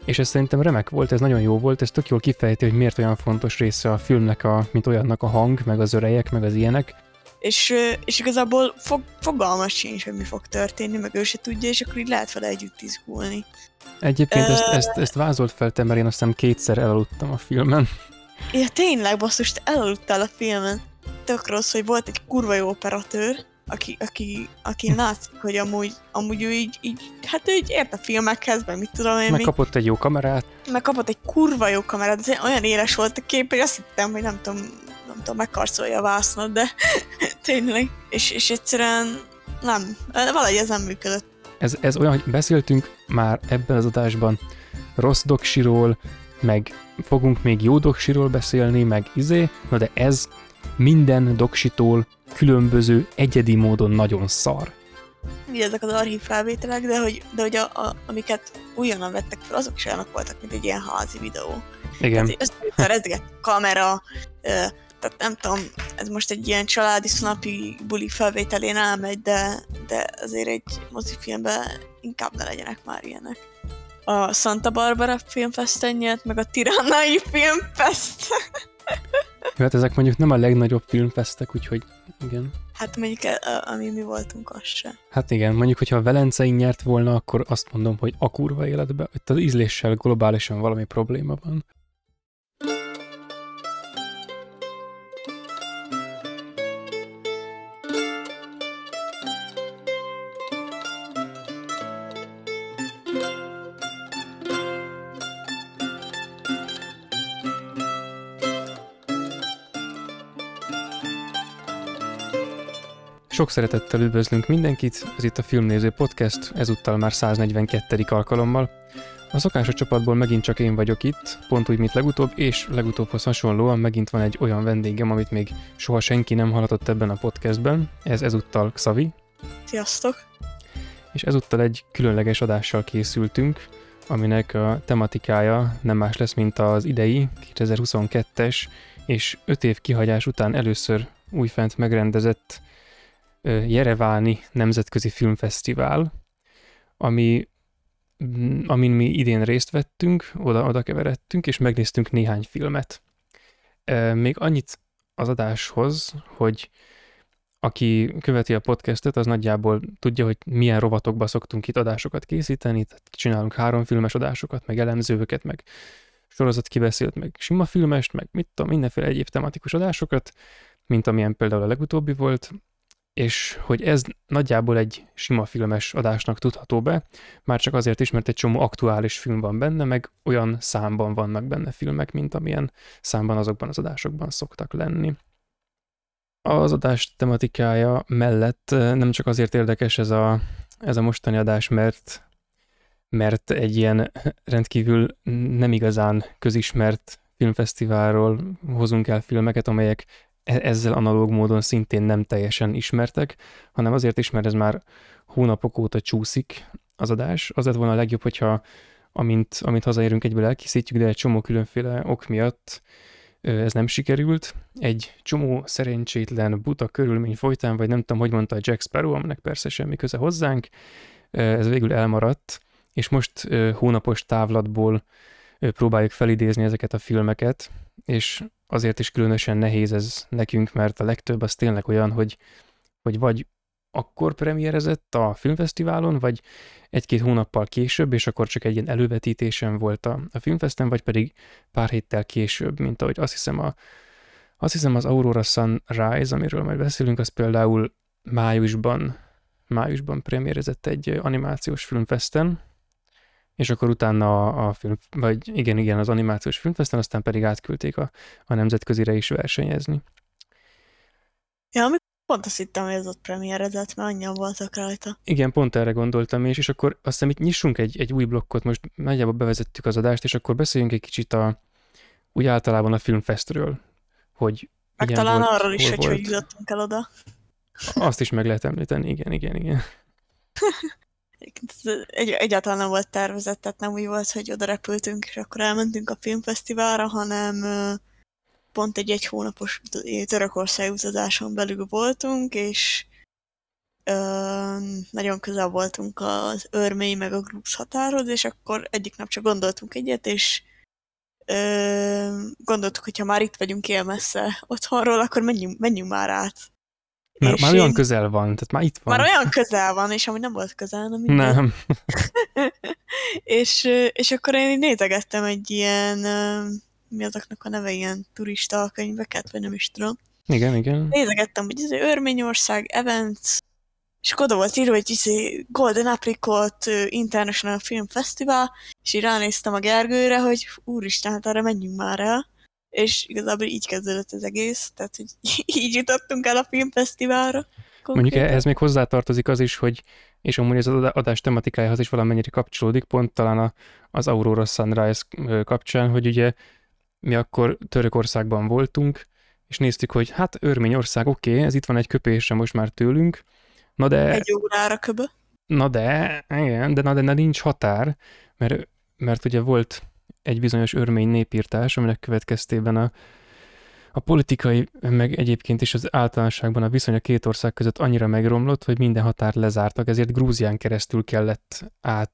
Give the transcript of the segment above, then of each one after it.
És ez szerintem remek volt, ez nagyon jó volt, ez tök jól kifejti, hogy miért olyan fontos része a filmnek, mint olyannak a hang, meg az örejek, meg az ilyenek. És igazából fogalmas sincs, hogy mi fog történni, meg ő se tudja, és akkor így lehet vele együtt izgulni. Egyébként ezt vázolt fel te, mert én azt hiszem 2-szer elaludtam a filmen. Ja, tényleg, basszus, te elaludtál a filmen. Tök rossz, hogy volt egy kurva jó operatőr, aki látszik, hogy amúgy ő így, hát ő így ért a filmekhez, meg mit tudom én. Megkapott egy jó kamerát. Megkapott egy kurva jó kamerát, de olyan éles volt a kép, hogy azt hittem, hogy nem tudom, megkarcolja a vásznat, de tényleg. És egyszerűen nem, valahogy ez nem működött. Ez olyan, hogy beszéltünk már ebben az adásban rossz doksiról, meg fogunk még jó doksiról beszélni, meg na de ez minden doksitól különböző egyedi módon nagyon szar. Ugye ezek az archív felvételek, de hogy amiket újonnan vettek fel, azok is olyanok voltak, mint egy ilyen házi videó. Igen. Tehát rezgett kamera, tehát nem tudom, ez most egy ilyen családi szünapi buli felvételén elmegy, de azért egy mozifilmben inkább ne legyenek már ilyenek. A Santa Barbara Filmfesten nyert, meg a Tiránai Filmfest. Hát ezek mondjuk nem a legnagyobb filmfestek, úgyhogy igen. Hát mondjuk, ami mi voltunk, az sem. Hát igen, mondjuk, hogyha a Velencei nyert volna, akkor azt mondom, hogy a kurva életben, itt az ízléssel globálisan valami probléma van. Sok szeretettel üdvözlünk mindenkit, ez itt a Filmnéző Podcast, ezúttal már 142. alkalommal. A szokásos csapatból megint csak én vagyok itt, pont úgy, mint legutóbb, és legutóbbhoz hasonlóan megint van egy olyan vendégem, amit még soha senki nem hallatott ebben a podcastben. Ez ezúttal Xavi. Sziasztok! És ezúttal egy különleges adással készültünk, aminek a tematikája nem más lesz, mint az idei, 2022-es, és 5 év kihagyás után először újfent megrendezett Jereváni Nemzetközi Filmfesztivál, amin mi idén részt vettünk, oda keveredtünk, és megnéztünk néhány filmet. Még annyit az adáshoz, hogy aki követi a podcastet, az nagyjából tudja, hogy milyen rovatokba szoktunk itt adásokat készíteni, tehát csinálunk 3 filmes adásokat, meg elemzőket, meg sorozat kibeszélt, meg sima filmest, meg mit tudom, mindenféle egyéb tematikus adásokat, mint amilyen például a legutóbbi volt, és hogy ez nagyjából egy sima filmes adásnak tudható be, már csak azért is, mert egy csomó aktuális film van benne, meg olyan számban vannak benne filmek, mint amilyen számban azokban az adásokban szoktak lenni. Az adás tematikája mellett nem csak azért érdekes ez a mostani adás, mert egy ilyen rendkívül nem igazán közismert filmfesztiválról hozunk el filmeket, amelyek ezzel analóg módon szintén nem teljesen ismertek, hanem azért is, mert ez már hónapok óta csúszik az adás. Az lett volna a legjobb, hogyha amint hazaérünk, egyből elkészítjük, de egy csomó különféle ok miatt ez nem sikerült. Egy csomó szerencsétlen buta körülmény folytán, vagy nem tudom, hogy mondta a Jack Sparrow, aminek persze semmi köze hozzánk, ez végül elmaradt, és most hónapos távlatból próbáljuk felidézni ezeket a filmeket, és azért is különösen nehéz ez nekünk, mert a legtöbb az tényleg olyan, hogy vagy akkor premierezett a filmfesztiválon, vagy 1-2 hónappal később, és akkor csak egy ilyen elővetítésen volt a filmfeszten, vagy pedig pár héttel később, mint ahogy azt hiszem az Aurora Sunrise, amiről majd beszélünk, az például májusban premierezett egy animációs filmfeszten, és akkor utána a film, vagy igen, az animációs filmfeszten, aztán pedig átküldték a nemzetközire is versenyezni. Ja, amikor pont azt hittem, hogy ez ott premierezett, mert annyian voltak rajta. Igen, pont erre gondoltam, és akkor azt hiszem itt nyissunk egy új blokkot, most nagyjából bevezettük az adást, és akkor beszéljünk egy kicsit úgy általában a filmfestről, hogy meg igen, talán volt, arról is, hogy jutottunk el oda. Azt is meg lehet említeni, igen. Egyáltalán nem volt tervezett, tehát nem úgy volt, hogy oda repültünk, és akkor elmentünk a filmfesztiválra, hanem pont egy hónapos Törökország utazáson belül voltunk, és nagyon közel voltunk az örmény meg a grúz határhoz, és akkor egyik nap csak gondoltunk egyet, és gondoltuk, hogy ha már itt vagyunk ilyen messze otthonról, akkor menjünk már át. Már olyan közel van, tehát már itt van. Már olyan közel van, és amúgy nem volt közel, na mindegy. Nem. és akkor én így nézegettem egy ilyen, mi azoknak a neve, ilyen turista könyveket, vagy nem is tudom. Igen. Nézegettem, hogy ez Örményország, Events, és akkor oda volt írva, hogy Golden Apricot International Film Festival, és így ránéztem a Gergőre, hogy úristen, hát arra menjünk már el. És igazából így kezdődött az egész, tehát hogy így jutottunk el a filmfesztiválra. Mondjuk ehhez még hozzátartozik az is, hogy, és amúgy az adás tematikájához is valamennyire kapcsolódik, pont talán az Aurora Sunrise kapcsán, hogy ugye mi akkor Törökországban voltunk, és néztük, hogy hát Örményország, oké, ez itt van egy köpésre most már tőlünk, na de... Egy órára köbö. Na de, igen, de nincs határ, mert ugye volt egy bizonyos örmény népírtás, aminek következtében a politikai, meg egyébként is az általánosságban a viszony a két ország között annyira megromlott, hogy minden határt lezártak, ezért Grúzián keresztül kellett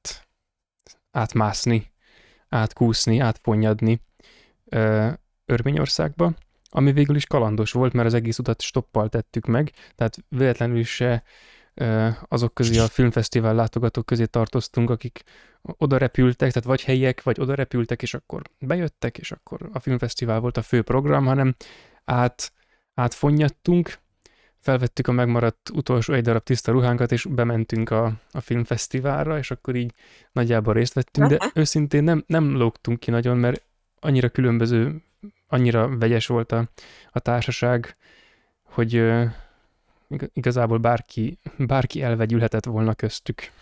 átmászni, átkúszni, átponnyadni Örményországba, ami végül is kalandos volt, mert az egész utat stoppal tettük meg, tehát véletlenül se azok közé, a filmfesztivál látogatók közé tartoztunk, akik oda repültek, tehát vagy helyiek, vagy oda repültek, és akkor bejöttek, és akkor a filmfesztivál volt a fő program, hanem átfonnyadtunk, felvettük a megmaradt utolsó egy darab tiszta ruhánkat, és bementünk a filmfesztiválra, és akkor így nagyjából részt vettünk, de őszintén nem lógtunk ki nagyon, mert annyira különböző, annyira vegyes volt a társaság, hogy igazából bárki elvegyülhetett volna köztük.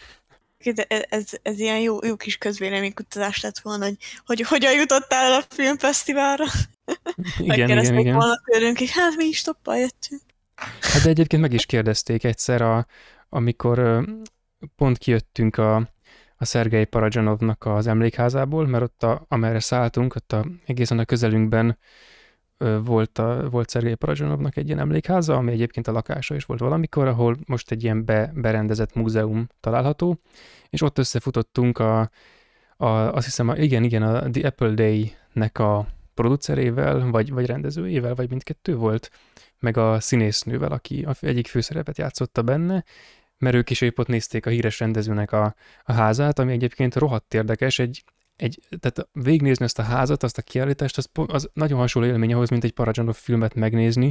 Ez ilyen jó kis közvéleménykutatás lett volna, hogy hogyan jutottál el a filmfesztiválra. Igen. Volna tőlünk, hogy hát mi is toppal jöttünk. Hát de egyébként meg is kérdezték egyszer, amikor pont kijöttünk a Szergej Parajanovnak az emlékházából, mert ott amerre szálltunk, ott egészen a közelünkben volt Szergej Parajanovnak egy ilyen emlékháza, ami egyébként a lakása is volt valamikor, ahol most egy ilyen berendezett múzeum található, és ott összefutottunk azt hiszem, igen, a The Apple Day-nek a producerével, vagy rendezőjével, vagy mindkettő volt, meg a színésznővel, aki egyik főszerepet játszotta benne, mert ők is épp ott nézték a híres rendezőnek a házát, ami egyébként rohadt érdekes, tehát végignézni ezt a házat, azt a kiállítást, az nagyon hasonló élmény ahhoz, mint egy Parajanov filmet megnézni,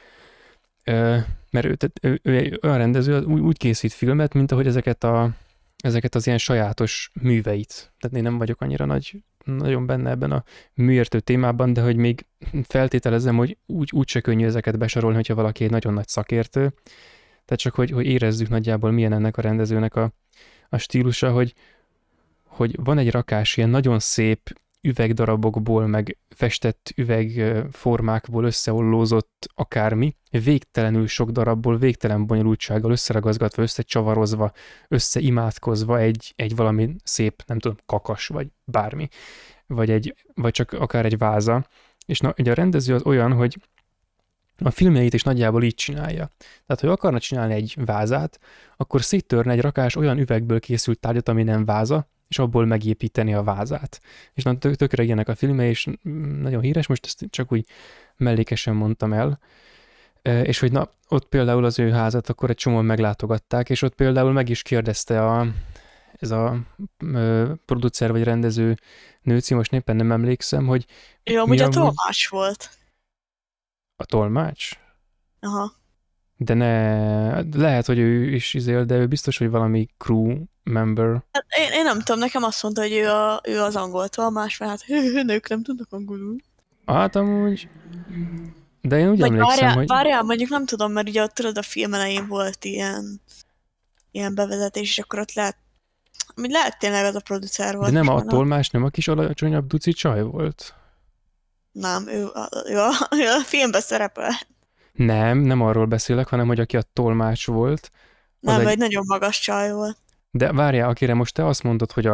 mert ő egy olyan rendező, úgy készít filmet, mint ahogy ezeket az ilyen sajátos műveit. Tehát én nem vagyok annyira nagyon benne ebben a műértő témában, de hogy még feltételezem, hogy úgy se könnyű ezeket besorolni, hogyha valaki egy nagyon nagy szakértő. Tehát csak, hogy érezzük nagyjából milyen ennek a rendezőnek a stílusa, hogy van egy rakás ilyen nagyon szép üvegdarabokból, meg festett üvegformákból összeollózott akármi, végtelenül sok darabból, végtelen bonyolultsággal összeragazgatva, összecsavarozva, összeimádkozva egy valami szép, nem tudom, kakas, vagy bármi, vagy csak akár egy váza. És ugye a rendező az olyan, hogy a filmjeit is nagyjából így csinálja. Tehát, hogy akarna csinálni egy vázát, akkor széttörne egy rakás olyan üvegből készült tárgyat, ami nem váza, és abból megépíteni a vázát. És tökre ilyenek a filmje, és nagyon híres, most ezt csak úgy mellékesen mondtam el. És hogy ott például az ő házat akkor egy csomóan meglátogatták, és ott például meg is kérdezte ez a producer vagy rendező nőci, most éppen nem emlékszem, hogy... Jó, amúgy a tolmács volt. A tolmács? Aha. De lehet, hogy ő is de ő biztos, hogy valami crew member. Hát én nem tudom, nekem azt mondta, hogy ő az angol tolmács, mert hát nők nem tudnak angolul. Hát amúgy... De én úgy emlékszem, hogy... Várjál, mondjuk nem tudom, mert ugye tudod, a film elején volt ilyen bevezetés, és akkor ott lehet tényleg az a producer volt. De nem a tolmács, nem a kis alacsonyabb duci csaj volt? Nem, ő a filmben szerepel. Nem arról beszélek, hanem hogy aki a tolmács volt. Nem, vagy nagyon magas csaj volt. De várjál, akire most te azt mondod, hogy a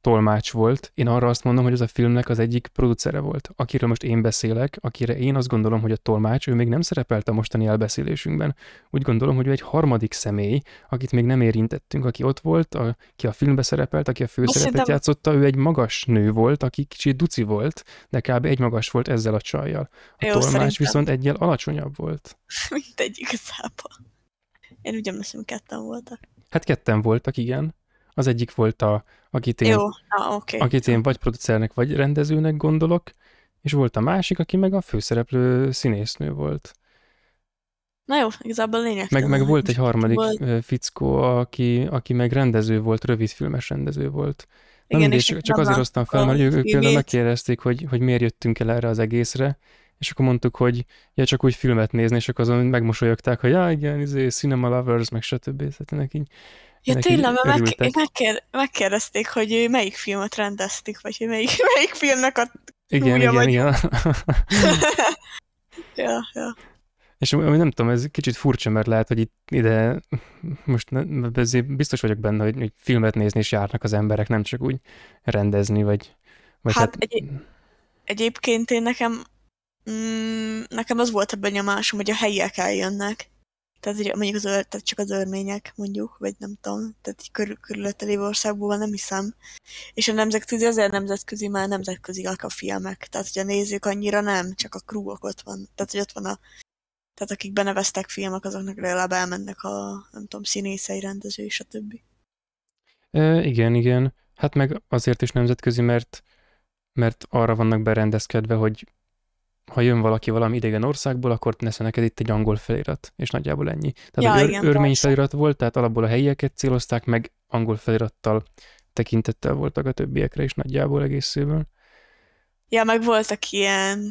tolmács volt. Én arra azt mondom, hogy az a filmnek az egyik producere volt. Akiről most én beszélek, akire én azt gondolom, hogy a tolmács, ő még nem szerepelt a mostani elbeszélésünkben. Úgy gondolom, hogy ő egy harmadik személy, akit még nem érintettünk, aki ott volt, aki a filmbe szerepelt, aki a főszerepet játszotta, ő egy magas nő volt, aki kicsit duci volt, de kb. Egy magas volt ezzel a csajjal. A tolmács viszont egyel alacsonyabb volt. Mindegy igazából. Én úgy emlékszem, ketten voltak. Hát ketten voltak, igen. Az egyik volt akit én vagy producernek, vagy rendezőnek gondolok, és volt a másik, aki meg a főszereplő színésznő volt. Na jó, igazából lényegtelen. Meg volt egy harmadik fickó, aki meg rendező volt, rövidfilmes rendező volt. Na igen, mindegy, csak azért hoztam fel, mert ők például megkérdezték, hogy miért jöttünk el erre az egészre, és akkor mondtuk, hogy csak úgy filmet nézni, és akkor azon megmosolyogták, hogy igen, Cinema Lovers, meg stb. Tehát így, ja tényleg, megkérdezték, hogy melyik filmet rendezték, vagy hogy melyik filmnek a igen. ja. És nem tudom, ez kicsit furcsa, mert lehet, hogy ide most biztos vagyok benne, hogy filmet nézni is járnak az emberek, nem csak úgy rendezni, vagy hát egyébként én nekem az volt a benyomásom, hogy a helyiek eljönnek. Tehát mondjuk tehát csak az örmények, mondjuk, vagy nem tudom, tehát így körülötte lévő országból nem hiszem. És a nemzetközi azért nemzetközi, már nemzetköziek a filmek. Tehát, hogy a nézők annyira nem, csak a crewok ott van. Tehát, hogy ott van tehát akik beneveztek filmek, azoknak legalább elmennek a, nem tudom, színészei, rendező, és a többi. Igen. Hát meg azért is nemzetközi, mert arra vannak berendezkedve, hogy ha jön valaki valami idegen országból, akkor lesz neked itt egy angol felirat, és nagyjából ennyi. Tehát örmény felirat volt, tehát alapból a helyieket célozták, meg angol felirattal tekintettel voltak a többiekre is nagyjából egészében. Ja, meg voltak ilyen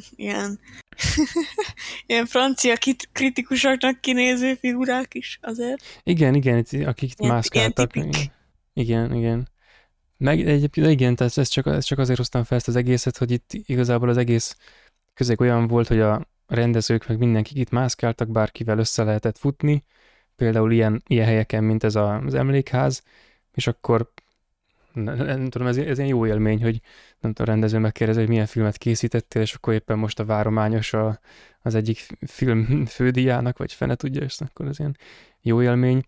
ilyen francia kritikusoknak kinéző figurák is azért. Igen, akik mászkáltak. Igen. Meg egyébként igen, tehát ez csak azért hoztam fel ezt az egészet, hogy itt igazából az egész közeg olyan volt, hogy a rendezők meg mindenkik itt mászkáltak, bárkivel össze lehetett futni, például ilyen helyeken, mint ez az emlékház, és akkor nem tudom, ez ilyen jó élmény, hogy nem tudom, a rendező megkérdezi, hogy milyen filmet készítettél, és akkor éppen most a várományos az egyik film fődíjának, vagy fene tudja, és akkor ez ilyen jó élmény.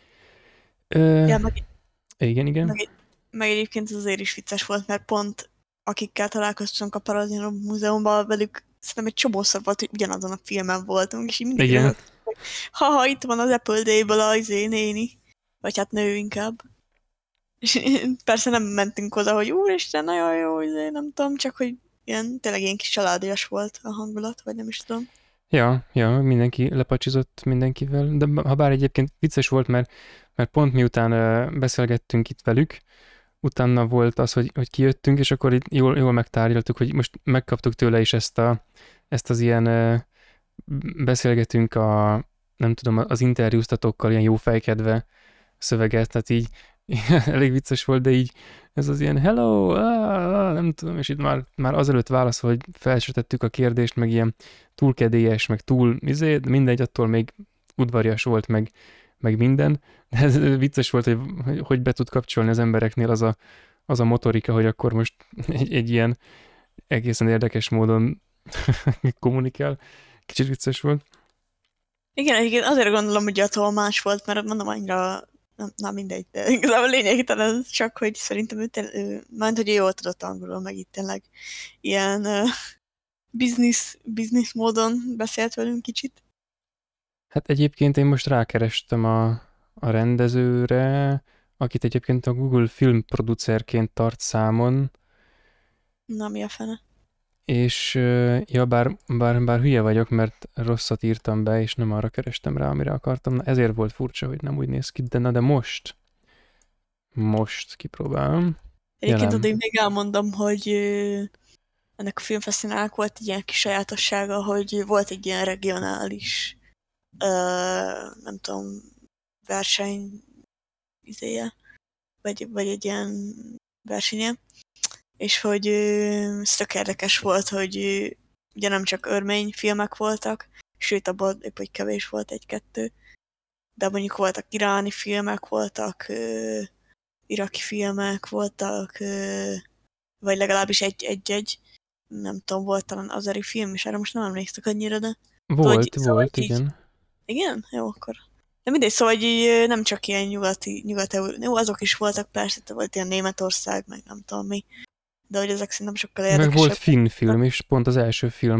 Igen. Meg egyébként ez azért is vicces volt, mert pont akikkel találkoztunk a Paladino Múzeumban, velük szerintem egy csomószor volt, hogy ugyanazon a filmen voltunk, és így mindig örülök, hogy ha itt van az Apple Day-ből a néni, vagy hát nő inkább. És persze nem mentünk oda, hogy úristen, nagyon jó, nem tudom, csak hogy tényleg ilyen kis családias volt a hangulat, vagy nem is tudom. Ja, mindenki lepacsizott mindenkivel, de ha bár egyébként vicces volt, mert pont miután beszélgettünk itt velük, utána volt az, hogy kijöttünk, és akkor itt jól megtárgyaltuk, hogy most megkaptuk tőle is ezt az ilyen beszélgetünk nem tudom, az interjúztatókkal ilyen jó fejkedve szöveget, tehát így elég vicces volt, de így ez az ilyen hello, nem tudom, és itt már azelőtt válaszol, hogy felsőtettük a kérdést, meg ilyen túl kedélyes, meg túl mindegy, attól még udvarias volt, meg minden. De ez vicces volt, hogy be tud kapcsolni az embereknél az a motorika, hogy akkor most egy ilyen egészen érdekes módon kommunikál. Kicsit vicces volt. Igen, azért gondolom, hogy a tolmács volt, mert mondom annyira, na mindegy, de igazából lényegtelen csak, hogy szerintem mert hogy ő jól tudott angolul, meg itt tényleg ilyen business módon beszélt velünk kicsit. Hát egyébként én most rákerestem a rendezőre, akit egyébként a Google filmproducerként tart számon. Na, mi a fene? És bár hülye vagyok, mert rosszat írtam be, és nem arra kerestem rá, amire akartam. Na, ezért volt furcsa, hogy nem úgy néz ki, de most kipróbálom. Egyébként addig még elmondom, hogy ennek a filmfesztiválnak volt egy ilyen kis sajátossága, hogy volt egy ilyen regionális nem tudom, verseny vagy egy ilyen versenye, és hogy ez tök érdekes volt, hogy ugye nem csak örmény filmek voltak, sőt abban épp hogy kevés volt egy-kettő, de mondjuk voltak iráni filmek, voltak iraki filmek, voltak, vagy legalábbis egy-egy, nem tudom, volt talán azeri film, és erre most nem emlékszek annyira, de Volt, így, igen. igen? Jó, akkor. De mindegy, szóval így nem csak ilyen nyugat-európai, jó, azok is voltak persze, de volt ilyen Németország, meg nem tudom mi, de hogy ezek szerintem sokkal Meg volt érdekesebb. finn film is, pont az első film,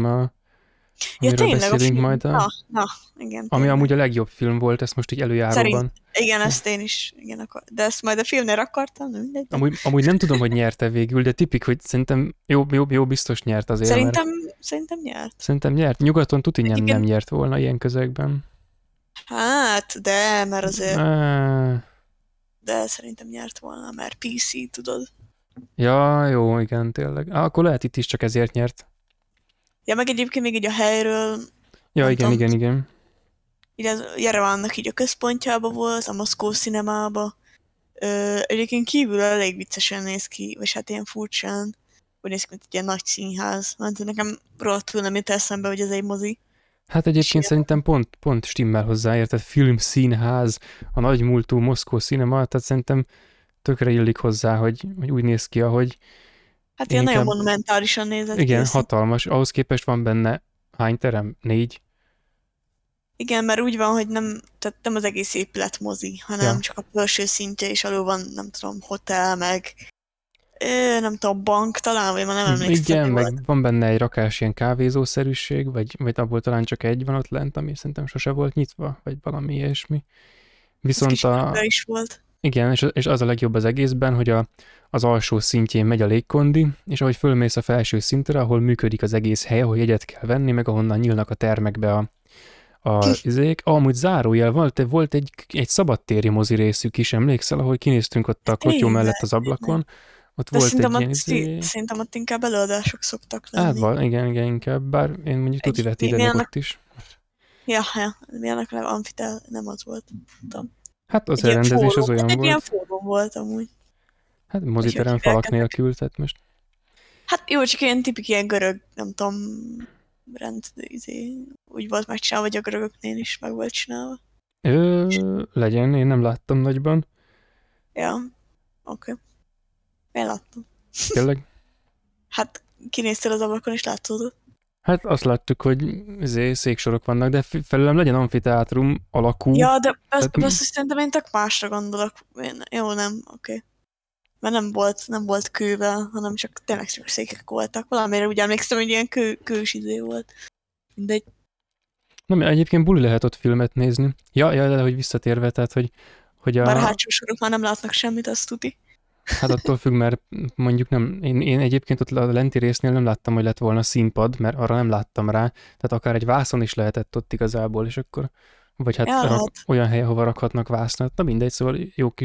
Ja, amiről tényleg a beszélünk film. majd, Na, igen, ami tényleg. amúgy a legjobb film volt, ezt most így előjáróban. Igen, ezt én is, igen, de ezt majd a filmnél akartam, nem mindegy. Amúgy nem tudom, hogy nyerte végül, de tipik, hogy szerintem jó, biztos nyert azért, mert Szerintem nyert. szerintem nyert. Nyugaton tuti nem Egyébként- nyert volna ilyen közegben. Hát, de, mert azért, Ah, de szerintem nyert volna, mert PC, tudod. ja, jó, igen, tényleg. Akkor lehet itt is csak ezért nyert. Ja, meg egyébként még így a helyről, Ja, nem igen, tudom. igen. így az Jerevánnak így a központjába volt, a Moszkó Cinemába. Egyébként kívül elég viccesen néz ki, vagy hát ilyen furcsán, hogy néz ki, mint egy ilyen nagy színház. Mert nekem rohadtul nem jut eszembe, hogy ez egy mozi. Hát egyébként szerintem pont stimmel hozzá, érted? Filmszínház, a nagymúltú Moszkó Cinema, tehát szerintem tökre illik hozzá, hogy úgy néz ki, ahogy Hát Én ilyen nagyon inkább- monumentálisan nézett igen, ki. hatalmas. Ahhoz képest van benne hány terem? 4? Igen, mert úgy van, hogy tehát nem az egész épület mozi, hanem Ja. csak a felső szintje, és alul van, nem tudom, hotel, meg nem tudom, bank talán, vagy már nem emlékszem, Igen, mi meg volt. van benne egy rakás ilyen kávézószerűség, vagy abból talán csak egy van ott lent, ami szerintem sose volt nyitva, vagy valami ilyesmi. Ez Viszont kicsit fura is volt. igen, és az a legjobb az egészben, hogy az alsó szintjén megy a légkondi, és ahogy fölmész a felső szintre, ahol működik az egész hely, ahol jegyet kell venni, meg ahonnan nyílnak a termekbe a izék. Amúgy zárójel, volt egy szabadtéri mozi részük is, emlékszel, ahol kinéztünk ott a klotyó Tényleg, mellett az ablakon, ott De volt szerintem egy ilyen szerintem ott inkább előadások szoktak lenni. Hát, igen, inkább, bár én mondjuk tuti vetítenék ott is. Ja, milyenek a amfitel, nem az volt. Tudom. Hát az Egy ilyen elrendezés az fórum, olyan egy ilyen volt. fórum volt amúgy. Hát Vagy moziterem hogy falak hívják nélkül, tehát most. Hát jó, csak ilyen tipik ilyen görög, nem tudom, úgy volt megcsinálva, vagy a görögöknél is meg volt csinálva. Legyen, én nem láttam nagyban. Ja, oké. Én láttam. Tényleg. Hát kinéztél az ablakon, és látszódott. Hát azt láttuk, hogy széksorok vannak, de felőlem legyen amfiteátrum alakú. Ja, de azt Tehát- szerintem én tök másra gondolok. Jó, nem, oké. Mert nem volt kővel, hanem csak tényleg csak székek voltak. Valamire úgy emlékszem, hogy ilyen kős izé volt. Mindegy. Nem, egyébként buli lehet ott filmet nézni. Ja, de hogy visszatérve, tehát, hogy Bár a hátsó sorok már nem látnak semmit, azt tuti. Hát attól függ, mert mondjuk nem, én egyébként ott a lenti résznél nem láttam, hogy lett volna színpad, mert arra nem láttam rá, tehát akár egy vászon is lehetett ott igazából, és akkor, vagy hát Ja, lehet. olyan hely, ahova rakhatnak vásznat, na mindegy, szóval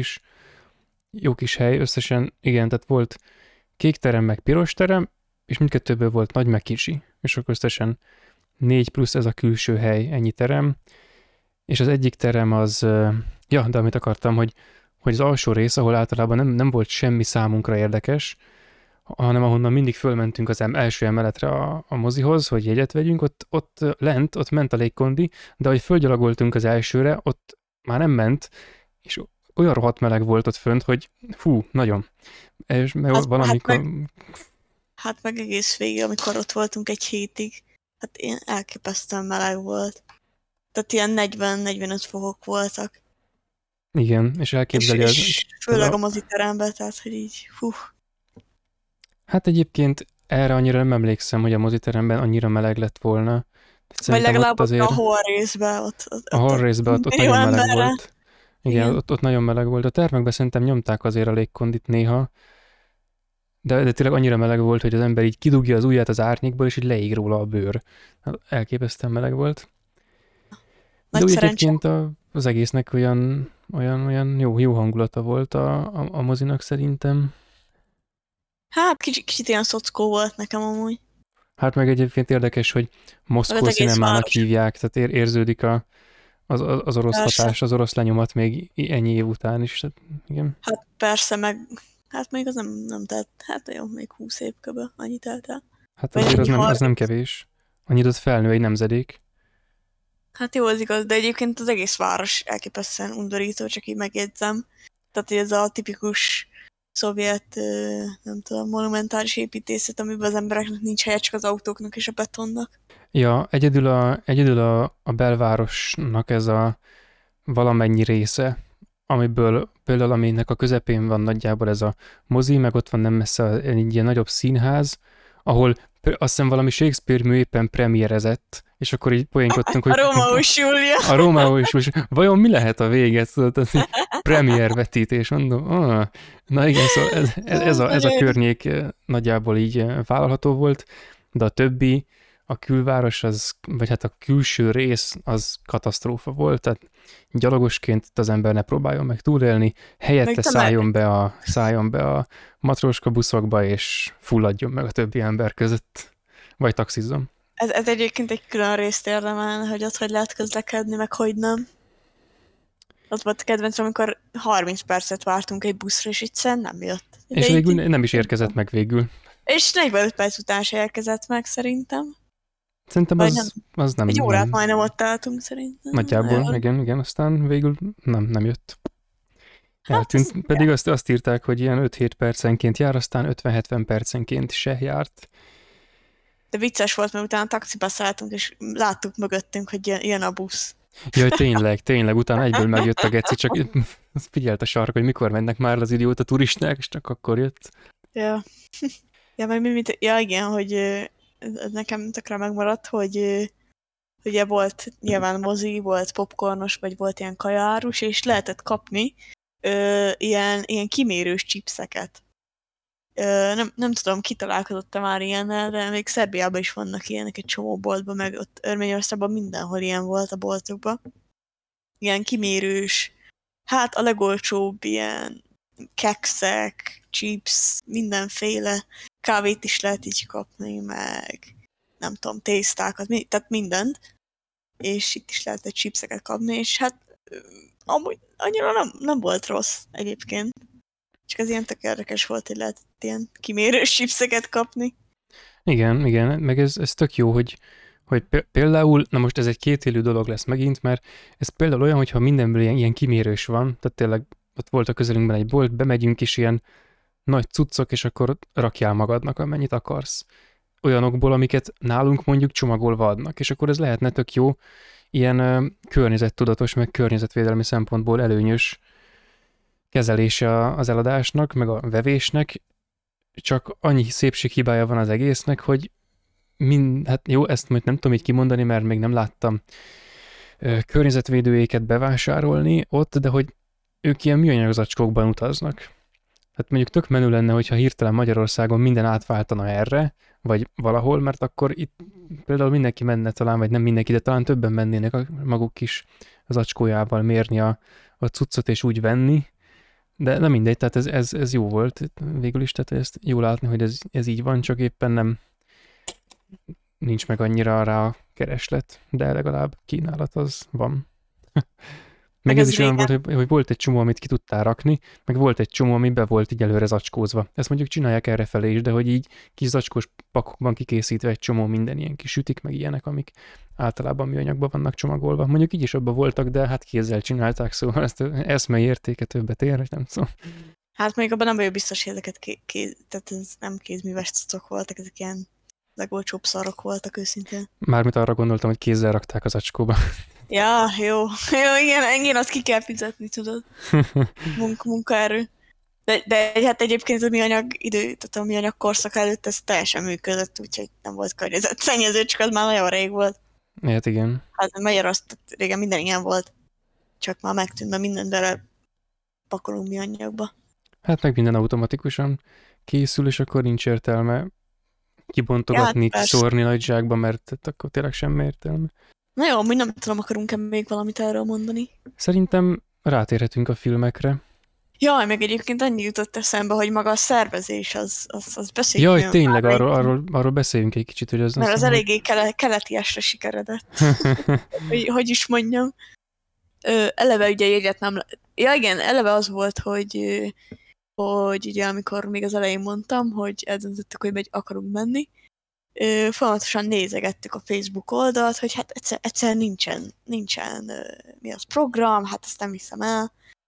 jó kis hely, összesen, igen, tehát volt kék terem, meg piros terem, és mindkettőből volt nagy, meg kicsi, és akkor összesen 4 plusz ez a külső hely, ennyi terem, és az egyik terem az, ja, de amit akartam, hogy az alsó rész, ahol általában nem volt semmi számunkra érdekes, hanem ahonnan mindig fölmentünk az első emeletre a mozihoz, hogy jegyet vegyünk, ott ment a légkondi, de ahogy fölgyalogoltunk az elsőre, ott már nem ment, és olyan rohadt meleg volt ott fönt, hogy fú, nagyon. És valamikor... Hát meg egész végig, amikor ott voltunk egy hétig, hát ilyen elképesztően meleg volt. Tehát ilyen 40-45 fokok voltak. Igen, és elképzeli és főleg a moziteremben, tehát hogy így, Hát egyébként erre annyira nem emlékszem, hogy a moziteremben annyira meleg lett volna. Vagy legalább azért... a hol részben a hol részben ott nagyon meleg volt. Igen, ott nagyon meleg volt. A termekben szerintem nyomták azért a légkondit néha, de tényleg annyira meleg volt, hogy az ember így kidugja az ujját az árnyékból, és így leég róla a bőr. Elképesztően meleg volt. De úgy egyébként az egésznek olyan jó hangulata volt a mozinak szerintem. Hát kicsit ilyen szockó volt nekem amúgy. Hát meg egyébként érdekes, hogy Moszkó Cinemának hívják, tehát érződik az orosz hatás, az orosz lenyomat még ennyi év után is. Tehát, igen. Hát persze, meg hát még az nem telt, hát jó, még 20 év kb. Annyi telt el. Hát azért az nem kevés. Annyit ott felnő egy nemzedék. Hát jó, az igaz, de egyébként az egész város elképesztően undorító, csak így megjegyzem. Tehát ez a tipikus szovjet, nem tudom, monumentális építészet, amiben az embereknek nincs helye, csak az autóknak és a betonnak. Ja, egyedül a belvárosnak ez a valamennyi része, amiből például aminek a közepén van nagyjából ez a mozi, meg ott van nem messze egy ilyen nagyobb színház, ahol azt hiszem valami Shakespeare mű éppen premierezett, és akkor így poénkodtunk, A hogy Rómeós Júlia. a Rómeó is most, vajon mi lehet a vége? Tudod, az így premier vetítés, mondom. Na igen, szóval ez a környék nagyjából így vállalható volt, de a többi, a külváros, vagy hát a külső rész, az katasztrófa volt, tehát gyalogosként az ember ne próbáljon meg túlélni, helyette szálljon be a matróska buszokba, és fulladjon meg a többi ember között, vagy taxizzon. Ez egyébként egy külön részt érdemel, hogy ott hogy lehet közlekedni, meg hogy nem. Ott volt a kedvenc, amikor 30 percet vártunk egy buszra, és egyszerűen nem jött. És végül nem is érkezett meg végül. És 45 perc után se érkezett meg, szerintem. Szerintem az nem. Egy órát majdnem ott álltunk, szerintem. Nagyjából, igen, aztán végül nem jött. Eltűnt, hát pedig azt írták, hogy ilyen 5-7 percenként jár, aztán 50-70 percenként se járt. De vicces volt, mert utána taxiba szálltunk, és láttuk mögöttünk, hogy jön a busz. Jaj, tényleg, utána egyből megjött a geci, csak figyelt a sarka, hogy mikor mennek már az idióta turisták, és csak akkor jött. Ja. Ja, igen, hogy nekem tökre megmaradt, hogy ugye volt nyilván mozi, volt popcornos, vagy volt ilyen kajaárus, és lehetett kapni ilyen kimérős chipseket. Nem tudom, kitalálkozott-e már ilyennel, de még Szerbiában is vannak ilyenek egy csomó boltban, meg ott Örményországban mindenhol ilyen volt a boltokban. Ilyen kimérős, hát a legolcsóbb ilyen kekszek, chips, mindenféle kávét is lehet így kapni, meg nem tudom, tésztákat, tehát mindent. És itt is lehetett chipseket kapni, és hát amúgy annyira nem volt rossz egyébként. Csak az ilyen tök érdekes volt, hogy lehetett ilyen kimérős chipseket kapni. Igen, meg ez tök jó, hogy például, na most ez egy kétélű dolog lesz megint, mert ez például olyan, hogyha mindenből ilyen kimérős van, tehát tényleg ott volt a közelünkben egy bolt, bemegyünk is ilyen nagy cuccok, és akkor rakjál magadnak, amennyit akarsz. Olyanokból, amiket nálunk mondjuk csomagolva adnak, és akkor ez lehetne tök jó, ilyen környezettudatos, meg környezetvédelmi szempontból előnyös kezelése az eladásnak, meg a vevésnek, csak annyi szépséghibája van az egésznek, hogy hát jó, ezt majd nem tudom így kimondani, mert még nem láttam környezetvédőéket bevásárolni ott, de hogy ők ilyen műanyag zacskókban utaznak. Tehát mondjuk tök menő lenne, hogyha hirtelen Magyarországon minden átváltana erre, vagy valahol, mert akkor itt például mindenki menne talán, vagy nem mindenki, de talán többen mennének a maguk kis zacskójával mérni a cuccot és úgy venni, de nem mindegy, tehát ez jó volt végül is, tehát ezt jó látni, hogy ez így van, csak éppen nincs meg annyira rá a kereslet, de legalább kínálat az van. Meg ez is olyan volt, hogy volt egy csomó, amit ki tudtál rakni, meg volt egy csomó, ami be volt így előre zacskózva. Ezt mondjuk csinálják errefelé is, de hogy így kis zacskós pakokban kikészítve egy csomó minden ilyen kis sütik, meg ilyenek, amik általában műanyagban vannak csomagolva. Mondjuk így is abban voltak, de hát kézzel csinálták, szóval ezt eszmei értéke többet ér, nem tudom. Hát mondjuk abban nem vagyok biztos, hogy ezeket tehát ez nem kézműves cuccok voltak, ezek ilyen legolcsóbb szarok voltak őszintén. Mármint arra gondoltam, hogy kézzel rakták az zacskóba. Ja, jó, igen, azt ki kell fizetni, tudod. Munkaerő. De hát egyébként a műanyag tehát a műanyag korszak előtt ez teljesen működött, úgyhogy nem volt környezetszennyező, csak az már nagyon rég volt. Hát igen. Hát Magyarország régen minden ilyen volt. Csak már megtűnt, mert minden bele pakolunk műanyagba. Hát meg minden automatikusan készül, és akkor nincs értelme kibontogatni, ja, szórni nagy zsákba, mert akkor tényleg semmi értelme. Na jó, mi nem tudom, akarunk-e még valamit erről mondani? Szerintem rátérhetünk a filmekre. Jaj, meg egyébként annyi jutott eszembe, hogy maga a szervezés, az beszéljünk. Jaj, tényleg, arról beszéljünk egy kicsit, hogy az... Mert az eléggé keletiesre sikeredett. hogy is mondjam. Eleve ugye jegyet nem... Ja igen, eleve az volt, hogy ugye amikor még az elején mondtam, hogy eldöntöttük, hogy akarunk menni, folyamatosan nézegettük a Facebook oldalt, hogy hát egyszer nincsen mi az program, hát ezt nem hiszem el.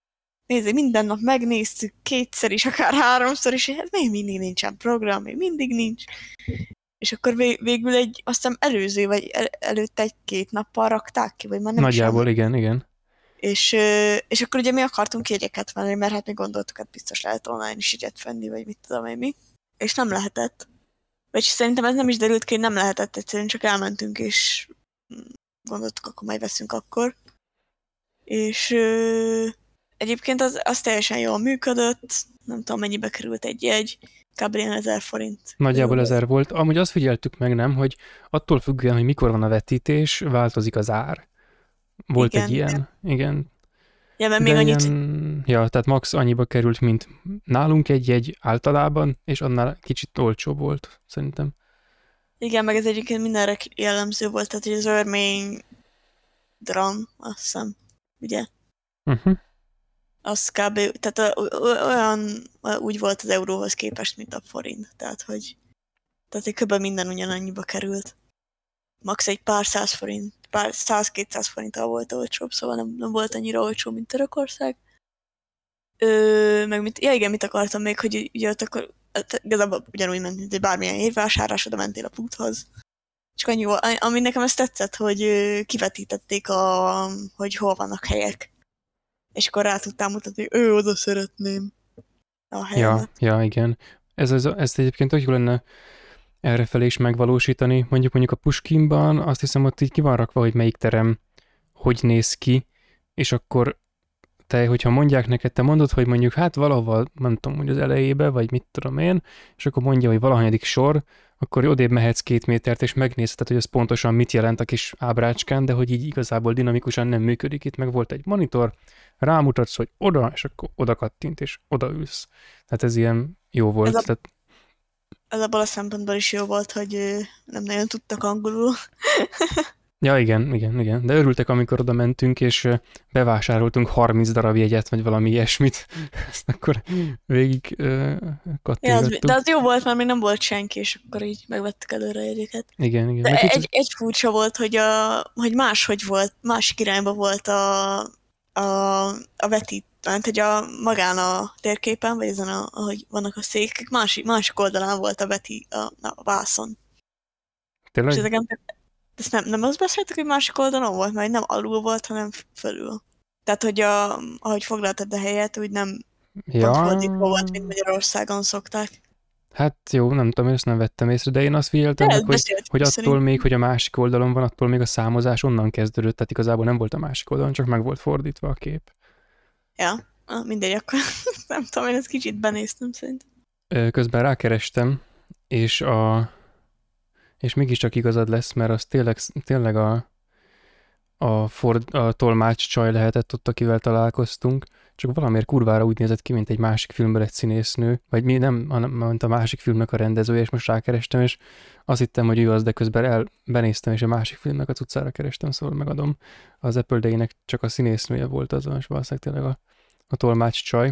Nézzük, minden nap megnéztük kétszer is, akár háromszor is, hát még mindig nincsen program, még mindig nincs. És akkor végül azt hiszem előző, vagy előtte egy-két nappal rakták ki, vagy már nem is Nagyjából, igen, igen. és akkor ugye mi akartunk jegyeket venni, mert hát mi gondoltuk, hát biztos lehet online is jegyet venni, vagy mit tudom én mi. És nem lehetett. Vagy szerintem ez nem is derült ki, hogy nem lehetett, egyszerűen csak elmentünk, és gondoltuk, akkor majd veszünk akkor. És egyébként az teljesen jól működött, nem tudom mennyibe került egy jegy, kb. 1000 forint. Nagyjából 1000 volt. Amúgy azt figyeltük meg, nem, hogy attól függően, hogy mikor van a vetítés, változik az ár. Volt Igen. egy ilyen, igen. Ja, mert De még annyit... ja, tehát max annyiba került, mint nálunk egy jegy általában, és annál kicsit olcsóbb volt, szerintem. Igen, meg ez egyébként mindenre jellemző volt, tehát hogy az örmény dram, azt hiszem, ugye? Az kb. Tehát olyan úgy volt az euróhoz képest, mint a forint. Tehát, hogy kb. Minden ugyanannyiba került. Max egy pár száz forint, pár 100-200 forinttal volt olcsóbb, szóval nem volt annyira olcsó, mint Törökország. Meg mit akartam még, hogy ugye ott akkor igazából ugyanúgy ment, mint egy bármilyen évvásárlás, oda mentél a pulthoz. Csak annyi volt, ami nekem ezt tetszett, hogy kivetítették, hogy hol vannak helyek. És akkor rá tudtam mutatni, hogy oda szeretném a helyemet. Ja, igen. Ez egyébként hogy lenne errefelé is megvalósítani. Mondjuk a Puskinban azt hiszem, ott így ki van rakva, hogy melyik terem hogy néz ki, és akkor te, hogyha mondják neked, te mondod, hogy mondjuk hát valahol, nem tudom, hogy az elejébe, vagy mit tudom én, és akkor mondja, hogy valahanyadik sor, akkor odébb mehetsz 2 métert, és megnézheted, hogy az pontosan mit jelent a kis ábrácskán, de hogy így igazából dinamikusan nem működik. Itt meg volt egy monitor, rámutatsz, hogy oda, és akkor oda kattint, és odaülsz. Tehát ez ilyen jó volt. Ez abban a szempontból is jó volt, hogy nem nagyon tudtak angolul. Ja, igen. De örültek, amikor oda mentünk, és bevásároltunk 30 darab jegyet, vagy valami ilyesmit. Ezt akkor végig kattintottuk. De az jó volt, mert még nem volt senki, és akkor így megvettük előre a jegyeket. Igen. De egy furcsa volt, hogy máshogy volt, másik irányba volt a vetít, hogy magán a térképen, vagy ezen, ahogy vannak a székek, másik oldalán volt a vászon. Tényleg? És ezt nem azt beszéltük, hogy másik oldalon volt, mert nem alul volt, hanem fölül. Tehát, hogy ahogy foglaltad a helyet, úgy nem pont fordítva volt, mint Magyarországon szokták. Hát jó, nem tudom, én ezt nem vettem észre, de én azt figyeltem meg, hogy attól még, hogy a másik oldalon van, attól még a számozás onnan kezdődött, tehát igazából nem volt a másik oldalon, csak meg volt fordítva a kép. Ja, mindegy, akkor nem tudom, én ezt kicsit benéztem szerintem. Közben rákerestem, és mégiscsak igazad lesz, mert az tényleg a tolmács csaj lehetett ott, akivel találkoztunk, csak valamiért kurvára úgy nézett ki, mint egy másik filmben egy színésznő, vagy mi nem, hanem a másik filmnek a rendezője, és most rákerestem, és azt hittem, hogy ő az, de közben benéztem, és a másik filmnek a cuccára kerestem, szóval megadom. Az Apple Day-nek csak a színésznője volt az, és valószínűleg tényleg a tolmács csaj.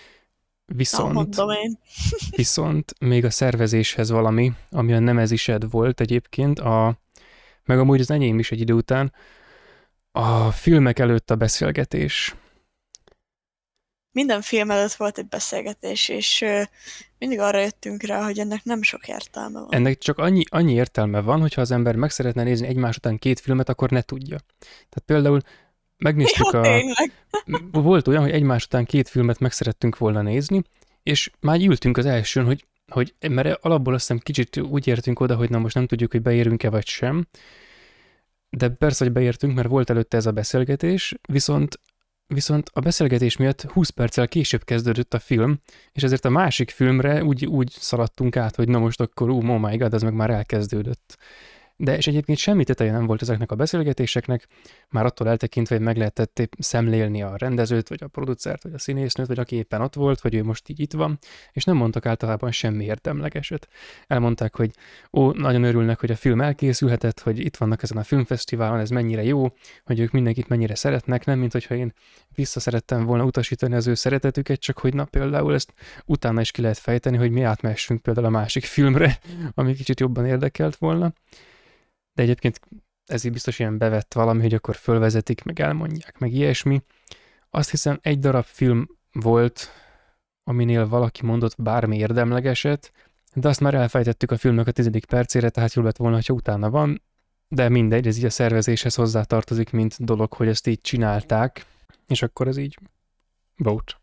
Viszont még a szervezéshez valami, ami a Nemezised volt egyébként, meg amúgy az enyém is egy idő után, a filmek előtt a beszélgetés. Minden film előtt volt egy beszélgetés, és mindig arra jöttünk rá, hogy ennek nem sok értelme van. Ennek csak annyi értelme van, hogyha az ember meg szeretne nézni egymás után 2 filmet, akkor ne tudja. Tehát például megnéztük volt olyan, hogy egymás után 2 filmet meg szerettünk volna nézni, és már ültünk az elsőn, hogy mert alapból azt hiszem kicsit úgy értünk oda, hogy na most nem tudjuk, hogy beérünk-e vagy sem, de persze, hogy beértünk, mert volt előtte ez a beszélgetés, viszont a beszélgetés miatt 20 perccel később kezdődött a film, és ezért a másik filmre úgy szaladtunk át, hogy na most akkor oh my god, ez meg már elkezdődött. De és egyébként semmi teteje nem volt ezeknek a beszélgetéseknek, már attól eltekintve, hogy meg lehetett szemlélni a rendezőt, vagy a producert, vagy a színésznőt, vagy aki éppen ott volt, hogy ő most így itt van, és nem mondtak általában semmi érdemlegeset. Elmondták, hogy nagyon örülnek, hogy a film elkészülhetett, hogy itt vannak ezen a filmfesztiválon, ez mennyire jó, hogy ők mindenkit mennyire szeretnek, nem mint hogyha én visszaszerettem volna utasítani az ő szeretetüket, csak hogy na például ezt utána is ki lehet fejteni, hogy mi átmessünk például a másik filmre, ami kicsit jobban érdekelt volna. De egyébként ez így biztos ilyen bevett valami, hogy akkor fölvezetik, meg elmondják, meg ilyesmi. Azt hiszem, egy darab film volt, aminél valaki mondott bármi érdemlegeset, de azt már elfejtettük a filmnek a 10. percére, tehát jól lett volna, ha utána van, de mindegy, ez így a szervezéshez hozzátartozik, mint dolog, hogy ezt így csinálták, és akkor ez így volt.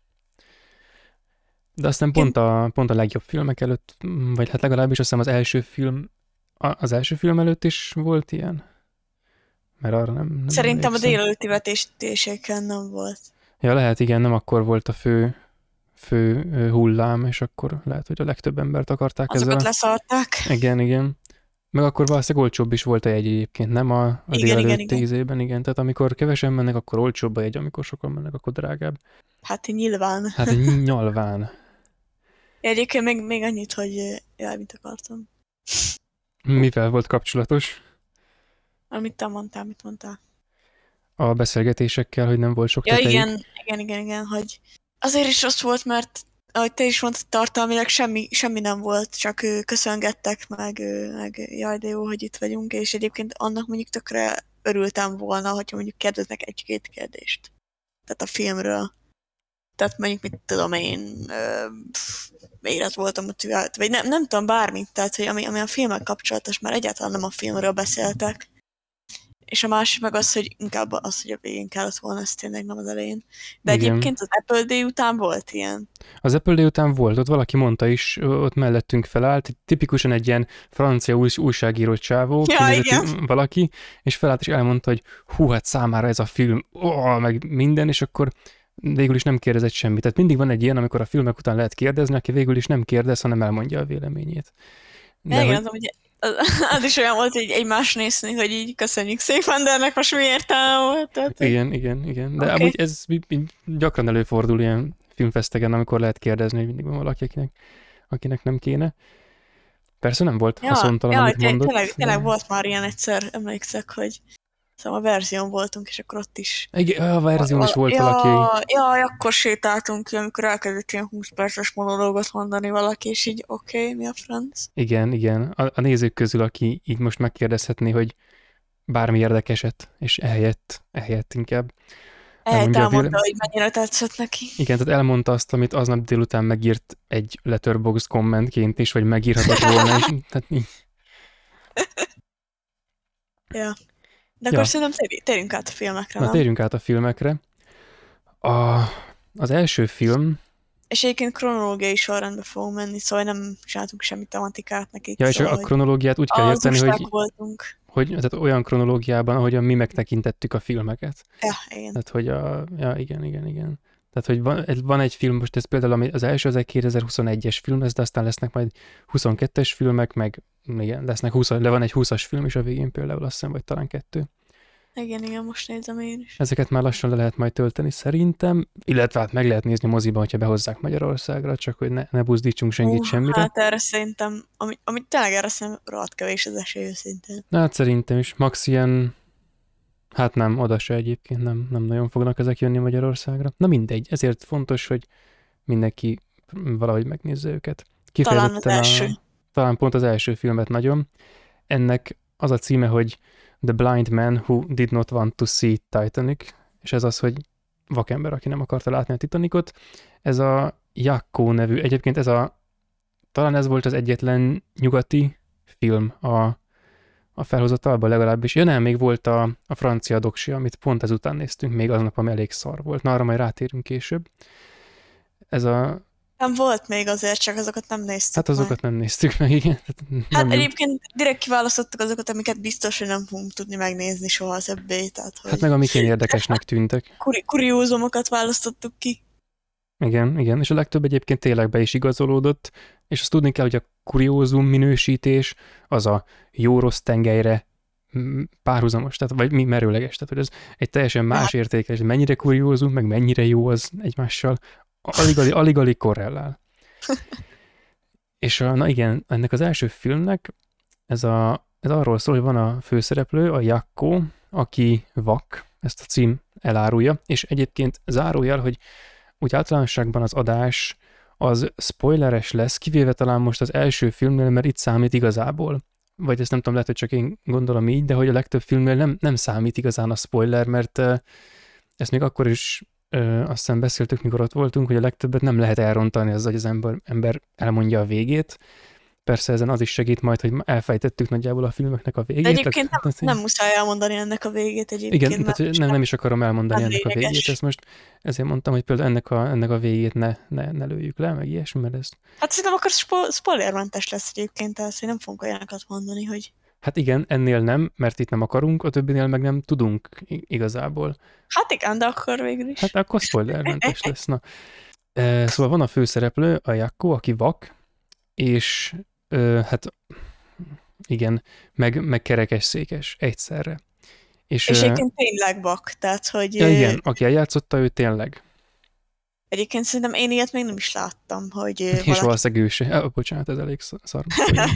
De aztán pont a legjobb filmek előtt, vagy hát legalábbis azt hiszem az első film előtt is volt ilyen. Mert arra nem Szerintem emlékszem. a délelőtti vetéseken nem volt. Ja, lehet, igen, nem akkor volt a fő hullám, és akkor lehet, hogy a legtöbb embert akarták Azokat ezzel. leszarták. Igen. Meg akkor valószínűleg olcsóbb is volt a jegy egyébként, nem a délelőtti izében, igen. Tehát amikor kevesen mennek, akkor olcsóbb a jegy, amikor sokan mennek, akkor drágább. Hát nyilván. Hát nyilván. Egyébként még annyit, hogy jaj, mit akartam. Mivel volt kapcsolatos? Amit te mondtál, mit mondtál? A beszélgetésekkel, hogy nem volt sok Ja, tetejük. igen, hogy azért is rossz volt, mert ahogy te is mondtad, tartalmilag semmi nem volt, csak köszöngettek, meg jaj, de jó, hogy itt vagyunk, és egyébként annak mondjuk tökre örültem volna, hogyha mondjuk kérdeznek egy-két kérdést. Tehát a filmről. Tehát mondjuk, mit tudom én, miért voltam motivált, vagy nem tudom, bármit, tehát hogy ami a filmek kapcsolatos, már egyáltalán nem a filmről beszéltek. És a másik meg az, hogy inkább az, hogy a végén kellett volna, ez tényleg nem az elején. De Igen. Egyébként az Apple Day után volt ilyen. Az Apple Day után volt, ott valaki mondta is, ott mellettünk felállt, tipikusan egy ilyen francia újságíró csávó, valaki, és felállt és elmondta, hogy hú, hát számára ez a film, meg minden, és akkor végül is nem kérdezett semmit. Tehát mindig van egy ilyen, amikor a filmek után lehet kérdezni, aki végül is nem kérdez, hanem elmondja a véleményét. De igen, hogy... az is olyan volt, hogy egymást nézni, hogy így köszönjük szépen, de ennek most mi értelme volt? Tehát, igen. De amúgy ez gyakran előfordul ilyen filmfesztegen, amikor lehet kérdezni, hogy mindig van valaki, akinek nem kéne. Persze nem volt haszontalan, amit mondott. Tényleg volt már ilyen egyszer, emlékszek, hogy szóval a verzión voltunk, és akkor ott is. Igen, a verzión is volt valaki. Akkor sétáltunk ki, amikor elkezdett ilyen 20 perces monológot mondani valaki, és így oké, mi a franc? Igen. A nézők közül, aki így most megkérdezhetné, hogy bármi érdekeset, és ehelyett inkább. Elmondta, hogy mennyire tetszett neki. Igen, tehát elmondta azt, amit aznap délután megírt egy Letterboxd kommentként is, vagy megírhatott volna is. Tehát így. Ja. De akkor szerintem térjünk át a filmekre, nem? Térjünk át a filmekre. Az első film... És egyébként kronológiai sorrendben fogunk menni, szóval nem csináltunk semmi tematikát nekik. Ja, és szóval, a kronológiát úgy kell érteni, hogy tehát olyan kronológiában, ahogyan mi megtekintettük a filmeket. Ja, igen. Tehát, hogy igen. Tehát, hogy van egy film, most ez például az első az egy 2021-es film lesz, de aztán lesznek majd 22-es filmek, meg igen, lesznek 20, de van egy 20-as film is a végén például, azt hiszem, vagy talán 2. Igen, most nézem én is. Ezeket már lassan le lehet majd tölteni szerintem, illetve hát meg lehet nézni moziban, hogyha behozzák Magyarországra, csak hogy ne buzdítsunk senkit semmire. Hát erre szerintem, amit tényleg erre szerintem rohadt kevés az esély őszintén. Hát szerintem is, max ilyen, hát nem, oda se egyébként nem nagyon fognak ezek jönni Magyarországra. Na mindegy, ezért fontos, hogy mindenki valahogy megnézze őket. Talán az első. Talán pont az első filmet nagyon. Ennek az a címe, hogy The Blind Man Who Did Not Want to See Titanic, és ez az, hogy vakember, aki nem akarta látni a Titanicot. Ez a Jacko nevű, egyébként talán ez volt az egyetlen nyugati film a felhozatalban legalábbis. Ja nem, még volt a francia doksi, amit pont ezután néztünk, még aznap, ami elég szar volt. Na, arra majd rátérünk később. Nem volt még azért, csak azokat nem néztük. Hát azokat nem néztük meg, igen. Hát egyébként direkt kiválasztottuk azokat, amiket biztos, hogy nem fogunk tudni megnézni soha többé. Tehát, hogy... Hát meg amik ilyen érdekesnek tűntek. Kuriózumokat választottuk ki. Igen, és a legtöbb egyébként tényleg be is igazolódott, és azt tudni kell, hogy a kuriózum minősítés az a jó-rossz tengelyre párhuzamos, tehát vagy merőleges, tehát hogy ez egy teljesen más értékes, mennyire kuriózum, meg mennyire jó az egymással, alig korrelál. És na igen, ennek az első filmnek ez arról szól, hogy van a főszereplő, a Jacko, aki vak, ezt a cím elárulja, és egyébként zárójel, hogy úgy általánosságban az adás az spoileres lesz, kivéve talán most az első filmnél, mert itt számít igazából. Vagy ezt nem tudom, lehet, hogy csak én gondolom így, de hogy a legtöbb filmnél nem számít igazán a spoiler, mert ezt még akkor is azt hiszem beszéltük, mikor ott voltunk, hogy a legtöbbet nem lehet elrontani azzal, hogy az ember elmondja a végét. Persze ezen az is segít majd, hogy elfejtettük nagyjából a filmeknek a De végét. egyébként nem muszáj elmondani ennek a végét egyébként. Igen, tehát nem is akarom elmondani nem ennek a lényeges. végét. Ezt most ezért mondtam, hogy például ennek a végét ne lőjük le, meg ilyesmi, mert ezt... Hát szerintem akkor spoilermentes lesz egyébként, tehát hogy nem fogunk olyanokat mondani, hogy... Hát igen, ennél nem, mert itt nem akarunk, a többinél meg nem tudunk igazából. Hát igen, de akkor végül is. Hát akkor spoilermentes lesz, na. Szóval van a főszereplő, a Jakko, aki vak, és hát igen, meg kerekesszékes egyszerre. És egyébként tényleg vak, tehát hogy... Ja, igen, aki eljátszotta, ő tényleg. Egyébként szerintem én ilyet még nem is láttam, hogy És valószínűleg ő se. Bocsánat, ez elég szar.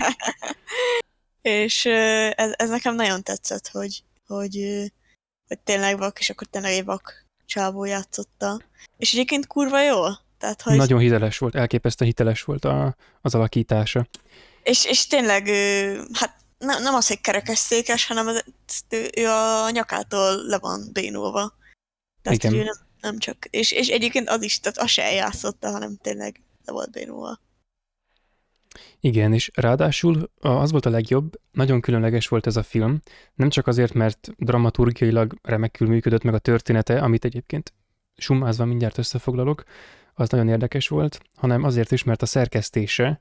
És ez nekem nagyon tetszett, hogy tényleg vak, és akkor tényleg egy vak csávó játszotta. És egyébként kurva jól. Tehát, hogy... Nagyon hiteles volt, elképesztően hiteles volt az alakítása. És tényleg, hát nem az, hogy kerekesszékes, hanem ő a nyakától le van bénulva. Tehát, igen. hogy ő nem csak... És egyébként az is, tehát az se eljátszotta, hanem tényleg le volt bénulva. Igen, és ráadásul az volt a legjobb, nagyon különleges volt ez a film, nem csak azért, mert dramaturgiailag remekül működött meg a története, amit egyébként summázva mindjárt összefoglalok, az nagyon érdekes volt, hanem azért is, mert a szerkesztése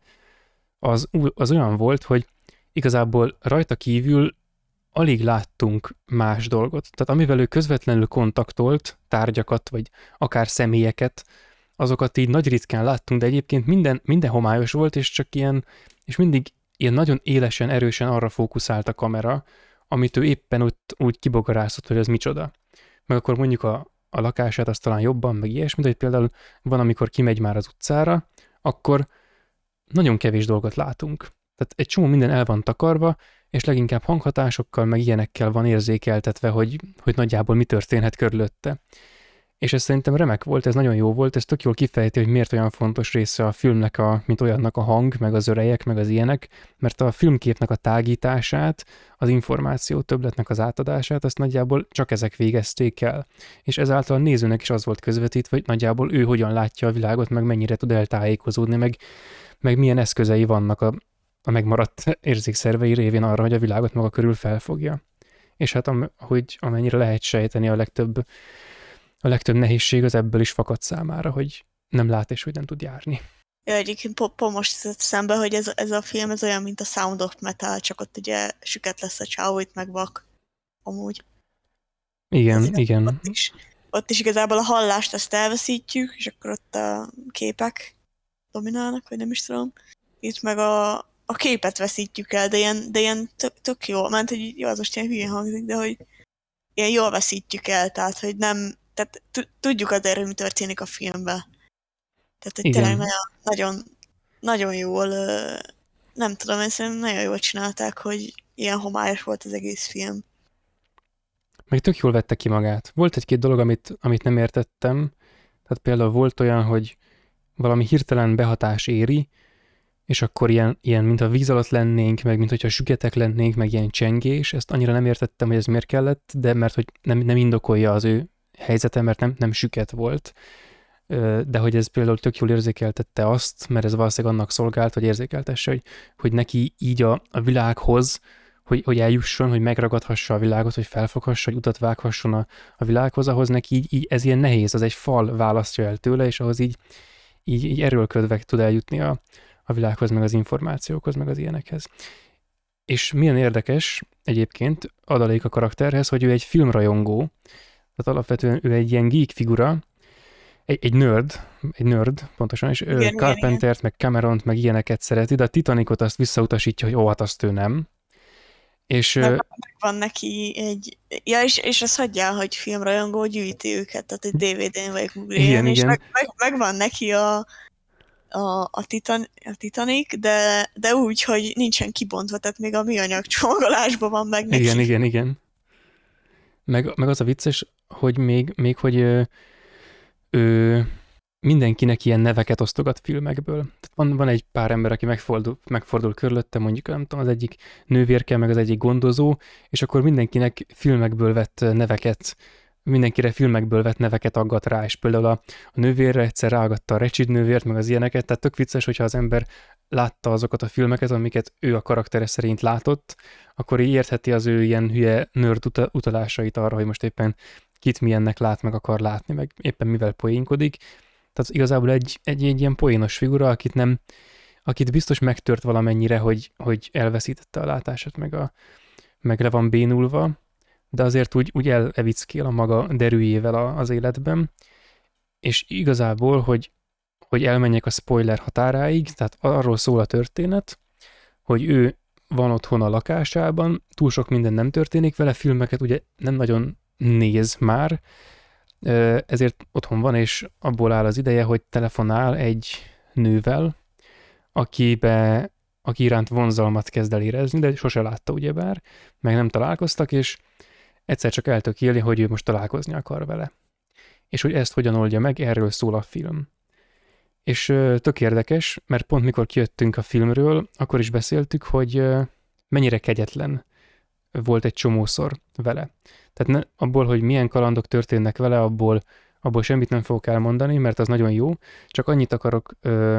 az olyan volt, hogy igazából rajta kívül alig láttunk más dolgot. Tehát amivel ő közvetlenül kontaktolt tárgyakat, vagy akár személyeket, azokat így nagy ritkán láttunk, de egyébként minden homályos volt, és csak és mindig ilyen nagyon élesen, erősen arra fókuszált a kamera, amit ő éppen ott úgy kibogarászott, hogy ez micsoda. Meg akkor mondjuk a lakását azt talán jobban, meg ilyesmi, de hogy például van, amikor kimegy már az utcára, akkor nagyon kevés dolgot látunk. Tehát egy csomó minden el van takarva, és leginkább hanghatásokkal, meg ilyenekkel van érzékeltetve, hogy nagyjából mi történhet körülötte. És ez szerintem remek volt, ez nagyon jó volt, ez tök jól kifejti, hogy miért olyan fontos része a filmnek, mint olyannak a hang, meg az örejek, meg az ilyenek, mert a filmképnek a tágítását, az információ többletnek az átadását, azt nagyjából csak ezek végezték el. És ezáltal a nézőnek is az volt közvetítve, hogy nagyjából ő hogyan látja a világot, meg mennyire tud eltájékozódni, meg milyen eszközei vannak a megmaradt érzékszervei révén arra, hogy a világot maga körül felfogja. És hát hogy amennyire lehet sejteni, a legtöbb nehézség az ebből is fakad számára, hogy nem lát és hogy nem tud járni. Ja, egyébként pont most jött szembe, hogy ez a film ez olyan, mint a Sound of Metal, csak ott ugye süket lesz a csávó, itt meg vak. Amúgy. Igen, azért igen. Ott is igazából a hallást azt elveszítjük, és akkor ott a képek dominálnak, vagy nem is tudom. Itt meg a képet veszítjük el, de ilyen tök jó. Mert hogy jó, az most ilyen hülyén hangzik, de hogy ilyen jól veszítjük el, tehát hogy nem, tehát tudjuk azért, hogy mi történik a filmben. Tehát, hogy tényleg nagyon, nagyon jól, nem tudom, én szerintem nagyon jól csinálták, hogy ilyen homályos volt az egész film. Meg tök jól vette ki magát. Volt egy-két dolog, amit nem értettem. Tehát például volt olyan, hogy valami hirtelen behatás éri, és akkor ilyen mint a víz alatt lennénk, meg mint hogyha süketek lennénk, meg ilyen csengés. Ezt annyira nem értettem, hogy ez miért kellett, de mert hogy nem indokolja az ő helyzete, mert nem süket volt. De hogy ez például tök jól érzékeltette azt, mert ez valószínűleg annak szolgált, hogy érzékeltesse, hogy neki így a világhoz, hogy eljusson, hogy megragadhassa a világot, hogy felfoghassa, hogy utat vághasson a világhoz, ahhoz neki így ez ilyen nehéz, az egy fal választja el tőle, és ahhoz így erőlködve tud eljutni a világhoz, meg az információkhoz, meg az ilyenekhez. És milyen érdekes egyébként adalék a karakterhez, hogy ő egy filmrajongó, tehát alapvetően ő egy ilyen geek figura, egy nerd, pontosan, és Carpentert, meg Cameront, meg ilyeneket szereti, de a Titanicot azt visszautasítja, hogy hát azt ő nem. És van neki egy... Ja, és azt hagyjál, hogy filmrajongó gyűjti őket, tehát egy DVD-n vagy Blu-ray-en, és megvan neki a Titanic, de úgy, hogy nincsen kibontva, tehát még a műanyag csomagolásban van meg neki. Igen. Meg az a vicces, hogy még hogy ő mindenkinek ilyen neveket osztogat filmekből. Tehát van egy pár ember, aki megfordul körülötte, mondjuk nem tudom, az egyik nővérke, meg az egyik gondozó, és akkor mindenkinek filmekből vett neveket mindenkire filmekből vett neveket aggat rá, és például a nővérre egyszer ráagatta a Recsid nővért, meg az ilyeneket, tehát tök vicces, hogyha az ember látta azokat a filmeket, amiket ő a karaktere szerint látott, akkor így értheti az ő ilyen hülye nerd utalásait arra, hogy most éppen kit milyennek lát, meg akar látni, meg éppen mivel poénkodik. Tehát igazából egy ilyen poénos figura, akit biztos megtört valamennyire, hogy elveszítette a látását, meg le van bénulva, de azért úgy elevickél a maga derűjével az életben, és igazából, hogy elmenjek a spoiler határáig, tehát arról szól a történet, hogy ő van otthon a lakásában, túl sok minden nem történik vele, filmeket ugye nem nagyon néz már, ezért otthon van, és abból áll az ideje, hogy telefonál egy nővel, aki iránt vonzalmat kezd el érezni, de sose látta ugyebár, meg nem találkoztak, és egyszer csak eltökéli, hogy ő most találkozni akar vele. És hogy ezt hogyan oldja meg, erről szól a film. És tök érdekes, mert pont mikor kijöttünk a filmről, akkor is beszéltük, hogy mennyire kegyetlen volt egy csomószor vele. Tehát abból, hogy milyen kalandok történnek vele, abból semmit nem fogok elmondani, mert az nagyon jó, csak annyit akarok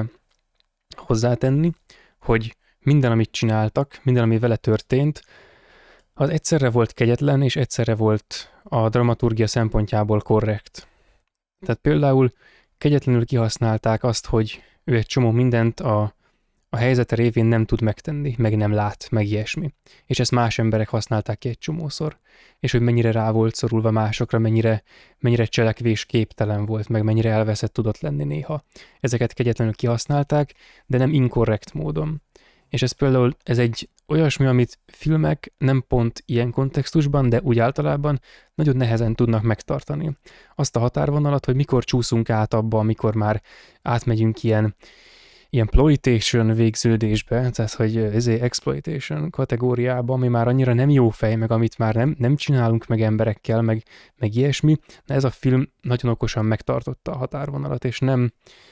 hozzátenni, hogy minden, amit csináltak, minden, ami vele történt, az egyszerre volt kegyetlen, és egyszerre volt a dramaturgia szempontjából korrekt. Tehát például kegyetlenül kihasználták azt, hogy ő egy csomó mindent a helyzete révén nem tud megtenni, meg nem lát, meg ilyesmi. És ezt más emberek használták ki egy csomószor. És hogy mennyire rá volt szorulva másokra, mennyire cselekvés képtelen volt, meg mennyire elveszett tudott lenni néha. Ezeket kegyetlenül kihasználták, de nem inkorrekt módon. És ez egy olyasmi, amit filmek nem pont ilyen kontextusban, de úgy általában nagyon nehezen tudnak megtartani. Azt a határvonalat, hogy mikor csúszunk át abba, amikor már átmegyünk ilyen ploitation végződésbe, tehát hogy exploitation kategóriába, ami már annyira nem jó fej, meg amit már nem csinálunk meg emberekkel, meg ilyesmi, de ez a film nagyon okosan megtartotta a határvonalat, és nem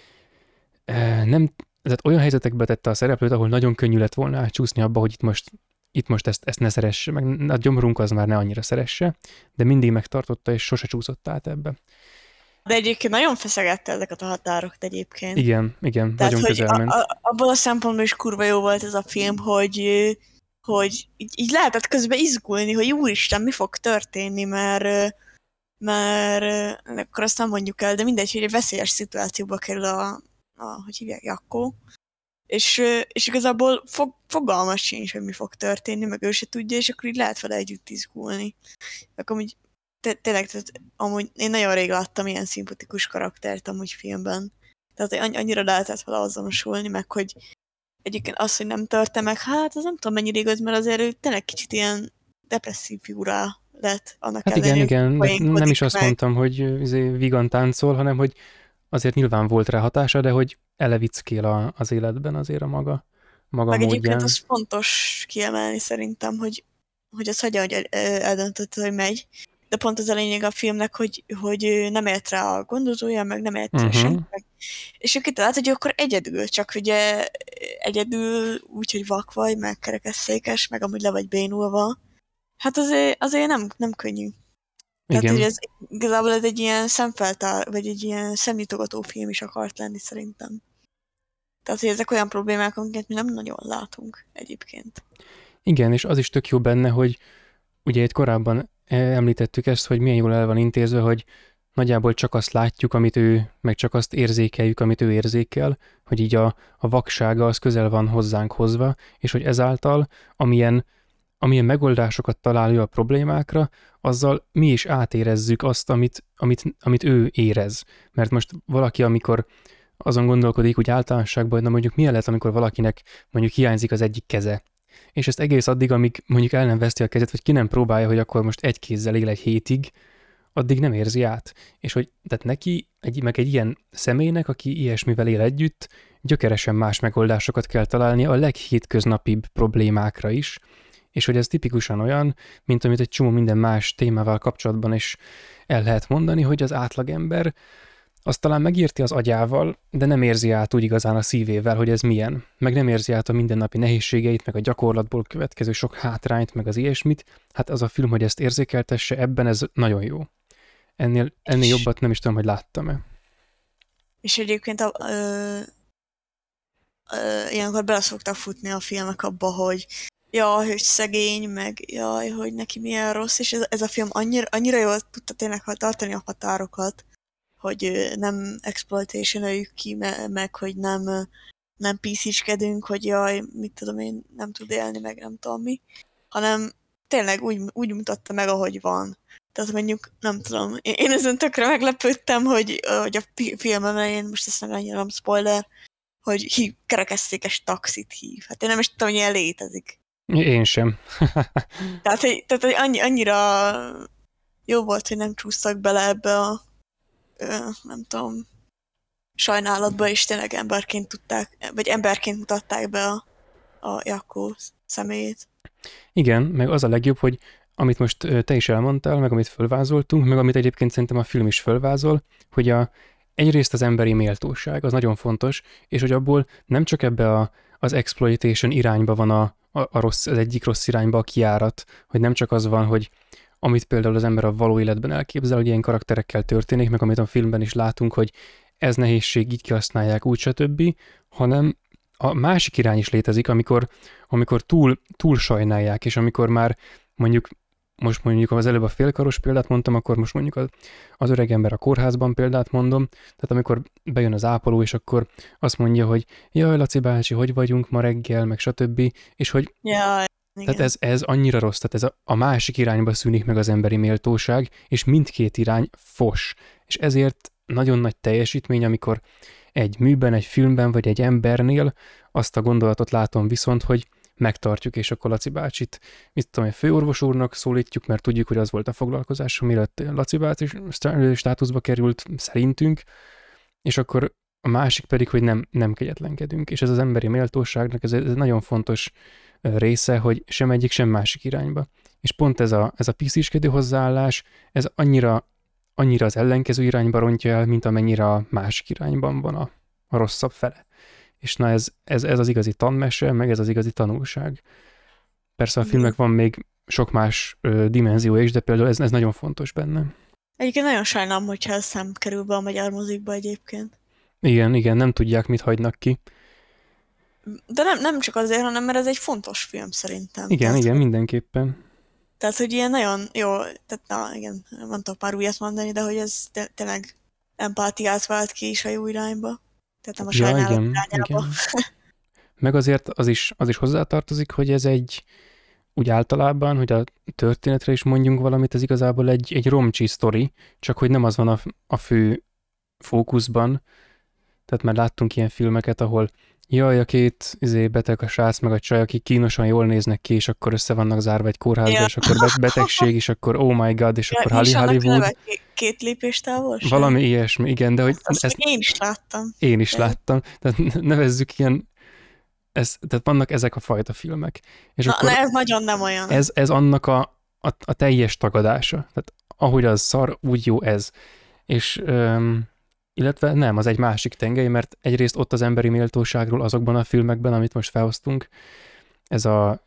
tehát olyan helyzetekbe tette a szereplőt, ahol nagyon könnyű lett volna átcsúszni abba, hogy itt most ezt ne szeresse, meg a gyomrunk az már ne annyira szeresse, de mindig megtartotta, és sose csúszott át ebbe. De egyébként nagyon feszegette ezeket a határokat egyébként. Igen, tehát, nagyon közel ment. Abban a szempontból is kurva jó volt ez a film, hogy így lehetett közben izgulni, hogy úristen, mi fog történni, mert akkor azt nem mondjuk el, de mindegy, hogy egy veszélyes szituációba kerül hogy hívják, Jakkó, és igazából fogalmas sincs, hogy mi fog történni, meg ő se tudja, és akkor így lehet vele együtt izgulni. Meg amúgy tényleg, amúgy én nagyon rég láttam ilyen szimpatikus karaktert amúgy filmben. Tehát annyira lehetett vele azonosulni, meg hogy egyébként az, hogy nem törte meg, hát az nem tudom mennyire igaz, mert azért ő tényleg kicsit ilyen depresszív figurá lett annak hát ellenére. Igen, de nem is azt mondtam, hogy vigan táncol, hanem hogy azért nyilván volt rá hatása, de hogy elevickél az életben azért a maga meg módján. Egyébként az fontos kiemelni szerintem, hogy az hagyja, hogy eldöntötte, hogy megy. De pont az a lényeg a filmnek, hogy nem ért rá a gondozója, meg nem ért rá senki. És ő kitalált, hogy akkor egyedül, csak ugye egyedül úgy, hogy vak vagy, meg kerekesszékes, meg amúgy le vagy bénulva. Hát azért nem könnyű. Igen. Tehát, hogy igazából ez egy ilyen szemfeltár, vagy egy ilyen szemnyitogató film is akart lenni szerintem. Tehát, hogy ezek olyan problémák, amiket mi nem nagyon látunk egyébként. Igen, és az is tök jó benne, hogy ugye itt korábban említettük ezt, hogy milyen jól el van intézve, hogy nagyjából csak azt látjuk, amit ő, meg csak azt érzékeljük, amit ő érzékel, hogy így a vaksága az közel van hozzánk hozva, és hogy ezáltal, amilyen megoldásokat talál ő a problémákra, azzal mi is átérezzük azt, amit ő érez. Mert most valaki, amikor azon gondolkodik úgy általánosságban, hogy na mondjuk milyen lehet, amikor valakinek mondjuk hiányzik az egyik keze. És ezt egész addig, amíg mondjuk el nem veszti a kezet, vagy ki nem próbálja, hogy akkor most egy kézzel él egy hétig, addig nem érzi át. És hogy tehát neki, meg egy ilyen személynek, aki ilyesmivel él együtt, gyökeresen más megoldásokat kell találni a leghétköznapibb problémákra is, és hogy ez tipikusan olyan, mint amit egy csomó minden más témával kapcsolatban is el lehet mondani, hogy az átlagember azt talán megérti az agyával, de nem érzi át úgy igazán a szívével, hogy ez milyen. Meg nem érzi át a mindennapi nehézségeit, meg a gyakorlatból következő sok hátrányt, meg az ilyesmit. Hát az a film, hogy ezt érzékeltesse, ebben ez nagyon jó. Ennél jobbat nem is tudom, hogy láttam-e. És egyébként ilyenkor bele szoktak futni a filmek abba, hogy jaj, hogy szegény, meg jaj, hogy neki milyen rossz, és ez a film annyira jól tudta tényleg tartani a határokat, hogy nem exploitation-öljük ki, meg hogy nem PC-skedünk, hogy jaj, mit tudom én, nem tud élni, meg nem tudom mi, hanem tényleg úgy mutatta meg, ahogy van. Tehát mondjuk, nem tudom, én ezen tökre meglepődtem, hogy a film elején, most ezt annyira nem spoiler, hogy kerekesszékes taxit hív. Hát én nem is tudom, hogy ilyen létezik. Én sem. Tehát annyira jó volt, hogy nem csúsztak bele ebbe a nem tudom, sajnálatba, és tényleg emberként tudták, vagy emberként mutatták be a Jakó személyét. Igen, meg az a legjobb, hogy amit most te is elmondtál, meg amit fölvázoltunk, meg amit egyébként szerintem a film is fölvázol, hogy egyrészt az emberi méltóság, az nagyon fontos, és hogy abból nem csak ebbe az exploitation irányba van az egyik rossz irányba a kiárat, hogy nem csak az van, hogy amit például az ember a való életben elképzel, hogy ilyen karakterekkel történik, meg amit a filmben is látunk, hogy ez nehézség, így kihasználják, úgy stb., hanem a másik irány is létezik, amikor túl sajnálják, és amikor már most mondjuk az előbb a félkaros példát mondtam, akkor most mondjuk az öreg ember a kórházban példát mondom, tehát amikor bejön az ápoló, és akkor azt mondja, hogy jaj, Laci bácsi, hogy vagyunk ma reggel, meg stb., és hogy tehát ez annyira rossz, tehát ez a másik irányba szűnik meg az emberi méltóság, és mindkét irány fos. És ezért nagyon nagy teljesítmény, amikor egy műben, egy filmben, vagy egy embernél azt a gondolatot látom viszont, hogy megtartjuk, és akkor Laci bácsit, mit tudom, főorvos úrnak szólítjuk, mert tudjuk, hogy az volt a foglalkozásom, mielőtt Laci bácsi státuszba került szerintünk, és akkor a másik pedig, hogy nem kegyetlenkedünk. És ez az emberi méltóságnak, ez nagyon fontos része, hogy sem egyik, sem másik irányba. És pont ez a pisziskedő hozzáállás, ez annyira az ellenkező irányba rontja el, mint amennyire a másik irányban van a rosszabb fele. És na ez az igazi tanmese, meg ez az igazi tanulság. Persze a filmnek van még sok más dimenziója is, de például ez nagyon fontos benne. Egyébként nagyon sajnálom, hogyha ez nem kerül be a magyar mozikba egyébként. Igen, nem tudják, mit hagynak ki. De nem csak azért, hanem mert ez egy fontos film szerintem. Igen, mindenképpen. Tehát, hogy ilyen nagyon jó, tehát igen, nem tudok már újat mondani, de hogy ez tényleg empátiát vált ki is a jó irányba. Tehát nem a sajnálat irányába. Igen. Meg azért az is hozzátartozik, hogy ez úgy általában, hogy a történetre is mondjunk valamit, ez igazából egy romcsi sztori, csak hogy nem az van a fő fókuszban. Tehát már láttunk ilyen filmeket, ahol jaj, a két beteg a srác, meg a csaj, akik kínosan jól néznek ki, és akkor össze vannak zárva egy kórházba, és akkor betegség, és akkor oh my god, és akkor Hollywood. Két lépés távolság? Valami ilyesmi, igen, de hogy... Ezt én is láttam. Én is láttam. Tehát nevezzük ilyen... Tehát vannak ezek a fajta filmek. És akkor ez nagyon nem olyan. Ez annak a teljes tagadása. Tehát ahogy az szar, úgy jó ez. És... illetve nem, az egy másik tengely, mert egyrészt ott az emberi méltóságról azokban a filmekben, amit most felhoztunk, ez a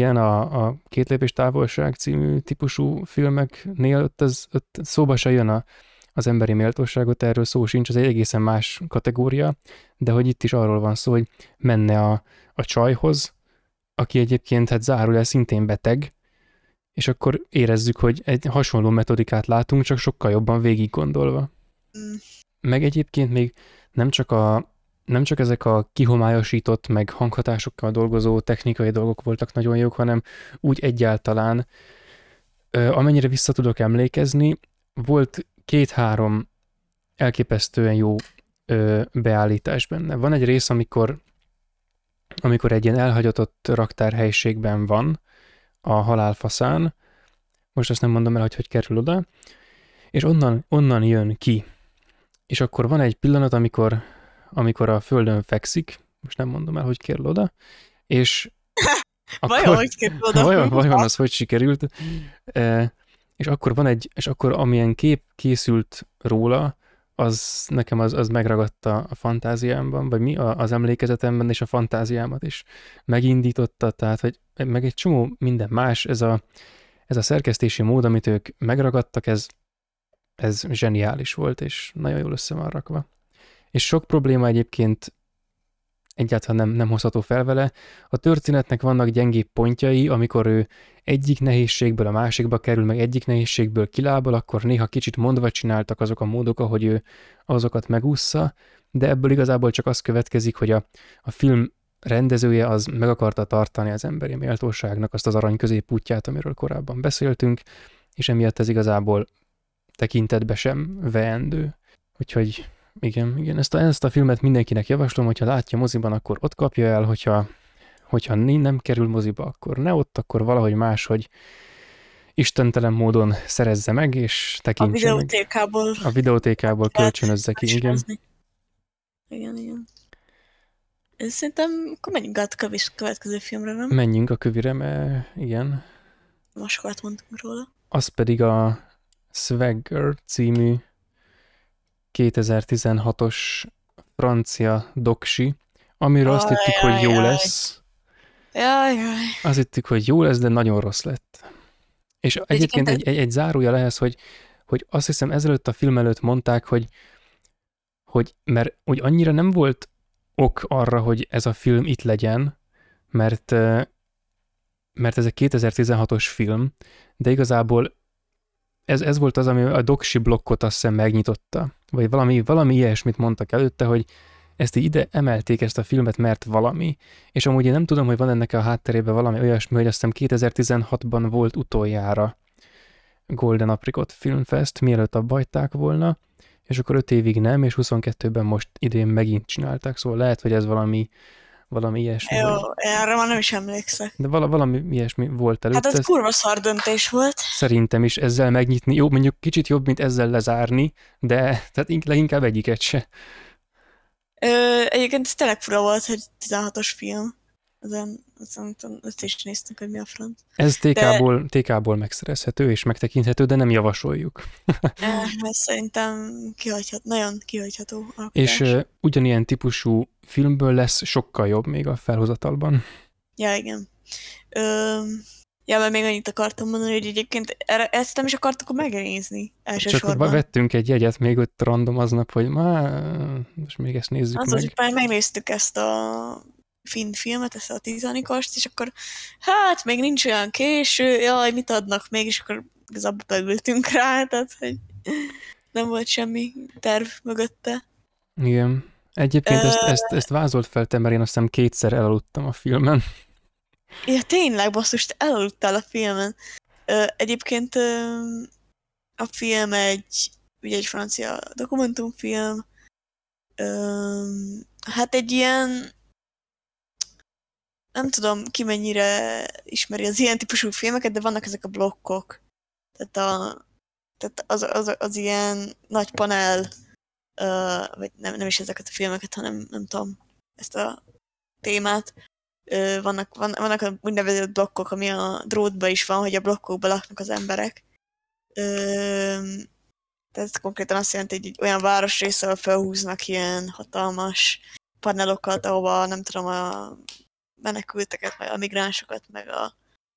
Két lépés távolság című típusú filmeknél ott szóba se jön az emberi méltóságot, erről szó sincs, ez egy egészen más kategória, de hogy itt is arról van szó, hogy menne a csajhoz, aki egyébként zárójel szintén beteg, és akkor érezzük, hogy egy hasonló metodikát látunk, csak sokkal jobban végig gondolva. Meg egyébként még nem csak ezek a kihomályosított, meg hanghatásokkal dolgozó technikai dolgok voltak nagyon jók, hanem úgy egyáltalán, amennyire vissza tudok emlékezni, volt 2-3 elképesztően jó beállítás benne. Van egy rész, amikor egy ilyen elhagyatott raktárhelyiségben van, a halálfaszán, most azt nem mondom el, hogy kerül oda, és onnan jön ki. És akkor van egy pillanat, amikor a földön fekszik, most nem mondom el, hogy kerül oda, és vajon hogy kerül oda? Vajon az hogy sikerült? És akkor amilyen kép készült róla, az nekem az megragadta a fantáziámban, vagy az emlékezetemben, és a fantáziámat is megindította, tehát, hogy meg egy csomó minden más, ez a szerkesztési mód, amit ők megragadtak, ez ez zseniális volt, és nagyon jól össze van rakva. És sok probléma egyébként egyáltalán nem hozható fel vele. A történetnek vannak gyengébb pontjai, amikor ő egyik nehézségből a másikba kerül, meg egyik nehézségből kilábal, akkor néha kicsit mondva csináltak azok a módok, ahogy ő azokat megúszza, de ebből igazából csak az következik, hogy a film rendezője az meg akarta tartani az emberi méltóságnak azt az arany középútját, amiről korábban beszéltünk, és emiatt ez igazából tekintetbe sem veendő. Úgyhogy igen, ezt a filmet mindenkinek javaslom, hogyha látja moziban, akkor ott kapja el, hogyha nem kerül moziba, akkor ne ott, akkor valahogy máshogy istentelen módon szerezze meg, és tekintse meg. A videótékából kölcsönözze ki, igen. Igen. Szerintem akkor menjünk át a következő filmre, nem? Menjünk a kövire, mert igen. Most sokat mondtunk róla. Az pedig a Swagger című 2016-os francia doksi, amiről azt hittük, hogy jó lesz. Jaj. Azt hittük, hogy jó lesz, de nagyon rossz lett. És egyébként egy zárója lehez, hogy azt hiszem ezelőtt a film előtt mondták, hogy mert úgy annyira nem volt ok arra, hogy ez a film itt legyen, mert ez egy 2016-os film, de igazából ez volt az, ami a doksi blokkot azt hiszem megnyitotta. Vagy valami ilyesmit mondtak előtte, hogy ezt így ide emelték ezt a filmet, mert valami. És amúgy én nem tudom, hogy van ennek a hátterében valami olyasmi, hogy azt hiszem 2016-ban volt utoljára Golden Apricot Filmfest, mielőtt abba hagyták volna, és akkor 5 évig nem, és 22-ben most idén megint csinálták, szóval lehet, hogy ez valami ilyesmi. Jó, erre már nem is emlékszek. De valami ilyesmi volt előtte. Hát ez kurva szar döntés volt. Szerintem is ezzel megnyitni, jó, mondjuk kicsit jobb, mint ezzel lezárni, de tehát leginkább egyiket se. Egyébként ez tényleg fura volt, hogy 16-os film. Ezt is néztünk, hogy mi a franc. Ez TK-ból megszerezhető és megtekinthető, de nem javasoljuk. Szerintem nagyon kihagyható alkotás. És ugyanilyen típusú filmből lesz sokkal jobb még a felhozatalban. Ja, igen. Mert még annyit akartam mondani, hogy egyébként ezt nem is akartuk megnézni elsősorban. Csak vettünk egy jegyet még ott random aznap, hogy most még ezt nézzük meg. Hogy már megnéztük ezt a finn filmet, ezt a Titanicost, és akkor hát még nincs olyan késő, jaj, mit adnak még, és akkor igazából beültünk rá, tehát hogy nem volt semmi terv mögötte. Igen. Egyébként ezt vázolt fel te, mert én azt hiszem 2-szer elaludtam a filmen. Ja, tényleg, basszus, te elaludtál a filmen. Egyébként a film ugye egy francia dokumentumfilm, hát egy ilyen, nem tudom ki mennyire ismeri az ilyen típusú filmeket, de vannak ezek a blokkok. Tehát az ilyen nagy panel, vagy nem is ezeket a filmeket, hanem nem tudom, ezt a témát. Vannak a úgynevezett blokkok, ami a drótban is van, hogy a blokkokban laknak az emberek. Tehát konkrétan azt jelenti, hogy egy olyan városrész, ahol felhúznak ilyen hatalmas panelokat, ahova nem tudom, a menekülteket, meg a migránsokat, meg a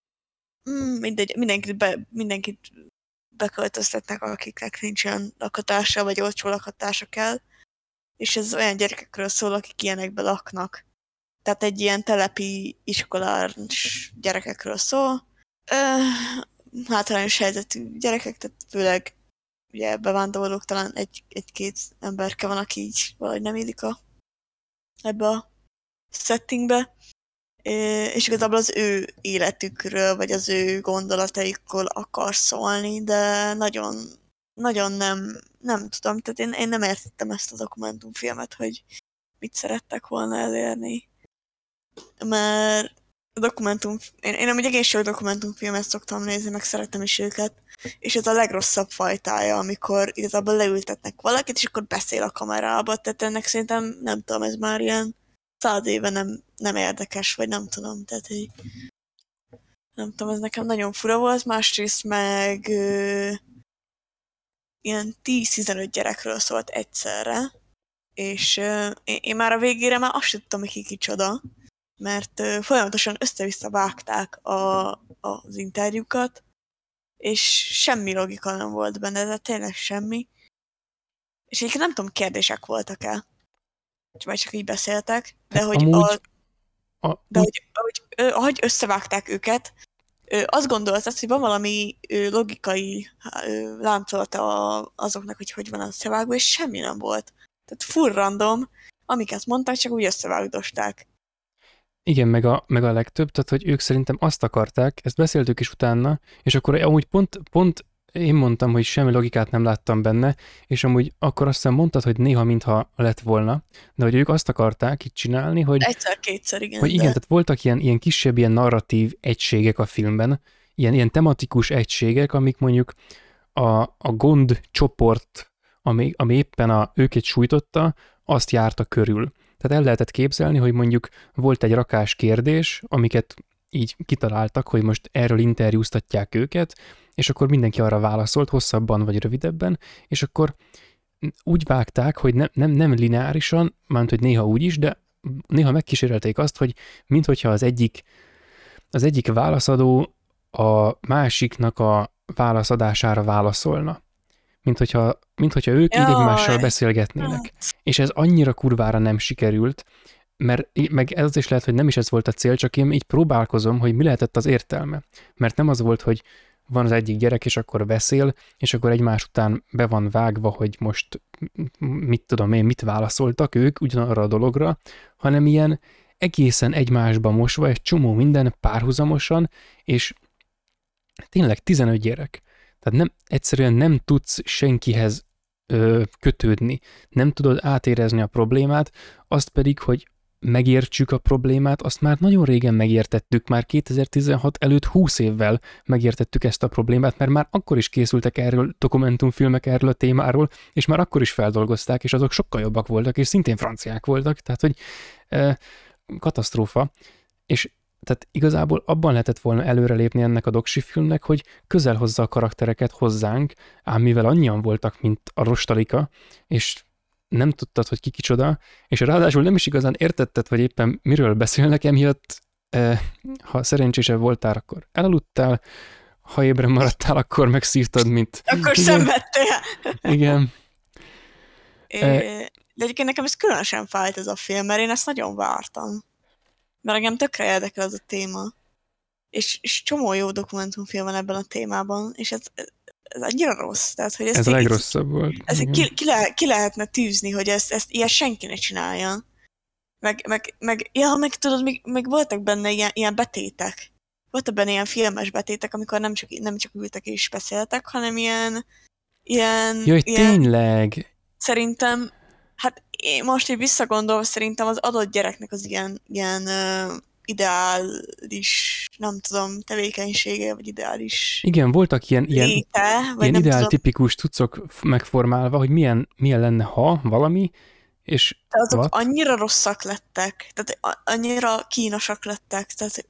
mindenkit beköltöztetnek, akiknek nincsen lakhatása, vagy olcsó lakhatása kell. És ez olyan gyerekekről szól, akik ilyenekben laknak. Tehát egy ilyen telepi iskolás gyerekekről szól. Hátrányos helyzetű gyerekek, tehát főleg ugye bevándorlók, talán egy-két emberke van, aki így valahogy nem illik ebbe a settingbe. És igazából az ő életükről, vagy az ő gondolataikról akar szólni, de nagyon, nagyon nem tudom, tehát én nem értettem ezt a dokumentumfilmet, hogy mit szerettek volna elérni. Mert a én amúgy egész sok dokumentumfilmet szoktam nézni, meg szeretem is őket, és ez a legrosszabb fajtája, amikor igazából leültetnek valakit, és akkor beszél a kamerába, tehát ennek szerintem, nem tudom, ez már ilyen 100 éve nem érdekes, vagy nem tudom, tehát hogy nem tudom, ez nekem nagyon fura volt, másrészt meg ilyen 10-15 gyerekről szólt egyszerre, és én már a végére már azt tudtam, hogy ki kicsoda, mert folyamatosan össze-vissza vágták az interjúkat, és semmi logika nem volt benne, de tényleg semmi. És egyébként nem tudom, kérdések voltak-e, vagy csak így beszéltek, de Hát hogy, amúgy, ahogy összevágták őket, azt gondoltad, hogy van valami logikai láncolata azoknak, hogy van összevágva, és semmi nem volt. Tehát full random, amiket mondtak, csak úgy összevágdosták. igen, meg a legtöbb, tehát hogy ők szerintem azt akarták, ezt beszéltük is utána, és akkor amúgy pont én mondtam, hogy semmi logikát nem láttam benne, és amúgy akkor azt hiszem mondtad, hogy néha mintha lett volna, de hogy ők azt akarták itt csinálni, hogy Egyszer-kétszer, igen. hogy igen, tehát voltak ilyen kisebb ilyen narratív egységek a filmben, ilyen tematikus egységek, amik mondjuk a gond csoport, ami éppen őket sújtotta, azt járta körül. Tehát el lehetett képzelni, hogy mondjuk volt egy rakás kérdés, amiket így kitaláltak, hogy most erről interjúztatják őket, és akkor mindenki arra válaszolt, hosszabban vagy rövidebben, és akkor úgy vágták, hogy nem lineárisan, mármint, hogy néha úgy is, de néha megkísérelték azt, hogy minthogyha az egyik válaszadó a másiknak a válaszadására válaszolna. Minthogyha ők így egymással beszélgetnének. És ez annyira kurvára nem sikerült, mert meg ez is lehet, hogy nem is ez volt a cél, csak én így próbálkozom, hogy mi lehetett az értelme. Mert nem az volt, hogy van az egyik gyerek, és akkor beszél, és akkor egymás után be van vágva, hogy most mit tudom én, mit válaszoltak ők ugyanarra a dologra, hanem ilyen egészen egymásba mosva, egy csomó minden párhuzamosan, és tényleg 15 gyerek. Tehát egyszerűen nem tudsz senkihez kötődni. Nem tudod átérezni a problémát, azt pedig, hogy megértsük a problémát, azt már nagyon régen megértettük, már 2016 előtt 20 évvel megértettük ezt a problémát, mert már akkor is készültek erről dokumentumfilmek erről a témáról, és már akkor is feldolgozták, és azok sokkal jobbak voltak, és szintén franciák voltak, tehát hogy katasztrófa. És tehát igazából abban lehetett volna előrelépni ennek a doksi filmnek, hogy közel hozza a karaktereket hozzánk, ám mivel annyian voltak, mint a rostalika, és nem tudtad, hogy ki kicsoda, és ráadásul nem is igazán értetted, vagy éppen miről beszélnek, emiatt ha szerencsésebb voltál, akkor elaludtál, ha ébren maradtál, akkor megszívtad, mint... Akkor szenvedtél. Igen. De egyébként nekem ez különösen fájt ez a film, mert én ezt nagyon vártam. Mert engem tökre érdekel az a téma. És csomó jó dokumentumfilm van ebben a témában, és ez annyira rossz. Tehát, hogy ez a legrosszabb volt. Ezt ki lehetne tűzni, hogy ezt ilyen senki ne csinálja. Meg tudod, meg voltak benne ilyen betétek. Voltak benne ilyen filmes betétek, amikor nem csak ültek és beszéltek, hanem ilyen Jaj, tényleg! Szerintem, hát én most így visszagondolva, szerintem az adott gyereknek az ilyen ideális, nem tudom, tevékenysége, vagy ideális igen, voltak ilyen léte, vagy ilyen ideál tipikus cuccok megformálva, hogy milyen lenne, ha valami, és de azok annyira rosszak lettek, tehát annyira kínosak lettek, tehát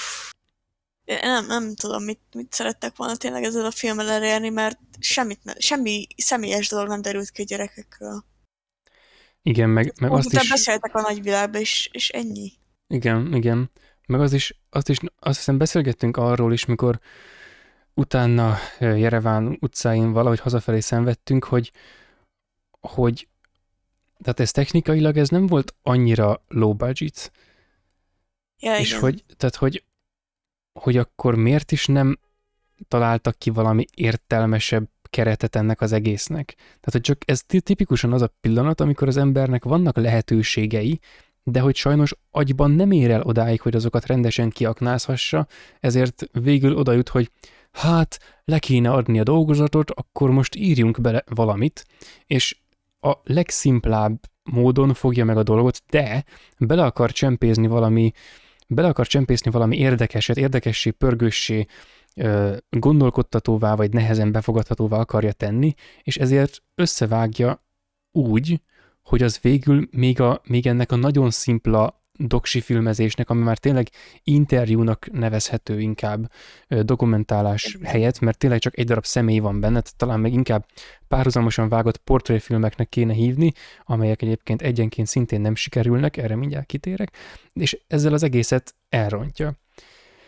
nem tudom, mit szerettek volna tényleg ezzel a filmmel elérni, mert semmi személyes dolog nem derült ki a gyerekekről. Igen, meg azt is... beszéltek a nagyvilágba, és ennyi. Igen. Meg azt hiszem beszélgettünk arról is, mikor utána Jereván utcáin valahogy hazafelé szenvedtünk, hogy tehát ez technikailag ez nem volt annyira low budget, ja, és igen. hogy akkor miért is nem találtak ki valami értelmesebb keretet ennek az egésznek. Tehát, hogy csak ez tipikusan az a pillanat, amikor az embernek vannak lehetőségei, de hogy sajnos agyban nem ér el odáig, hogy azokat rendesen kiaknázhassa, ezért végül oda jut, hogy hát le kéne adni a dolgozatot, akkor most írjunk bele valamit, és a legszimplább módon fogja meg a dolgot, de bele akar csempészni valami érdekessé, pörgőssé, gondolkodtatóvá, vagy nehezen befogadhatóvá akarja tenni, és ezért összevágja úgy, hogy az végül még ennek a nagyon szimpla doksi filmezésnek, ami már tényleg interjúnak nevezhető inkább dokumentálás helyett, mert tényleg csak egy darab személy van benne, talán meg inkább párhuzamosan vágott portréfilmeknek kéne hívni, amelyek egyébként egyenként szintén nem sikerülnek, erre mindjárt kitérek, és ezzel az egészet elrontja.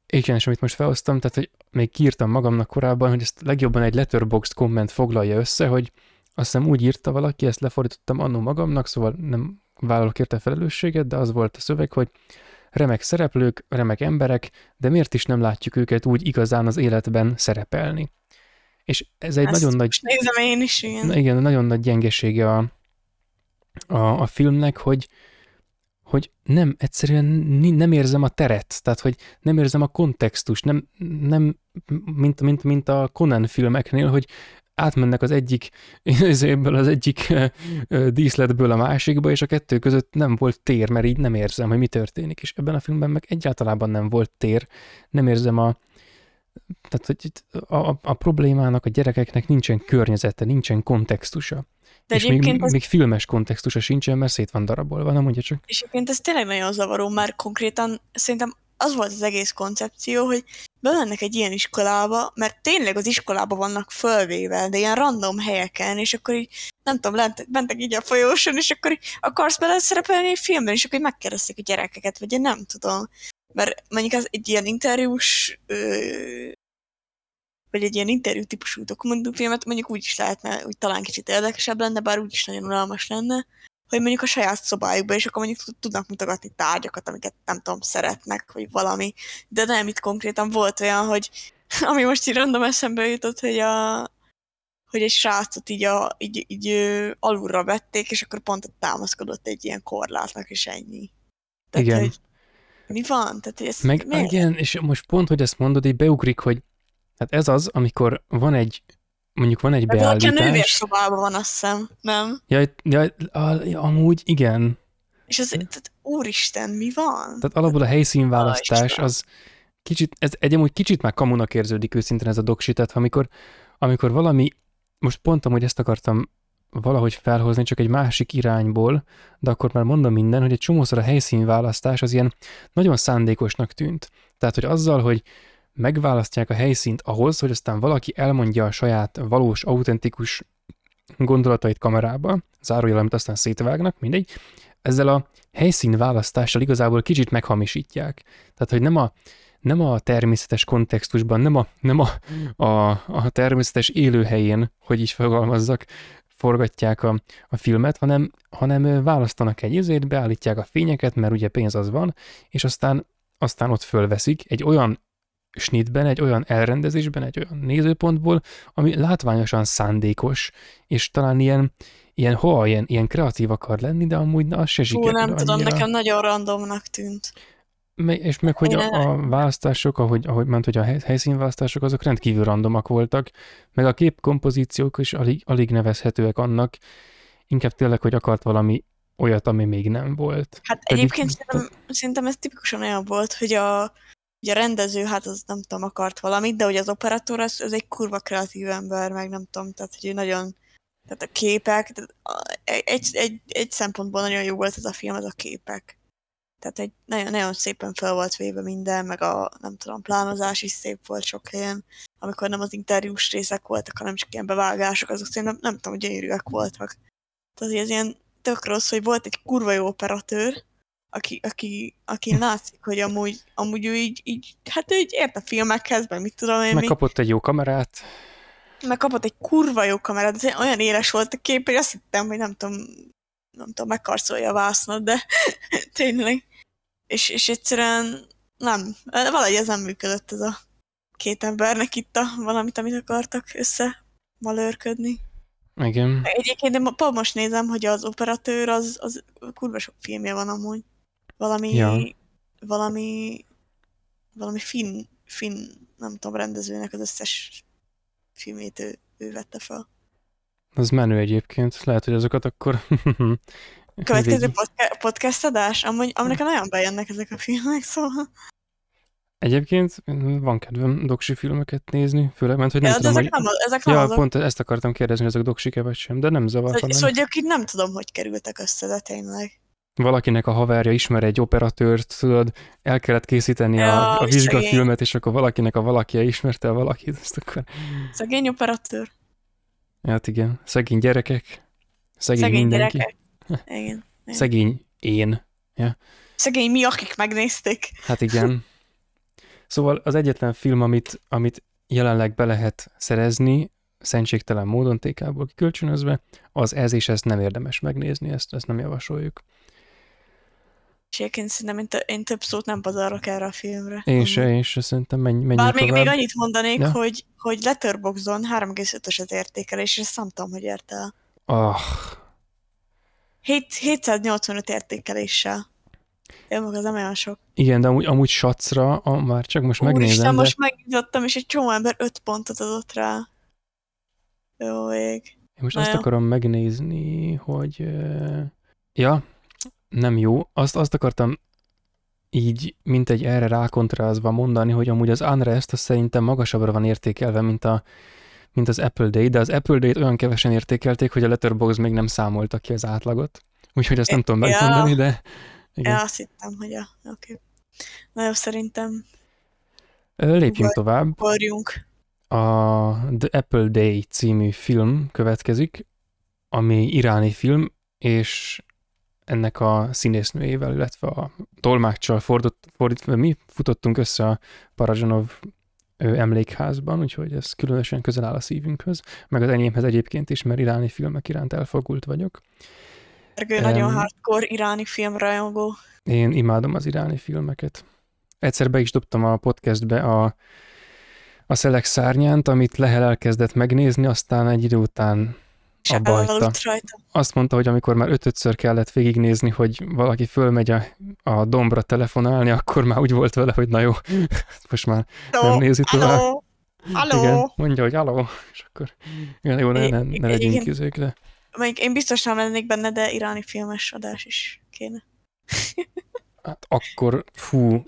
Igen, és amit most felhoztam, tehát hogy még kiírtam magamnak korábban, hogy ezt legjobban egy Letterboxd komment foglalja össze, hogy azt hiszem úgy írta valaki, ezt lefordítottam annó magamnak, szóval nem vállalok érte felelősséget, de az volt a szöveg, hogy remek szereplők, remek emberek, de miért is nem látjuk őket úgy igazán az életben szerepelni? És ez egy Ezt nagyon nagy... most nézem én is, igen. Igen, nagyon nagy gyengesége a filmnek, hogy nem, egyszerűen nem érzem a teret, tehát hogy nem érzem a kontextust, nem mint a Conan filmeknél, hogy átmennek az egyik díszletből a másikba, és a kettő között nem volt tér, mert így nem érzem, hogy mi történik. És ebben a filmben meg egyáltalán nem volt tér, nem érzem tehát, hogy a problémának, a gyerekeknek nincsen környezete, nincsen kontextusa. De És még filmes kontextusa sincsen, mert szét van darabolva, nem mondja csak. És egyébként ez tényleg nagyon zavaró, mert konkrétan szerintem az volt az egész koncepció, hogy bemennek egy ilyen iskolába, mert tényleg az iskolába vannak fölvéve, de ilyen random helyeken, és akkor így, nem tudom, mentek így a folyóson, és akkor így akarsz bele szerepelni egy filmben, és akkor így megkérdezték a gyerekeket, vagy én nem tudom. Mert mondjuk az egy ilyen interjús, vagy egy ilyen interjú típusú dokumentumfilmet mondjuk úgy is lehetne, úgy talán kicsit érdekesebb lenne, bár úgy is nagyon unalmas lenne, hogy mondjuk a saját szobájukban, és akkor mondjuk tudnak mutogatni tárgyakat, amiket nem tudom, szeretnek, vagy valami. De nem, itt konkrétan volt olyan, hogy ami most így random eszembe jutott, hogy egy srácot így alulra vették, és akkor pont ott támaszkodott egy ilyen korlátnak, és ennyi. Tehát, igen. hogy mi van? Tehát, hogy ez igen, és most pont, hogy ezt mondod, így beugrik, hogy hát ez az, amikor van egy beállítás. Valaki a nővérszobában van, azt hiszem, nem? Amúgy igen. És ez, tehát úristen, mi van? Tehát alapból a helyszínválasztás az kicsit, ez amúgy kicsit már kamunak érződik őszintén ez a doksi, tehát amikor valami, most pont amúgy ezt akartam valahogy felhozni, csak egy másik irányból, de akkor már mondom minden, hogy egy csomószor a helyszínválasztás az ilyen nagyon szándékosnak tűnt. Tehát, hogy azzal, hogy megválasztják a helyszínt ahhoz, hogy aztán valaki elmondja a saját valós, autentikus gondolatait kamerába, zárójel, amit aztán szétvágnak, mindegy, ezzel a helyszínválasztással igazából kicsit meghamisítják. Tehát, hogy nem a természetes kontextusban, nem a természetes élőhelyén, hogy így fogalmazzak, forgatják a filmet, hanem választanak egy izét, beállítják a fényeket, mert ugye pénz az van, és aztán ott fölveszik egy olyan snitben, egy olyan elrendezésben, egy olyan nézőpontból, ami látványosan szándékos, és talán ilyen kreatív akar lenni, de amúgy az se sikerül. Nem tudom, nekem nagyon randomnak tűnt. És meg, hogy a választások, ahogy ment, hogy a helyszínválasztások, azok rendkívül randomak voltak, meg a képkompozíciók is alig nevezhetőek annak, inkább tényleg, hogy akart valami olyat, ami még nem volt. Hát egyébként szerintem ez tipikusan olyan volt, hogy a rendező, hát az nem tudom, akart valamit, de hogy az operatőr, az egy kurva kreatív ember, meg nem tudom, tehát hogy nagyon, tehát a képek, egy szempontból nagyon jó volt ez a film, ez a képek. Tehát egy nagyon szépen fel volt véve minden, meg a, nem tudom, plánozás is szép volt sok helyen, amikor nem az interjús részek voltak, hanem csak ilyen bevágások, azok szerintem nem tudom, gyönyörűek voltak. Tehát ez ilyen tök rossz, hogy volt egy kurva jó operatőr, aki látszik, hogy amúgy ő így, hát ő így ért a filmekhez, meg mit tudom én. Megkapott egy jó kamerát. Megkapott egy kurva jó kamerát, de olyan éles volt a kép, hogy azt hittem, hogy nem tudom, megkarcolja a vásznat, de tényleg. És egyszerűen nem, valahogy ez nem működött, ez a két embernek itt valamit, amit akartak összemalőrködni. Igen. Egyébként én pont most nézem, hogy az operatőr az kurva sok filmje van amúgy. Valami finn, nem tudom, rendezőnek az összes filmét ő vette fel. Az menő egyébként. Lehet, hogy azokat akkor... Következő podcast adás? Amúgy nekem nagyon bejönnek ezek a filmek, szóval... Egyébként van kedvem doksi filmeket nézni, főleg, mert hogy nem tudom, ezek nem azok. Pont ezt akartam kérdezni, hogy ezek doksik-e vagy sem, de nem zavar, hanem... Szóval így nem tudom, hogy kerültek össze, de tényleg. Valakinek a haverja ismer egy operatőrt, tudod, el kellett készíteni a vizsgafilmet, és akkor valakinek a valakija ismerte a valakit, ezt akkor... Szegény operatőr. Hát igen, szegény gyerekek, szegény mindenki. Gyerekek. Igen. Szegény én. Ja. Szegény mi, akik megnézték. Hát igen. Szóval az egyetlen film, amit jelenleg be lehet szerezni, szentségtelen módon TK-ból kikölcsönözve, az ez, és ezt nem érdemes megnézni, ezt nem javasoljuk. És egyébként szerintem én több szót nem pazarlok erre a filmre. Én se szerintem menjünk Bár tovább. még annyit mondanék, Ja. hogy Letterboxdon 3,5-ös az értékelés, és ezt nem tudom, hogy ért el. 785 értékeléssel. Én maga az nem olyan sok. Igen, de amúgy Sacra, már csak most megnézem, Úristen, de... most megnyitottam, és egy csomó ember 5 pontot adott rá. Jó ég. Én most azt akarom megnézni, hogy... Ja, nem jó. Azt akartam így, mint egy erre rákontrázva mondani, hogy amúgy az Unrest az szerintem magasabbra van értékelve, mint az Apple Day, de az Apple Day-t olyan kevesen értékelték, hogy a Letterboxd még nem számolta ki az átlagot. Úgyhogy ezt nem tudom megmondani, de... Igen. Ja, azt hittem, hogy oké. Na jó, szerintem... Lépjünk tovább. Varjunk. A The Apple Day című film következik, ami iráni film, és ennek a színésznőjével, illetve a tolmáccsal fordítva mi futottunk össze a Parazsanov emlékházban, úgyhogy ez különösen közel áll a szívünkhöz, meg az enyémhez egyébként is, mert iráni filmek iránt elfogult vagyok. Ergő nagyon hardcore iráni filmrajongó. Én imádom az iráni filmeket. Egyszer be is dobtam a podcastbe a Szelek szárnyánt, amit Lehel elkezdett megnézni, aztán egy idő után abba hagyta. Azt mondta, hogy amikor már 5-ször kellett végignézni, hogy valaki fölmegy a dombra telefonálni, akkor már úgy volt vele, hogy na jó, most már nem nézi tovább. Halló! Igen, mondja, hogy halló, és akkor igen, jó, ne legyünk küzők, de... Én biztos nem lennék benne, de iráni filmes adás is kéne. Hát akkor, fú...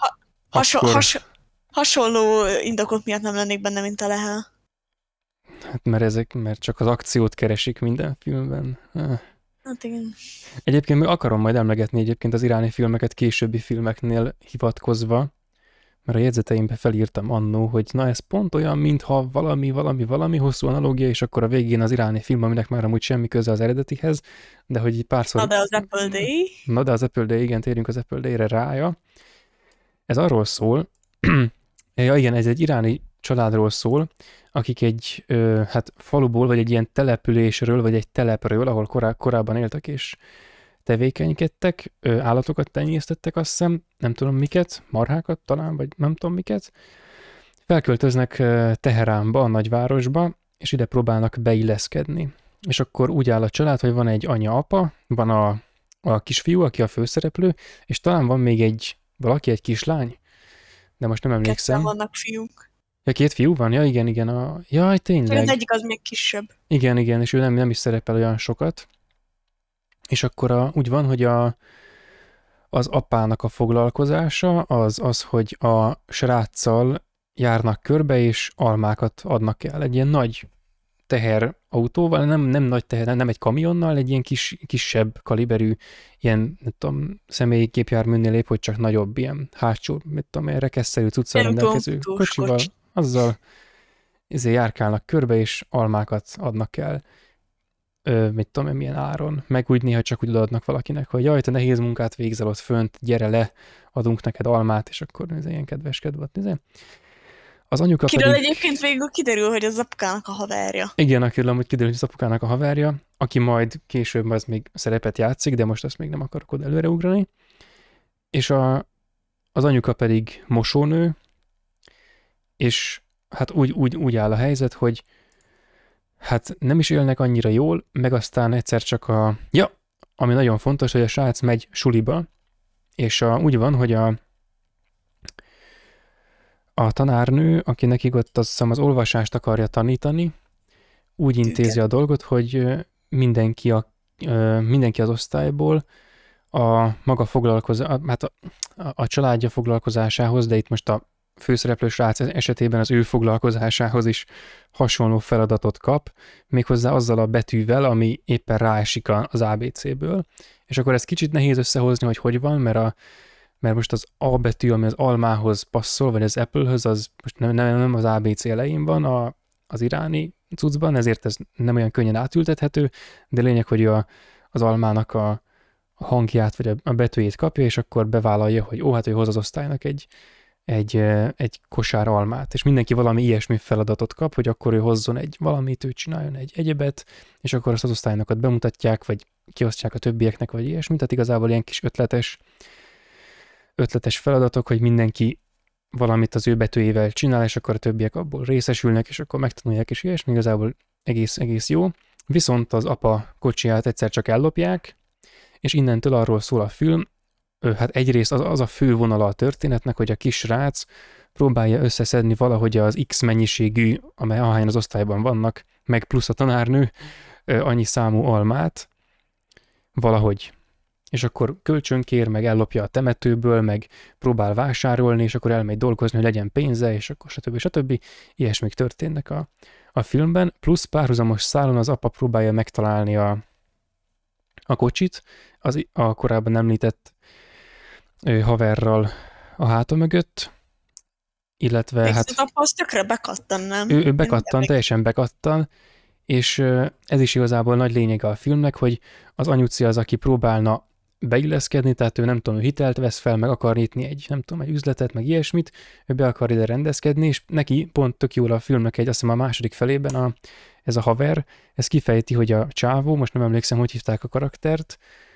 Hasonló indokok miatt nem lennék benne, mint a Lehel. Hát mert csak az akciót keresik minden filmben. Hát igen. Egyébként még akarom majd emlegetni egyébként az iráni filmeket későbbi filmeknél hivatkozva, mert a jegyzeteimbe felírtam annó, hogy na ez pont olyan, mintha valami hosszú analógia, és akkor a végén az iráni film, aminek már amúgy semmi köze az eredetihez, de hogy így párszor... Na de az Apple Day. Na de az Apple Day, igen, térjünk az Apple Day-re rája. Ez arról szól, ja igen, ez egy iráni családról szól, akik egy faluból, vagy egy ilyen településről, vagy egy telepről, ahol korábban éltek és tevékenykedtek, állatokat tenyésztettek, azt hiszem, nem tudom miket, marhákat talán, vagy nem tudom miket. Felköltöznek Teheránba, a nagyvárosba, és ide próbálnak beilleszkedni. És akkor úgy áll a család, hogy van egy anya-apa, van a kisfiú, aki a főszereplő, és talán van még valaki, egy kislány, de most nem emlékszem. Ketten vannak fiúk. Ja, 2 fiú van? Ja, igen. Jaj, tényleg. Az egyik az még kisebb. Igen, és ő nem is szerepel olyan sokat. És akkor úgy van, hogy az apának a foglalkozása az, hogy a sráccal járnak körbe, és almákat adnak el. Egy ilyen nagy teherautóval, nem nagy teher, nem egy kamionnal, egy ilyen kisebb kaliberű, ilyen, nem tudom, személyi gépjárműnél épp, hogy csak nagyobb, ilyen hátsó, mit tudom, rekeszszerű cuccal rendelkező kocsival, azzal járkálnak körbe, és almákat adnak el. Mit tudom, milyen áron, meg úgy néha csak úgy adnak valakinek, hogy jaj, te nehéz munkát végzel ott fönt, gyere le, adunk neked almát, és akkor ilyen kedveskedve. Az anyuka kiről pedig... egyébként végül kiderül, hogy az apukának a haverja. Igen, akiről amúgy kiderül, hogy az apukának a haverja, aki majd később az még szerepet játszik, de most azt még nem akarok oda előreugrani. És az anyuka pedig mosónő, és hát úgy áll a helyzet, hogy hát nem is élnek annyira jól, meg aztán egyszer csak ami nagyon fontos, hogy a srác megy suliba, és úgy van, hogy a tanárnő, aki nekik ott azt hiszem az olvasást akarja tanítani, úgy intézi a dolgot, hogy mindenki az osztályból a maga a családja foglalkozásához, de itt most a főszereplő srác esetében az ő foglalkozásához is hasonló feladatot kap, méghozzá azzal a betűvel, ami éppen ráesik az ABC-ből. És akkor ez kicsit nehéz összehozni, hogy van, mert most az A betű, ami az almához passzol, vagy az Apple-höz, az most nem az ABC elején van az iráni cuccban, ezért ez nem olyan könnyen átültethető, de lényeg, hogy az almának a hangját, vagy a betűjét kapja, és akkor bevállalja, hogy hát ő hoz az osztálynak egy egy kosár almát, és mindenki valami ilyesmi feladatot kap, hogy akkor ő hozzon egy valamit, ő csináljon egy egyebet, és akkor azt az osztálynokat bemutatják, vagy kiosztják a többieknek, vagy ilyesmi, tehát igazából ilyen kis ötletes feladatok, hogy mindenki valamit az ő betűjével csinál, és akkor a többiek abból részesülnek, és akkor megtanulják, és ilyesmi, igazából egész jó. Viszont az apa kocsiját egyszer csak ellopják, és innentől arról szól a film, hát egyrészt az a fő vonala a történetnek, hogy a kis srác próbálja összeszedni valahogy az X mennyiségű, amely ahányan az osztályban vannak, meg plusz a tanárnő, annyi számú almát, valahogy. És akkor kölcsönkér, meg ellopja a temetőből, meg próbál vásárolni, és akkor elmegy dolgozni, hogy legyen pénze, és akkor stb. Ilyesmik történnek a filmben. Plusz párhuzamos szálon az apa próbálja megtalálni a kocsit, a korábban említett haverral a háta mögött, illetve Még hát... az apa az tökre bekattan, nem? Ő bekattan, teljesen bekattan, és ez is igazából nagy lényege a filmnek, hogy az anyuci az, aki próbálna beilleszkedni, tehát ő nem tudom, ő hitelt vesz fel, meg akar nyitni egy üzletet, meg ilyesmit, ő be akar ide rendezkedni, és neki pont tök jól a filmnek azt hiszem a második felében ez a haver, ez kifejti, hogy a csávó, most nem emlékszem, hogy hívták a karaktert,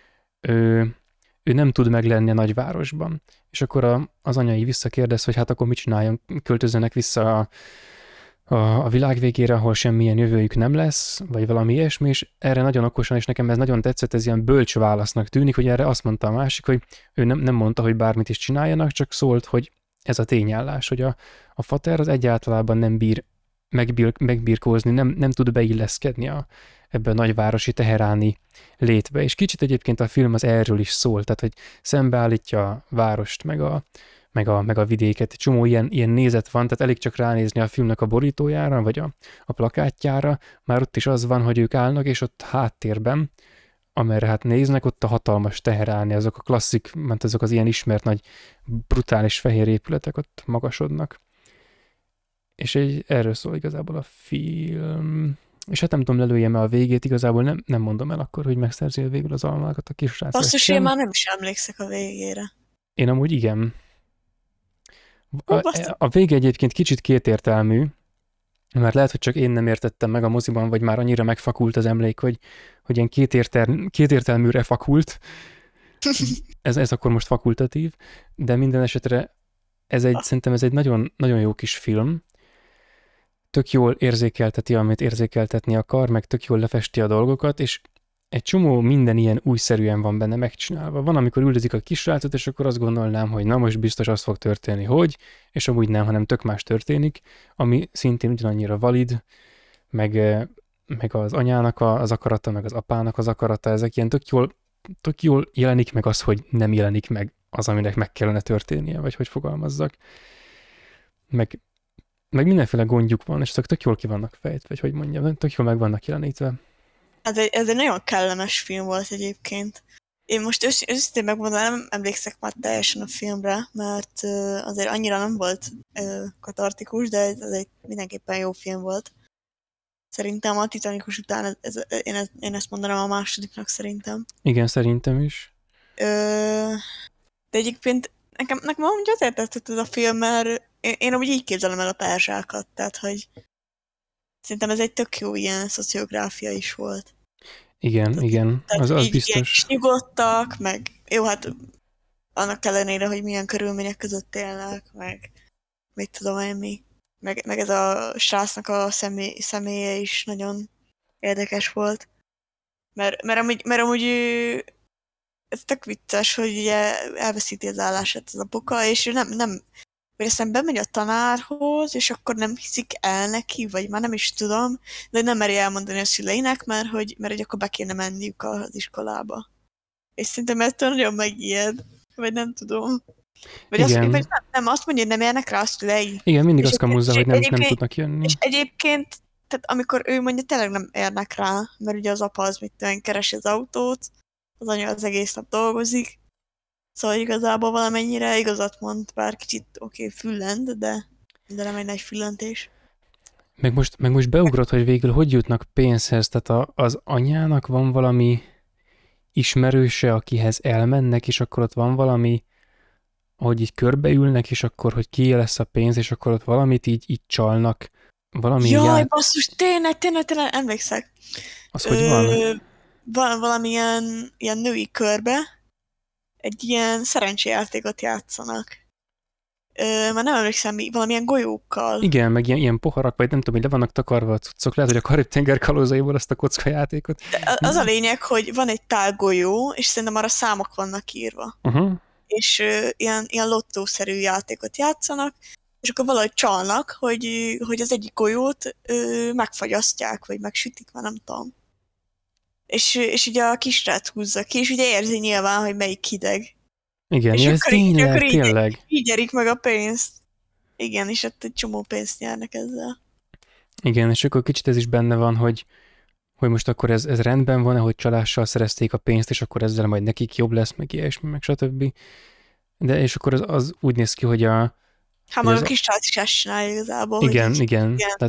ő nem tud meglenni a nagyvárosban. És akkor az anyai visszakérdez, hogy hát akkor mit csináljon, költözzenek vissza a világ végére, ahol semmilyen jövőjük nem lesz, vagy valami ilyesmi, és erre nagyon okosan, és nekem ez nagyon tetszett, ez ilyen bölcs válasznak tűnik, hogy erre azt mondta a másik, hogy ő nem mondta, hogy bármit is csináljanak, csak szólt, hogy ez a tényállás, hogy a fater az egyáltalában nem bír megbirkózni, nem tud beilleszkedni ebbe a nagyvárosi teheráni létbe. És kicsit egyébként a film az erről is szól, tehát hogy szembeállítja a várost, meg a vidéket. Egy csomó ilyen nézet van, tehát elég csak ránézni a filmnek a borítójára, vagy a plakátjára, már ott is az van, hogy ők állnak, és ott háttérben, amerre hát néznek, ott a hatalmas teheráni, azok a klasszik, mert azok az ilyen ismert nagy, brutális fehér épületek ott magasodnak. És erről szól igazából a film. És hát nem tudom, lelőjem el a végét, igazából nem mondom el akkor, hogy megszerzél végül az almákat a kisrác. Basszus, én már nem is emlékszek a végére. Én amúgy igen. A vége egyébként kicsit kétértelmű, mert lehet, hogy csak én nem értettem meg a moziban, vagy már annyira megfakult az emlék, hogy ilyen kétértelműre fakult. Ez akkor most fakultatív, de minden esetre szerintem ez egy nagyon, nagyon jó kis film. Tök jól érzékelteti, amit érzékeltetni akar, meg tök jól lefesti a dolgokat, és egy csomó minden ilyen újszerűen van benne megcsinálva. Van, amikor üldözik a kisrácot, és akkor azt gondolnám, hogy na most biztos az fog történni, hogy, és amúgy nem, hanem tök más történik, ami szintén ugyanannyira valid, meg az anyának az akarata, meg az apának az akarata, ezek ilyen tök jól jelenik meg az, hogy nem jelenik meg az, aminek meg kellene történnie, vagy hogy fogalmazzak. Meg mindenféle gondjuk van, és tök jól ki vannak fejtve, vagy hogy mondjam, tök jól meg vannak jelenítve. Ez egy nagyon kellemes film volt egyébként. Én most őszintén megmondom, nem emlékszek már teljesen a filmre, mert azért annyira nem volt katartikus, de ez egy mindenképpen jó film volt. Szerintem a Titanicus után én ezt mondanám a másodiknak szerintem. Igen, szerintem is. De egyébként nekem amúgy azért tetszett ez a film, mert én amúgy így képzelem el a perzsákat, tehát hogy szerintem ez egy tök jó ilyen szociográfia is volt. Igen, az biztos. Így nyugodtak, meg jó, hát annak ellenére, hogy milyen körülmények között élnek, meg mit tudom én mi. Meg ez a srácnak a személye is nagyon érdekes volt. Mert amúgy ez tök vicces, hogy ugye elveszíti az állását az apuka, és ő nem vagy aztán bemegy a tanárhoz, és akkor nem hiszik el neki, vagy már nem is tudom, de nem meri elmondani a szüleinek, mert hogy akkor be kéne menniük az iskolába. És szerintem ettől nagyon megijed, vagy nem tudom. Vagy nem, azt mondja, hogy nem érnek rá a szülei. Igen, mindig azt kamuzza, hogy nem tudnak jönni. És egyébként, tehát amikor ő mondja, tényleg nem érnek rá, mert ugye az apa az keresi az autót, az anya az egész nap dolgozik, szóval igazából valamennyire igazat mond, bár kicsit füllent, de nem egy nagy füllentés. Meg most beugrott, hogy végül hogy jutnak pénzhez, tehát az anyának van valami ismerőse, akihez elmennek, és akkor ott van valami ahogy így körbeülnek, és akkor, hogy kié lesz a pénz, és akkor ott valamit így csalnak, valami Jaj, basszus, tényleg, emlékszek. Az hogy van? Valamilyen ilyen női körbe egy ilyen szerencséjátékot játszanak. Már nem emlékszem, valamilyen golyókkal. Igen, meg ilyen poharak, vagy nem tudom, hogy le vannak takarva a cuccok, lehet, hogy a Karib-tenger kalózaiból azt a kockajátékot. De az a lényeg, hogy van egy tál golyó, és szerintem arra számok vannak írva. És ilyen lottószerű játékot játszanak, és akkor valahogy csalnak, hogy az egyik golyót megfagyasztják, vagy megsütik, már nem tudom. És ugye a kisrác húzza ki, és ugye érzi nyilván, hogy melyik hideg. Igen, és ez tényleg. Így nyerik meg a pénzt. Igen, és ott egy csomó pénzt nyernek ezzel. Igen, és akkor kicsit ez is benne van, hogy most akkor ez rendben van-e, hogy csalással szerezték a pénzt, és akkor ezzel majd nekik jobb lesz, meg ilyesmi, meg stb. De és akkor az úgy néz ki, hogy Hát maga a kis csalac is ezt csinálja igazából. Igen. Tehát...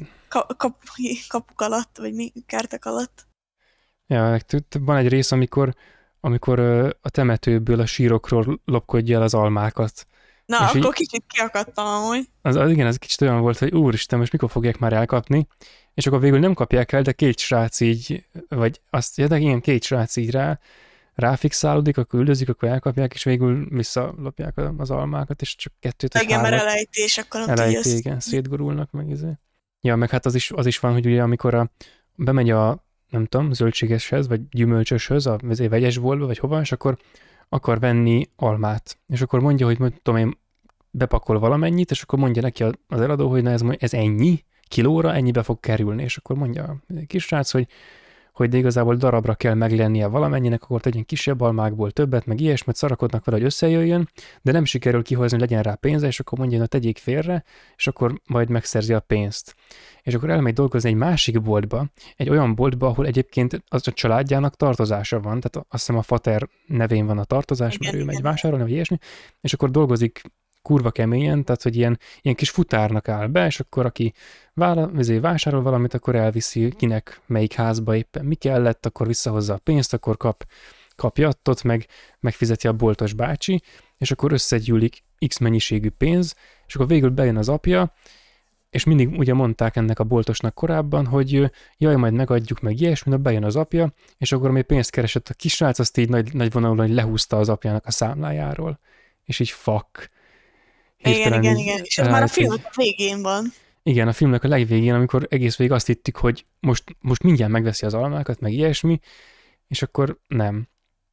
kapuk alatt, vagy mi, kártek alatt. Ja, van egy rész, amikor a temetőből, a sírokról lopkodja el az almákat. Na, és akkor kicsit kiakadtam amúgy. Igen, ez kicsit olyan volt, hogy úristen, most mikor fogják már elkapni, és akkor végül nem kapják el, de két srác így, vagy azt, ja, de igen, két srác így ráfixálódik, akkor üldözik, akkor elkapják, és végül visszalopják az almákat, és csak kettőt vagy igen, mert elejtés, akkor nem elejti, igen, szétgurulnak meg izé. Ja, meg hát az is van, hogy ugye amikor bemegy a nem tudom, zöldségeshez, vagy gyümölcsöshöz, a vegyesboltba, vagy hova, és akkor akar venni almát. És akkor mondja, hogy tudom én, bepakol valamennyit, és akkor mondja neki az eladó, hogy na ez ennyi, kilóra ennyibe fog kerülni, és akkor mondja a kisrác, hogy de igazából darabra kell meglennie valamennyinek, akkor tegyen kisebb almákból többet, meg ilyesmit, szarakodnak vele, hogy összejöjjön, de nem sikerül kihozni, hogy legyen rá pénze, és akkor mondja, na tegyék félre, és akkor majd megszerzi a pénzt. És akkor elmegy dolgozni egy másik boltba, egy olyan boltba, ahol egyébként az a családjának tartozása van, tehát azt hiszem a fater nevén van a tartozás, igen, mert ő megy vásárolni, vagy ilyesmi, és akkor dolgozik kurva keményen, tehát hogy ilyen kis futárnak áll be, és akkor aki vásárol valamit, akkor elviszi kinek melyik házba éppen mi kellett, akkor visszahozza a pénzt, akkor kap jattot, megfizeti a boltos bácsi, és akkor összegyűlik x mennyiségű pénz, és akkor végül bejön az apja, és mindig ugye mondták ennek a boltosnak korábban, hogy jaj, majd megadjuk meg ilyesmi, bejön az apja, és akkor ami pénzt keresett a kisrác, azt így nagy vonalon, hogy lehúzta az apjának a számlájáról. És így fuck. Igen, és ez már a filmnek a végén van. Igen, a filmnek a legvégén, amikor egész végig azt hittük, hogy most mindjárt megveszi az almákat, meg ilyesmi, és akkor nem.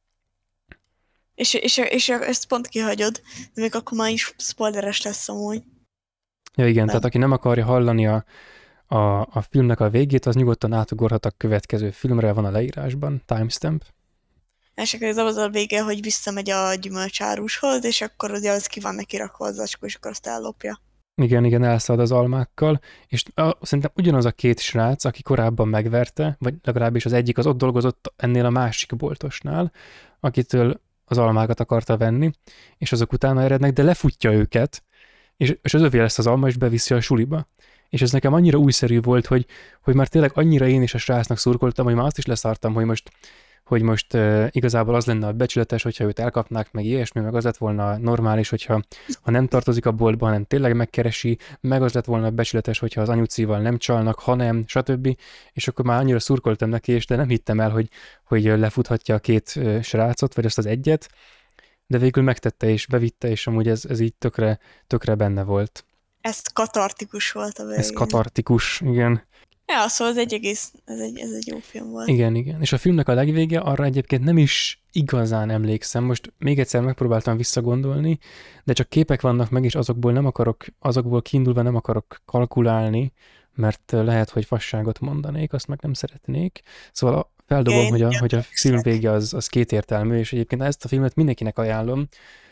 És ezt pont kihagyod, de még akkor már is spoileres lesz amúgy. Ja igen, tehát aki nem akarja hallani a filmnek a végét, az nyugodtan átugorhat a következő filmre, van a leírásban, timestamp. És akkor az a vége, hogy visszamegy a gyümölcsárushoz, és akkor ugye az ki van neki rakva az zacskó, és akkor azt ellopja. Igen, elszalad az almákkal, és szerintem ugyanaz a két srác, aki korábban megverte, vagy legalábbis az egyik az ott dolgozott ennél a másik boltosnál, akitől az almákat akarta venni, és azok utána erednek, de lefutja őket, és az övé lesz az alma, és beviszi a suliba. És ez nekem annyira újszerű volt, hogy már tényleg annyira én is a srácnak szurkoltam, hogy már azt is leszartam, hogy most igazából az lenne a becsületes, hogyha őt elkapnák, meg ilyesmi, meg az lett volna normális, hogyha nem tartozik a boltba, hanem tényleg megkeresi, meg az lett volna becsületes, hogyha az anyucival nem csalnak, hanem, stb. És akkor már annyira szurkoltam neki, és de nem hittem el, hogy lefuthatja a két srácot, vagy azt az egyet, de végül megtette és bevitte, és amúgy ez így tökre benne volt. Ez katartikus volt a végén. Ez katartikus, igen. Ja, szóval ez egy jó film volt. Igen. És a filmnek a legvége, arra egyébként nem is igazán emlékszem. Most még egyszer megpróbáltam visszagondolni, de csak képek vannak meg, és azokból kiindulva nem akarok kalkulálni, mert lehet, hogy fasságot mondanék, azt meg nem szeretnék. Szóval feldobom, hogy a film vége az kétértelmű, és egyébként ezt a filmet mindenkinek ajánlom.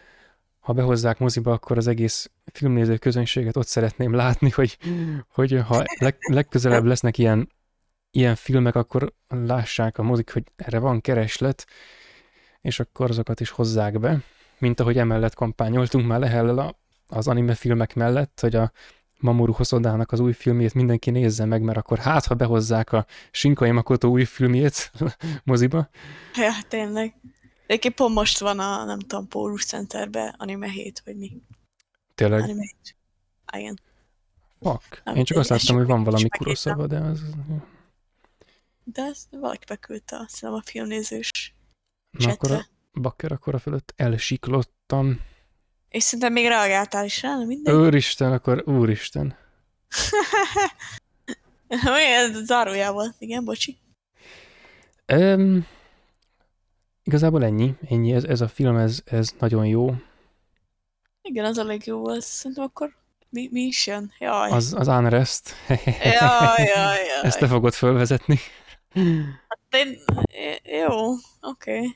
Ha behozzák moziba, akkor az egész filmnéző közönséget ott szeretném látni, hogy ha legközelebb lesznek ilyen filmek, akkor lássák a mozik, hogy erre van kereslet, és akkor azokat is hozzák be. Mint ahogy emellett kampányoltunk már Lehellel az anime filmek mellett, hogy a Mamoru Hosodának az új filmjét mindenki nézze meg, mert akkor ha behozzák a Shinkai Makoto új filmjét moziba. Ja, tényleg. Egyébként pont most van a, nem tudom, Pólus Centerben Anime Hét, vagy mi. Tényleg. Anime Hét. Igen. Fuck. Nem, Én csak azt ezt láttam, csak hogy van is valami megírtam. Kurosawa, de az... De ezt valaki beküldte, azt hiszem a filmnézős Na akkor a chatre. bakker akkora fölött elsiklottam. És szerintem még reagáltál is rá, nem mindegy. Úristen, akkor úristen. Ez zárójával, igen, bocsi. Um, igazából ennyi. Ez a film, ez nagyon jó. Igen, az elég jó volt. Szerintem akkor mi is jön? Jaj. Az Unrest. Jaj. Ezt te fogod fölvezetni. Én, jó, oké.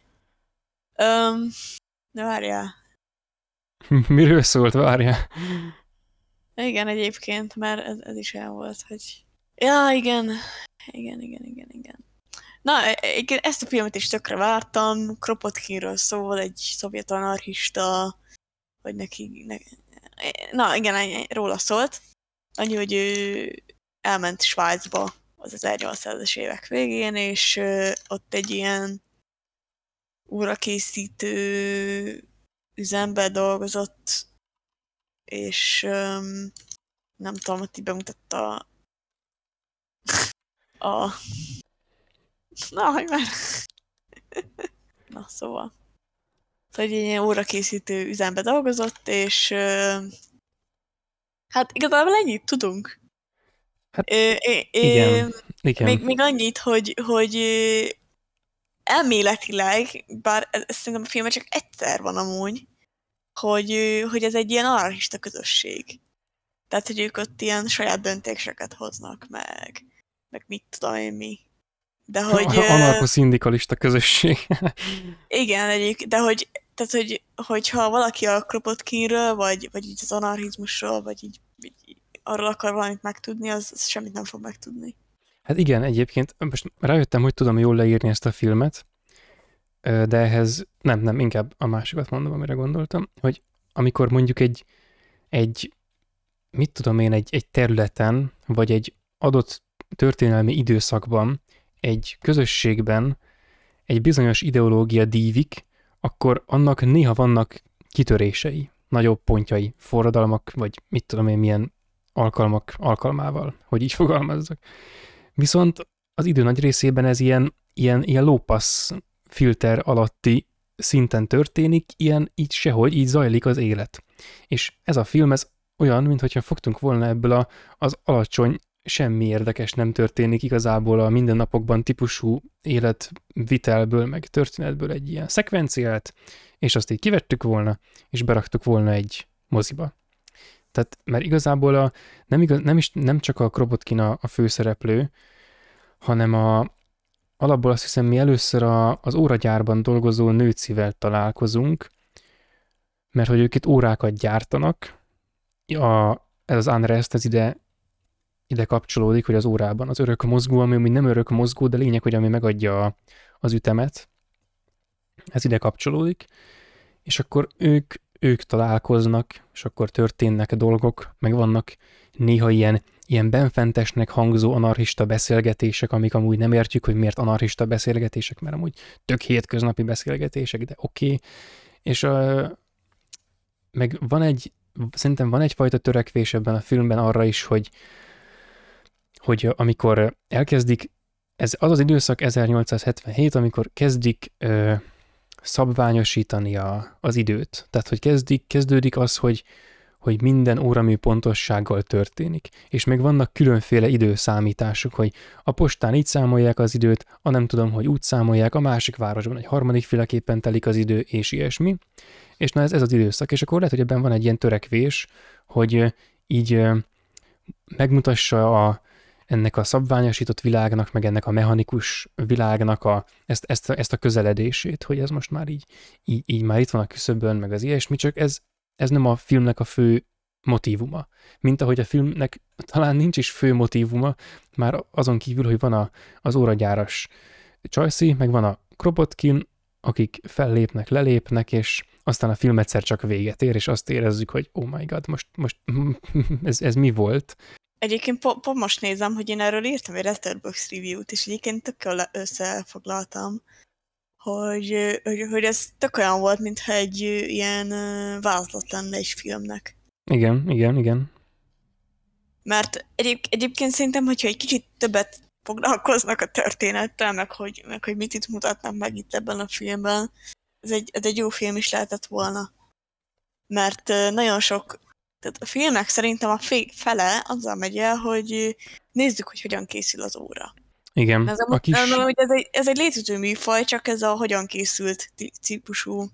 De várjál. Miről szólt, várjál? Igen, egyébként, mert ez is olyan volt, hogy... Ja, igen. Igen. Na, ezt a filmet is tökre vártam. Kropotkinről szól, egy szovjet anarchista, vagy na, igen, róla szólt. Annyi, hogy ő elment Svájcba az 1800-as évek végén, és ott egy ilyen órakészítő üzembe dolgozott, és nem tudom, hogy bemutatta a... Na, hogy már... Na, szóval. Szóval egy ilyen órakészítő üzembe dolgozott, és hát igazából ennyit tudunk. Hát, igen. Még annyit, hogy elméletileg, bár ez szerintem a filmben csak egyszer van amúgy, hogy ez egy ilyen anarchista közösség. Tehát, hogy ők ott ilyen saját döntéseket hoznak meg mit tudom én mi. De hogy... Anarcho-szindikalista közösség. Igen, de hogyha valaki a Kropotkinről, vagy így az anarchizmusról, vagy így arról akar valamit megtudni, az semmit nem fog megtudni. Hát igen, egyébként most rájöttem, hogy tudom jól leírni ezt a filmet, de ehhez nem, inkább a másikat mondom, amire gondoltam, hogy amikor mondjuk egy mit tudom én, egy területen, vagy egy adott történelmi időszakban, egy közösségben egy bizonyos ideológia dívik, akkor annak néha vannak kitörései, nagyobb pontjai, forradalmak, vagy mit tudom én, milyen alkalmak alkalmával, hogy így fogalmazzak. Viszont az idő nagy részében ez ilyen lópassz filter alatti szinten történik, így sehogy, így zajlik az élet. És ez a film, ez olyan, mintha fogtunk volna ebből az alacsony, semmi érdekes nem történik igazából a mindennapokban típusú életvitelből, meg történetből egy ilyen szekvenciát, és azt így kivettük volna, és beraktuk volna egy moziba. Tehát, mert igazából nem csak a Kropotkin a főszereplő, hanem alapból azt hiszem mi először az óragyárban dolgozó nőcivel találkozunk, mert hogy ők itt órákat gyártanak, ez az Unrest, ez ide kapcsolódik, hogy az órában az örök mozgó, ami nem örök mozgó, de lényeg, hogy ami megadja az ütemet, ez ide kapcsolódik, és akkor ők találkoznak, és akkor történnek dolgok, meg vannak néha ilyen benfentesnek hangzó anarchista beszélgetések, amik amúgy nem értjük, hogy miért anarchista beszélgetések, mert amúgy tök hétköznapi beszélgetések, de oké. És meg szerintem van egyfajta törekvés ebben a filmben arra is, hogy amikor elkezdik, ez az időszak 1877, amikor kezdik szabványosítani az időt. Tehát, hogy kezdődik az, hogy minden óramű pontossággal történik. És még vannak különféle időszámítások, hogy a postán így számolják az időt, a nem tudom, hogy úgy számolják, a másik városban egy harmadik féleképpen telik az idő, és ilyesmi. És na ez az időszak, és akkor lehet, hogy ebben van egy ilyen törekvés, hogy így megmutassa ennek a szabványosított világnak, meg ennek a mechanikus világnak ezt a közeledését, hogy ez most már így már itt van a küszöbön, meg az ilyesmi, csak ez nem a filmnek a fő motívuma. Mint ahogy a filmnek talán nincs is fő motívuma, már azon kívül, hogy van az óragyáras Csajci, meg van a Kropotkin, akik fellépnek, lelépnek, és aztán a film egyszer csak véget ér, és azt érezzük, hogy oh my god, most ez mi volt? Egyébként pont most nézem, hogy én erről írtam egy Letterboxd review-t, és egyébként tök jól összefoglaltam, hogy ez tök olyan volt, mintha egy ilyen vázlat lenne egy filmnek. Igen, igen, igen. Mert egyébként szerintem, hogyha egy kicsit többet foglalkoznak a történettel, meg hogy mit itt mutatnak meg itt ebben a filmben, ez egy jó film is lehetett volna. Mert nagyon sok, tehát a filmek szerintem a fele azzal megy el, hogy nézzük, hogy hogyan készül az óra. Igen, a kis... hogy ez egy létező műfaj, csak ez a hogyan készült típusú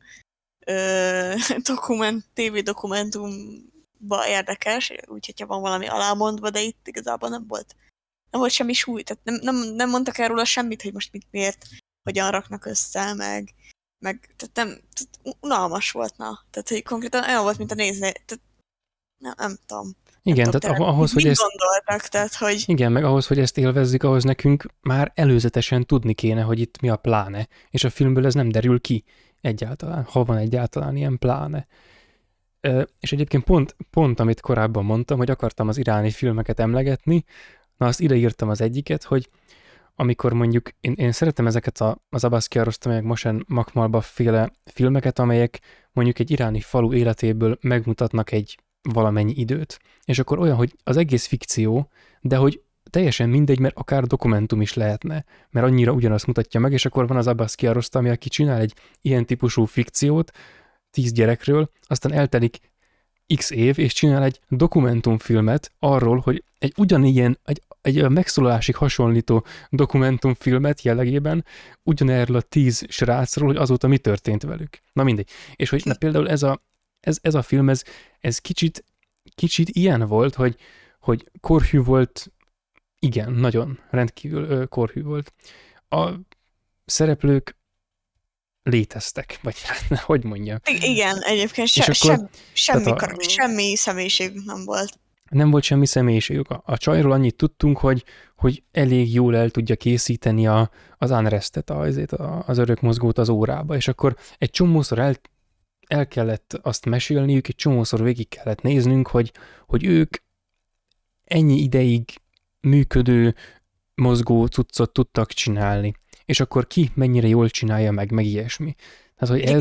TV dokumentumba érdekes, úgyhogy ha van valami alámondva, de itt igazából nem volt semmi súly, tehát nem mondtak erről semmit, hogy most miért, hogyan raknak össze, meg tehát unalmas volt, na. Tehát, hogy konkrétan olyan volt, mint a nézni, tehát nem tudom. Igen, tehát ahhoz, hogy ezt... gondoltak, tehát, hogy... Igen, meg ahhoz, hogy ezt élvezzük, ahhoz nekünk már előzetesen tudni kéne, hogy itt mi a pláne, és a filmből ez nem derül ki egyáltalán, ha van egyáltalán ilyen pláne. És egyébként pont, amit korábban mondtam, hogy akartam az iráni filmeket emlegetni, na azt ideírtam az egyiket, hogy amikor mondjuk, én szeretem ezeket az Abbas Kiarostami, meg Mohsen Makhmalbaf féle filmeket, amelyek mondjuk egy iráni falu életéből megmutatnak egy valamennyi időt. És akkor olyan, hogy az egész fikció, de hogy teljesen mindegy, mert akár dokumentum is lehetne, mert annyira ugyanazt mutatja meg, és akkor van az Abbas Kiarostami, aki csinál egy ilyen típusú fikciót 10 gyerekről, aztán eltelik x év, és csinál egy dokumentumfilmet arról, hogy egy ugyanilyen, egy megszólalásig hasonlító dokumentumfilmet jellegében ugyanerről a 10 srácról, hogy azóta mi történt velük. Na mindegy. És hogy na, például ez a film, ez kicsit ilyen volt, hogy korhű volt, igen, nagyon, rendkívül korhű volt. A szereplők léteztek, vagy hát, hogy mondjam. Igen, egyébként semmi személyiség nem volt. Nem volt semmi személyiségük. A csajról annyit tudtunk, hogy elég jól el tudja készíteni az unrestet, az örökmozgót az órába, és akkor egy csomószor el kellett azt mesélniük, egy csomószor végig kellett néznünk, hogy ők ennyi ideig működő mozgó cuccot tudtak csinálni. És akkor ki mennyire jól csinálja meg ilyesmi. Tehát, hogy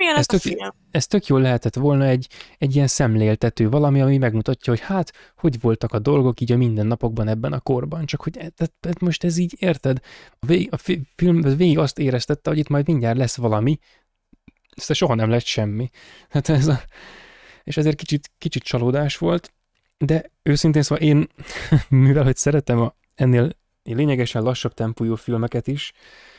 ez tök jól lehetett volna egy ilyen szemléltető valami, ami megmutatja, hogy hát, hogy voltak a dolgok így a mindennapokban ebben a korban. Csak hogy most ez így, érted? A film végig azt éreztette, hogy itt majd mindjárt lesz valami, aztán soha nem lett semmi. Hát és ezért kicsit csalódás volt, de őszintén szóval én, mivel hogy szeretem ennél lényegesen lassabb tempójú filmeket is,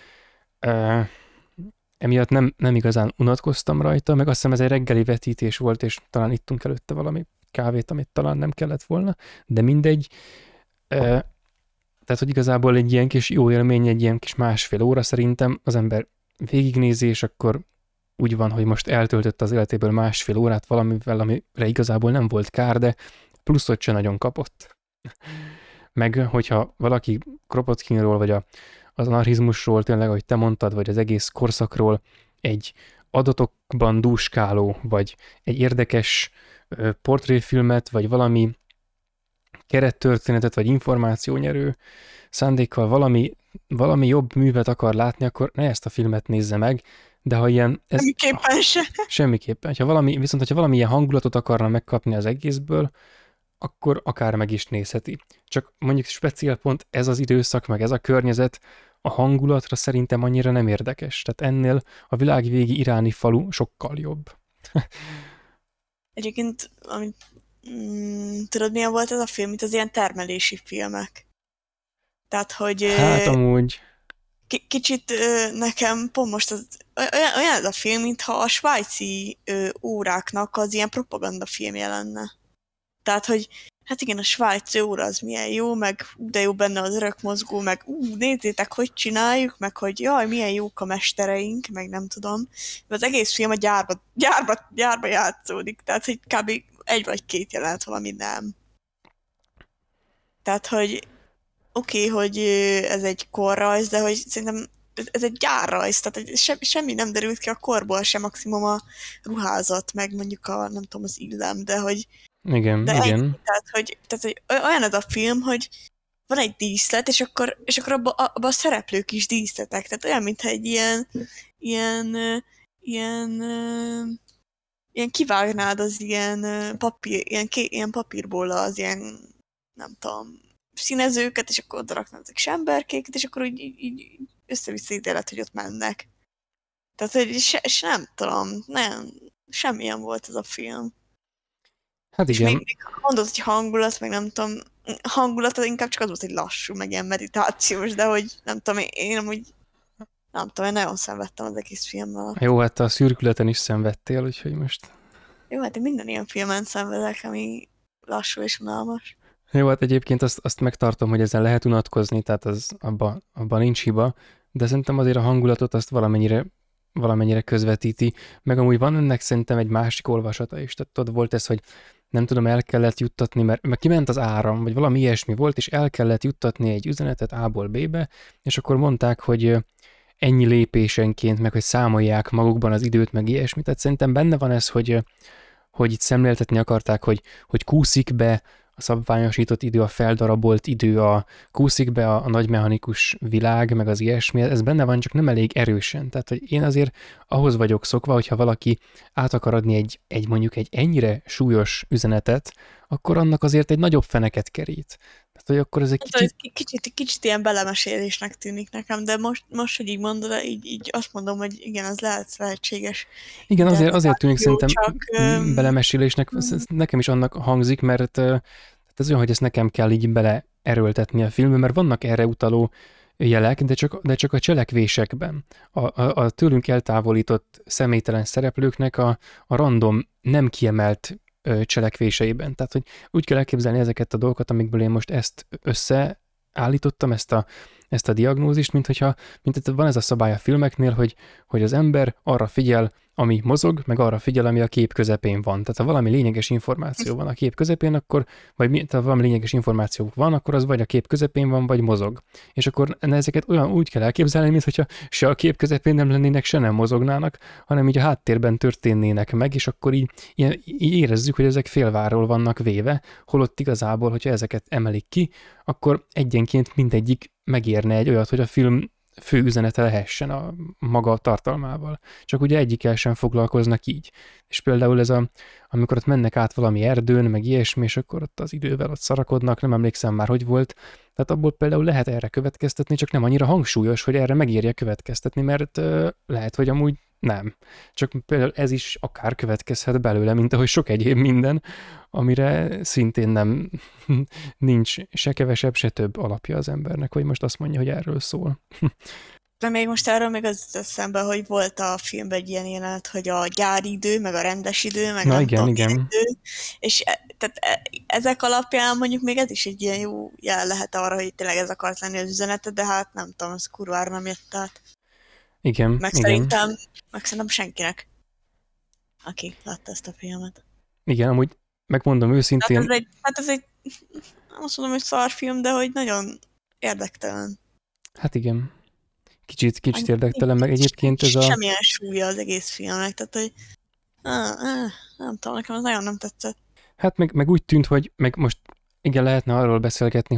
emiatt nem igazán unatkoztam rajta, meg azt hiszem ez egy reggeli vetítés volt, és talán ittunk előtte valami kávét, amit talán nem kellett volna, de mindegy. Tehát, hogy igazából egy ilyen kis jó élmény, egy ilyen kis 1,5 óra szerintem az ember végignézi, és akkor úgy van, hogy most eltöltött az életéből 1,5 órát valamivel, amire igazából nem volt kár, de pluszot se nagyon kapott. Meg, hogyha valaki Kropotkinról, vagy az anarchizmusról, tényleg, ahogy te mondtad, vagy az egész korszakról egy adatokban dúskáló, vagy egy érdekes portréfilmet, vagy valami kerettörténetet, vagy információnyerő szándékkal valami jobb művet akar látni, akkor ne ezt a filmet nézze meg, de ha ilyen... Semmiképpen se. Semmiképpen. Viszont, hogyha valami ilyen hangulatot akarna megkapni az egészből, akkor akár meg is nézheti. Csak mondjuk speciál pont ez az időszak, meg ez a környezet a hangulatra szerintem annyira nem érdekes. Tehát ennél a világvégi iráni falu sokkal jobb. Egyébként, tudod milyen volt ez a film, mint az ilyen termelési filmek? Tehát, hogy... Hát amúgy... Kicsit nekem pont most olyan ez a film, mintha a svájci óráknak az ilyen propagandafilmje lenne. Tehát, hogy hát igen, a svájci óra az milyen jó, meg de jó benne az örökmozgó, meg nézzétek, hogy csináljuk, meg hogy jaj, milyen jók a mestereink, meg nem tudom. De az egész film a gyárba játszódik, tehát, hogy kb. 1 vagy 2 jelenet valami nem. Tehát, hogy oké, hogy ez egy korrajz, de hogy szerintem ez egy gyárrajz, tehát semmi nem derült ki a korból sem, maximum a ruházat, meg mondjuk nem tudom, az illem, de hogy igen. Ennyi, tehát, hogy olyan ez a film, hogy van egy díszlet, és akkor abba a szereplők is díszletek. Tehát olyan, mintha egy ilyen, ilyen, ilyen kivágnád az ilyen ilyen papírból az ilyen, nem tudom, színezőket, és akkor oda raknád ezek semberkéket, és akkor így össze-vissza ítélet, hogy ott mennek. Tehát, hogy nem tudom, semmilyen volt ez a film. Hát És igen. még mondod, hogy hangulat, meg nem tudom, hangulat az inkább csak az volt, hogy lassú, meg ilyen meditációs, de hogy nem tudom, én amúgy nem tudom, én nagyon szenvedtem az egész filmmel. Jó, hát a szürkületen is szenvedtél, úgyhogy most... Jó, hát én minden ilyen filmen szenvedek, ami lassú és unalmas. Jó, hát egyébként azt megtartom, hogy ezzel lehet unatkozni, tehát abban nincs hiba, de szerintem azért a hangulatot azt valamennyire közvetíti, meg amúgy van ennek szerintem egy másik olvasata is, tehát ott volt ez, hogy nem tudom, el kellett juttatni, mert kiment az áram, vagy valami ilyesmi volt, és el kellett juttatni egy üzenetet A-ból B-be, és akkor mondták, hogy ennyi lépésenként, meg hogy számolják magukban az időt, meg ilyesmi, tehát szerintem benne van ez, hogy itt szemléltetni akarták, hogy kúszik be a szabványosított idő, a feldarabolt idő, kúszik be a nagy mechanikus világ, meg az ilyesmi, ez benne van, csak nem elég erősen. Tehát, hogy én azért ahhoz vagyok szokva, hogyha valaki át akar adni mondjuk egy ennyire súlyos üzenetet, akkor annak azért egy nagyobb feneket kerít. Tehát, hogy akkor ez egy kicsit ilyen belemesélésnek tűnik nekem, de most hogy így mondod, így azt mondom, hogy igen, az lehetséges. Igen, azért tűnik szerintem belemesélésnek, nekem is annak hangzik, mert ez olyan, hogy ezt nekem kell így beleerőltetni a filmbe, mert vannak erre utaló jelek, de csak a cselekvésekben. A tőlünk eltávolított személytelen szereplőknek a random, nem kiemelt cselekvéseiben. Tehát, hogy úgy kell elképzelni ezeket a dolgokat, amikből én most ezt összeállítottam, ezt a diagnózist, mint van ez a szabály a filmeknél, hogy az ember arra figyel, ami mozog, meg arra figyel, ami a kép közepén van. Tehát ha valami lényeges információ van a kép közepén, akkor, ha valami lényeges információ van, akkor az vagy a kép közepén van, vagy mozog. És akkor ezeket úgy kell elképzelni, mintha se a kép közepén nem lennének, se nem mozognának, hanem így a háttérben történnének meg, és akkor így érezzük, hogy ezek félváról vannak véve, holott igazából, hogyha ezeket emelik ki, akkor egyenként mindegyik megérne egy olyat, hogy a film fő üzenete lehessen a maga tartalmával. Csak ugye egyikkel sem foglalkoznak így. És például amikor ott mennek át valami erdőn, meg ilyesmi, és akkor ott az idővel ott szarakodnak, nem emlékszem már, hogy volt. Tehát abból például lehet erre következtetni, csak nem annyira hangsúlyos, hogy erre megérje következtetni, mert lehet, hogy amúgy nem. Csak például ez is akár következhet belőle, mint ahogy sok egyéb minden, amire szintén nem nincs se kevesebb, se több alapja az embernek, hogy most azt mondja, hogy erről szól. De még most erről még az eszembe, hogy volt a filmben egy ilyen jelenet, hogy a gyári idő, meg a rendes idő, meg nem tudom, idő, és tehát ezek alapján mondjuk még ez is egy ilyen jó jel lehet arra, hogy tényleg ez akart lenni az üzenete, de hát nem tudom, ez kurvára nem jött át. Igen, meg szerintem senkinek, aki látta ezt a filmet. Igen, amúgy megmondom őszintén... Hát ez egy nem azt mondom, hogy szarfilm, de hogy nagyon érdektelen. Hát igen. Kicsit érdektelen, meg egyébként ez a... Semmilyen súlya az egész filmnek, tehát hogy nem tudom, nekem az nagyon nem tetszett. Hát meg úgy tűnt, hogy meg most igen, lehetne arról beszélgetni,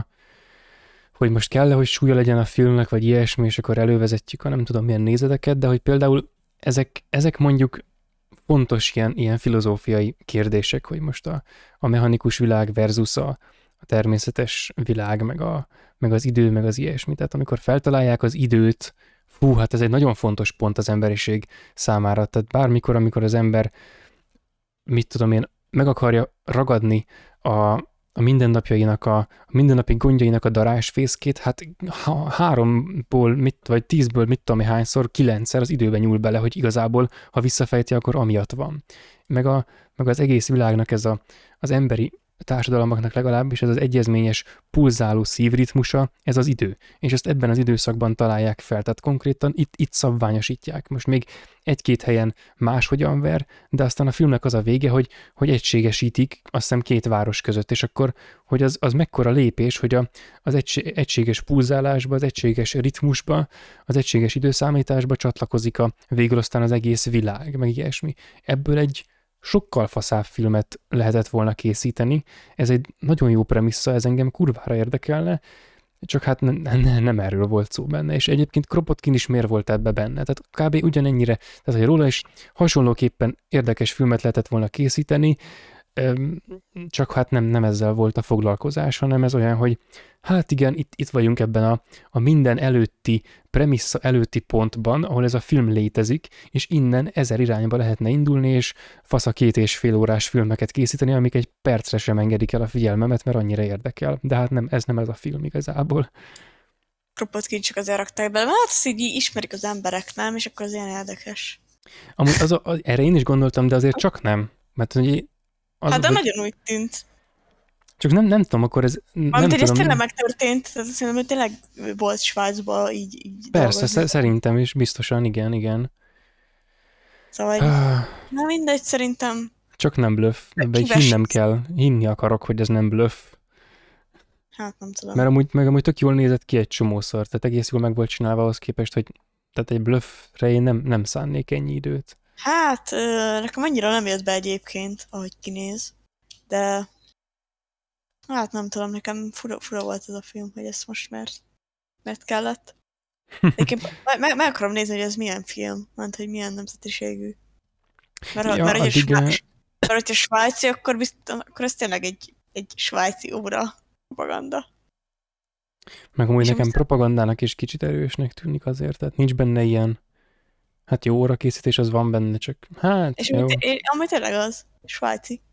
hogy most kell-e, hogy súlya legyen a filmnek, vagy ilyesmi, és akkor elővezetjük a nem tudom milyen nézeteket, de hogy például ezek mondjuk fontos ilyen filozófiai kérdések, hogy most a mechanikus világ versus a természetes világ, meg az idő, meg az ilyesmi. Tehát amikor feltalálják az időt, hát ez egy nagyon fontos pont az emberiség számára. Tehát bármikor, amikor az ember, mit tudom én, meg akarja ragadni a mindennapjainak, a mindennapi gondjainak a darásfészkét, hát 3-ból, vagy 10-ből mit tudom hányszor, 9-szer az időben nyúl bele, hogy igazából, ha visszafejti, akkor amiatt van. Meg az egész világnak ez az emberi társadalmaknak legalábbis ez az egyezményes pulzáló szívritmusa, ez az idő. És ezt ebben az időszakban találják fel, tehát konkrétan itt szabványosítják. Most még egy-két helyen máshogyan ver, de aztán a filmnek az a vége, hogy egységesítik azt hiszem 2 város között, és akkor, hogy az mekkora lépés, hogy az egységes pulzálásba, az egységes ritmusba, az egységes időszámításba csatlakozik végül aztán az egész világ, meg ilyesmi. Ebből egy sokkal faszább filmet lehetett volna készíteni. Ez egy nagyon jó premissza, ez engem kurvára érdekelne, csak hát nem erről volt szó benne, és egyébként Kropotkin is miért volt ebbe benne, tehát kb. Ugyanennyire, tehát hogy róla is hasonlóképpen érdekes filmet lehetett volna készíteni, csak hát nem ezzel volt a foglalkozás, hanem ez olyan, hogy hát igen, itt vagyunk ebben a minden előtti, premissza előtti pontban, ahol ez a film létezik, és innen 1000 irányba lehetne indulni, és fasz a 2,5 órás filmeket készíteni, amik egy percre sem engedik el a figyelmemet, mert annyira érdekel. De hát ez nem ez a film igazából. Kropotkin csak azért rakták bele, mert hát azt így ismerik az emberek, nem? És akkor az ilyen érdekes. Amúgy erre én is gondoltam, de azért csak nem. Mert ugye Hát de nagyon úgy tűnt. Csak nem tudom, akkor ez... Amit ez tényleg megtörtént, tehát szerintem, hogy tényleg volt Svájcban így persze, dolgozni. szerintem is, biztosan, igen. Szóval, na mindegy, szerintem... Csak nem bluff, de hinnem kell, hinni akarok, hogy ez nem bluff. Hát nem tudom. Mert amúgy tök jól nézett ki egy csomószor, tehát egész jól meg volt csinálva ahhoz képest, hogy tehát egy bluffre én nem szánnék ennyi időt. Hát, nekem annyira nem jött be egyébként, ahogy kinéz, de hát nem tudom, nekem fura volt ez a film, hogy ezt most mert kellett. Egyébként meg akarom nézni, hogy ez milyen film, mert hogy milyen nemzetiségű. Mert hogyha svájci, akkor ez tényleg egy svájci óra propaganda. Meg amúgy nekem propagandának is kicsit erősnek tűnik azért, tehát nincs benne ilyen, hát jó órakészítés az van benne, csak hát és jó. Amúgy tényleg az, svájci.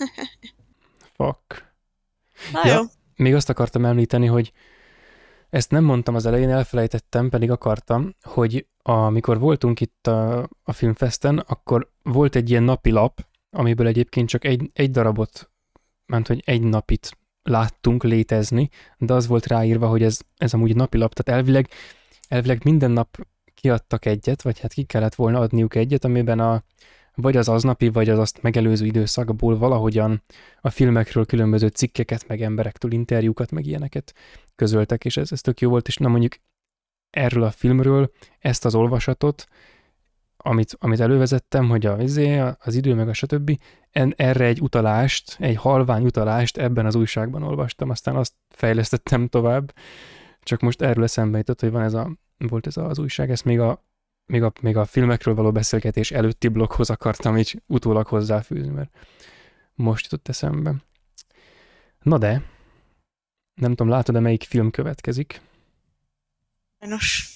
Fuck. Na jó. Még azt akartam említeni, hogy ezt nem mondtam az elején, elfelejtettem, pedig akartam, hogy amikor voltunk itt a filmfesten, akkor volt egy ilyen napilap, amiből egyébként csak egy darabot, ment, hogy egy napit láttunk létezni, de az volt ráírva, hogy ez amúgy napilap, tehát elvileg minden nap kiadtak egyet, vagy hát ki kellett volna adniuk egyet, amiben vagy az aznapi, vagy az azt megelőző időszakból valahogyan a filmekről különböző cikkeket, meg emberektől interjúkat, meg ilyeneket közöltek, és ez tök jó volt, és na mondjuk erről a filmről ezt az olvasatot, amit elővezettem, hogy az idő, meg a stb. Erre egy utalást, egy halvány utalást ebben az újságban olvastam, aztán azt fejlesztettem tovább, csak most erről eszembe jutott, hogy volt ez az újság, ezt még a filmekről való beszélgetés előtti bloghoz akartam így utólag hozzáfűzni, mert most jutott eszembe. Na de, nem tudom, látod-e melyik film következik? Sajnos.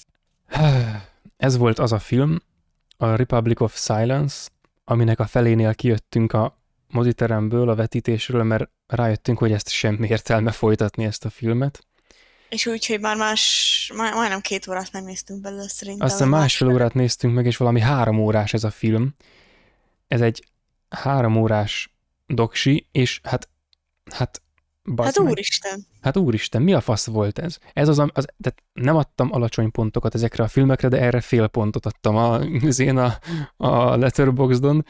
Ez volt az a film, a Republic of Silence, aminek a felénél kijöttünk a moziteremből, a vetítésről, mert rájöttünk, hogy ezt semmi értelme folytatni ezt a filmet. És úgy, hogy már majdnem 2 órát megnéztünk belőle szerintem. Aztán másfél órát néztünk meg, és valami 3 órás ez a film. Ez egy 3 órás doksi, és hát úristen. Hát úristen, mi a fasz volt ez? Ez tehát nem adtam alacsony pontokat ezekre a filmekre, de erre fél pontot adtam a Letterboxdon.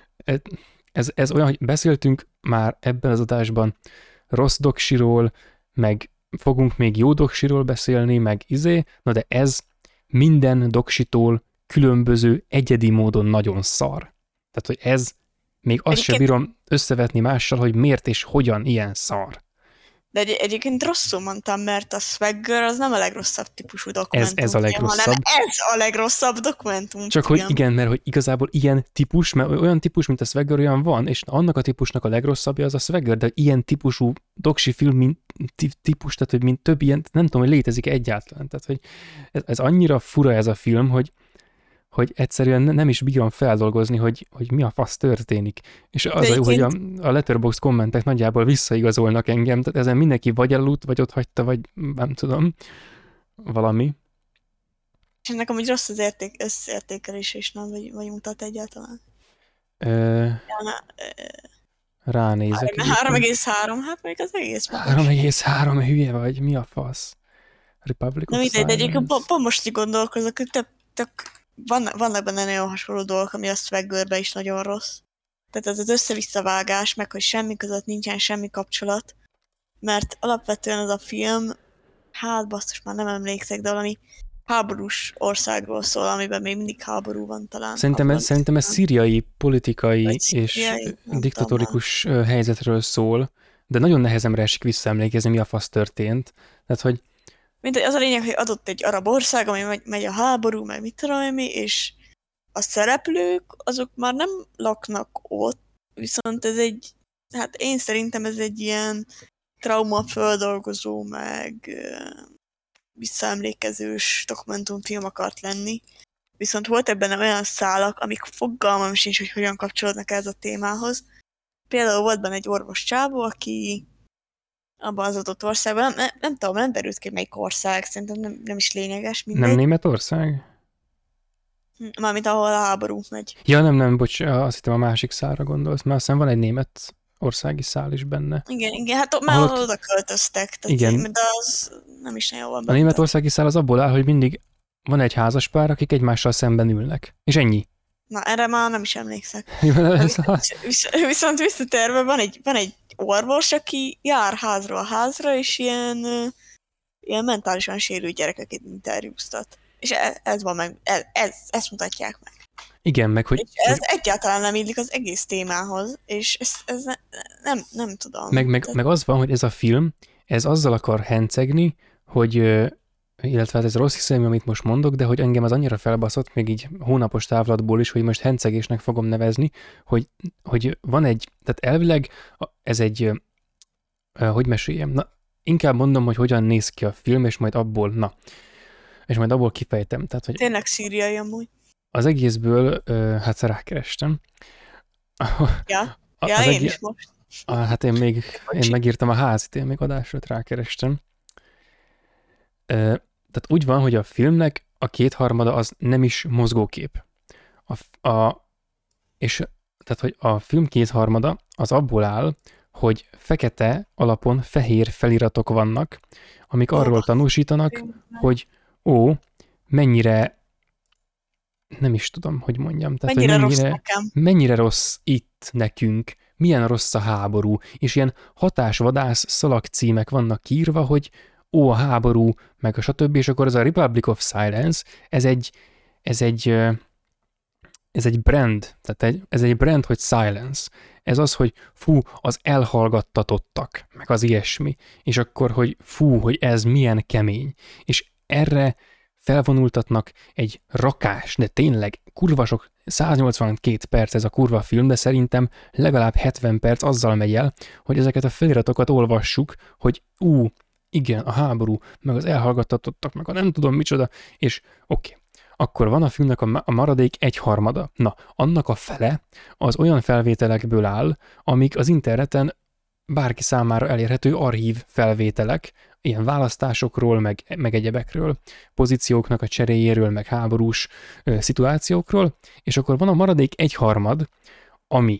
Ez olyan, hogy beszéltünk már ebben az adásban rossz doksiról, meg fogunk még jó doksiról beszélni, meg na de ez minden doksitól különböző egyedi módon nagyon szar. Tehát, hogy ez még azt sem bírom összevetni mással, hogy miért és hogyan ilyen szar. De egyébként rosszul mondtam, mert a Swagger az nem a legrosszabb típusú dokumentum. Ez a legrosszabb. Hanem ez a legrosszabb dokumentum. Csak hogy igen, mert hogy igazából ilyen típus, mert olyan típus, mint a Swagger olyan van, és annak a típusnak a legrosszabbja az a Swagger, de ilyen típusú doksi film, mint típus, tehát hogy mint több ilyen, nem tudom, hogy létezik egyáltalán. Tehát, hogy ez annyira fura ez a film, hogy egyszerűen nem is bírom feldolgozni, hogy mi a fasz történik. És az a jó, hogy a Letterboxd kommentek nagyjából visszaigazolnak engem, tehát ezen mindenki vagy elaludt, vagy ott hagyta, vagy nem tudom, valami. És ennek amúgy rossz az összértékelés is, nem? Vagy mutat egyáltalán? Ránézek. 3,3, hát még az egész magas. 3,3, hülye vagy, mi a fasz? Republic of Silence. De egyébként pont most így gondolkozok, hogy tök vannak benne nagyon hasonló dolgok, ami a Swaggerben is nagyon rossz. Tehát ez az össze-visszavágás, meg hogy semmi között nincsen semmi kapcsolat. Mert alapvetően ez a film, hát basszus, már nem emlékszek, de valami háborús országról szól, amiben még mindig háború van talán. Szerintem ez szíriai, politikai Vagy és szíriai, nem diktatórikus helyzetről szól, de nagyon nehezemre esik visszaemlékezni, mi a fasz történt. Tehát, hogy Mindegy, az a lényeg, hogy adott egy arab ország, ami megy a háború, meg mit tudom én mi, és a szereplők, azok már nem laknak ott, viszont ez egy, hát én szerintem ez egy ilyen traumaföldolgozó, meg visszaemlékezős dokumentumfilm akart lenni. Viszont volt ebben olyan szálak, amik fogalmam sincs, hogy hogyan kapcsolódnak ez a témához. Például volt benne egy orvos csávó, aki abban az adott országban, nem tudom, nem derült ki, melyik ország, szerintem nem is lényeges, mindegy. nem Németország? Mármint ahol a háború megy. Ja, nem, bocs, azt hittem a másik szálra gondolsz, mert aztán van egy német országi szál is benne. Igen, hát már Ahol ott- oda költöztek, tehát Igen. de az nem is nagyon van A benne. németországi szál az abból áll, hogy mindig van egy házaspár, akik egymással szemben ülnek. És ennyi. Na, erre már nem is emlékszek. Viszont visszatérve van egy orvos, aki jár házról házra, és ilyen mentálisan sérült gyerekeket interjúztat. És ez van meg, ezt mutatják meg. Igen, meg hogy... És ez egyáltalán nem illik az egész témához, és ez nem tudom. Meg az van, hogy ez a film, ez azzal akar hencegni, hogy, illetve hát ez rossz hiszemű, amit most mondok, de hogy engem az annyira felbaszott, még így hónapos távlatból is, hogy most hencegésnek fogom nevezni, hogy van egy, tehát elvileg ez egy, hogy meséljem, na, inkább mondom, hogy hogyan néz ki a film, és majd abból kifejtem. Tehát, hogy Tényleg szíriai amúgy. az egészből, hát rákerestem. Ja, Az én is most. Hát én megírtam a házit, én még adásra kerestem. Tehát úgy van, hogy a filmnek a kétharmada az nem is mozgókép. És tehát, hogy a film kétharmada az abból áll, hogy fekete alapon fehér feliratok vannak, amik arról tanúsítanak, hogy mennyire nem is tudom, hogy mondjam. Tehát, mennyire rossz nekem. Mennyire rossz itt nekünk, milyen rossz a háború, és ilyen hatásvadász szalagcímek vannak kiírva, hogy a háború, meg a stb. És akkor ez a Republic of Silence, ez egy brand, tehát ez egy brand, hogy silence. Ez az, hogy az elhallgattatottak, meg az ilyesmi. És akkor, hogy hogy ez milyen kemény. És erre felvonultatnak egy rakás, de tényleg kurva sok, 182 perc ez a kurva film, de szerintem legalább 70 perc azzal megy el, hogy ezeket a feliratokat olvassuk, hogy igen, a háború, meg az elhallgattatottak, meg a nem tudom micsoda, és oké. Akkor van a filmnek a maradék egyharmada. Na, annak a fele az olyan felvételekből áll, amik az interneten bárki számára elérhető archív felvételek, ilyen választásokról, meg egyebekről, pozícióknak a cseréjéről, meg háborús szituációkról, és akkor van a maradék egyharmad, ami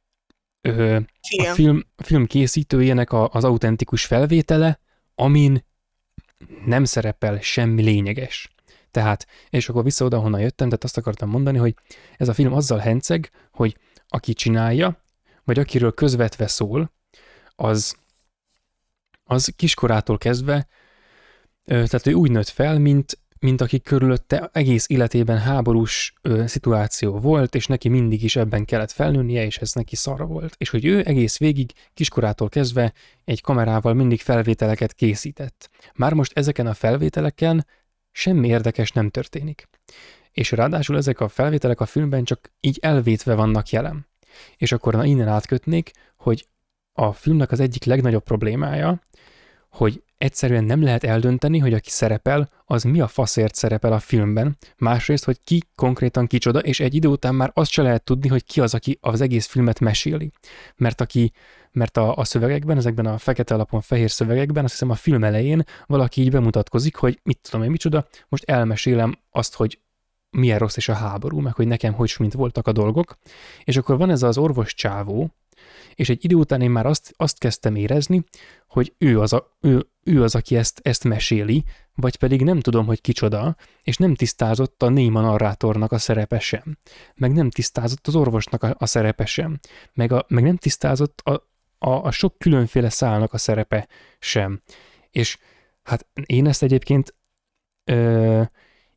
a film készítőjének az autentikus felvétele, amin nem szerepel semmi lényeges. Tehát, és akkor vissza oda, honnan jöttem, tehát azt akartam mondani, hogy ez a film azzal henceg, hogy aki csinálja, vagy akiről közvetve szól, az kiskorától kezdve, tehát ő úgy nőtt fel, mint aki körülötte egész életében háborús szituáció volt, és neki mindig is ebben kellett felnőnie, és ez neki szar volt. És hogy ő egész végig, kiskorától kezdve egy kamerával mindig felvételeket készített. Már most ezeken a felvételeken semmi érdekes nem történik. És ráadásul ezek a felvételek a filmben csak így elvétve vannak jelen. És akkor innen átkötnék, hogy a filmnek az egyik legnagyobb problémája, hogy egyszerűen nem lehet eldönteni, hogy aki szerepel, az mi a faszért szerepel a filmben. Másrészt, hogy ki konkrétan kicsoda, és egy idő után már azt se lehet tudni, hogy ki az, aki az egész filmet meséli. Mert a szövegekben, ezekben a fekete alapon fehér szövegekben, azt hiszem a film elején valaki így bemutatkozik, hogy mit tudom én micsoda, most elmesélem azt, hogy milyen rossz is a háború, meg hogy nekem hogy mint voltak a dolgok. És akkor van ez az orvos csávó, és egy idő után én már azt kezdtem érezni, hogy ő az, aki ezt meséli, vagy pedig nem tudom, hogy kicsoda, és nem tisztázott a néma narrátornak a szerepe sem, meg nem tisztázott az orvosnak a szerepe sem, meg nem tisztázott a sok különféle szálnak a szerepe sem. És hát én ezt egyébként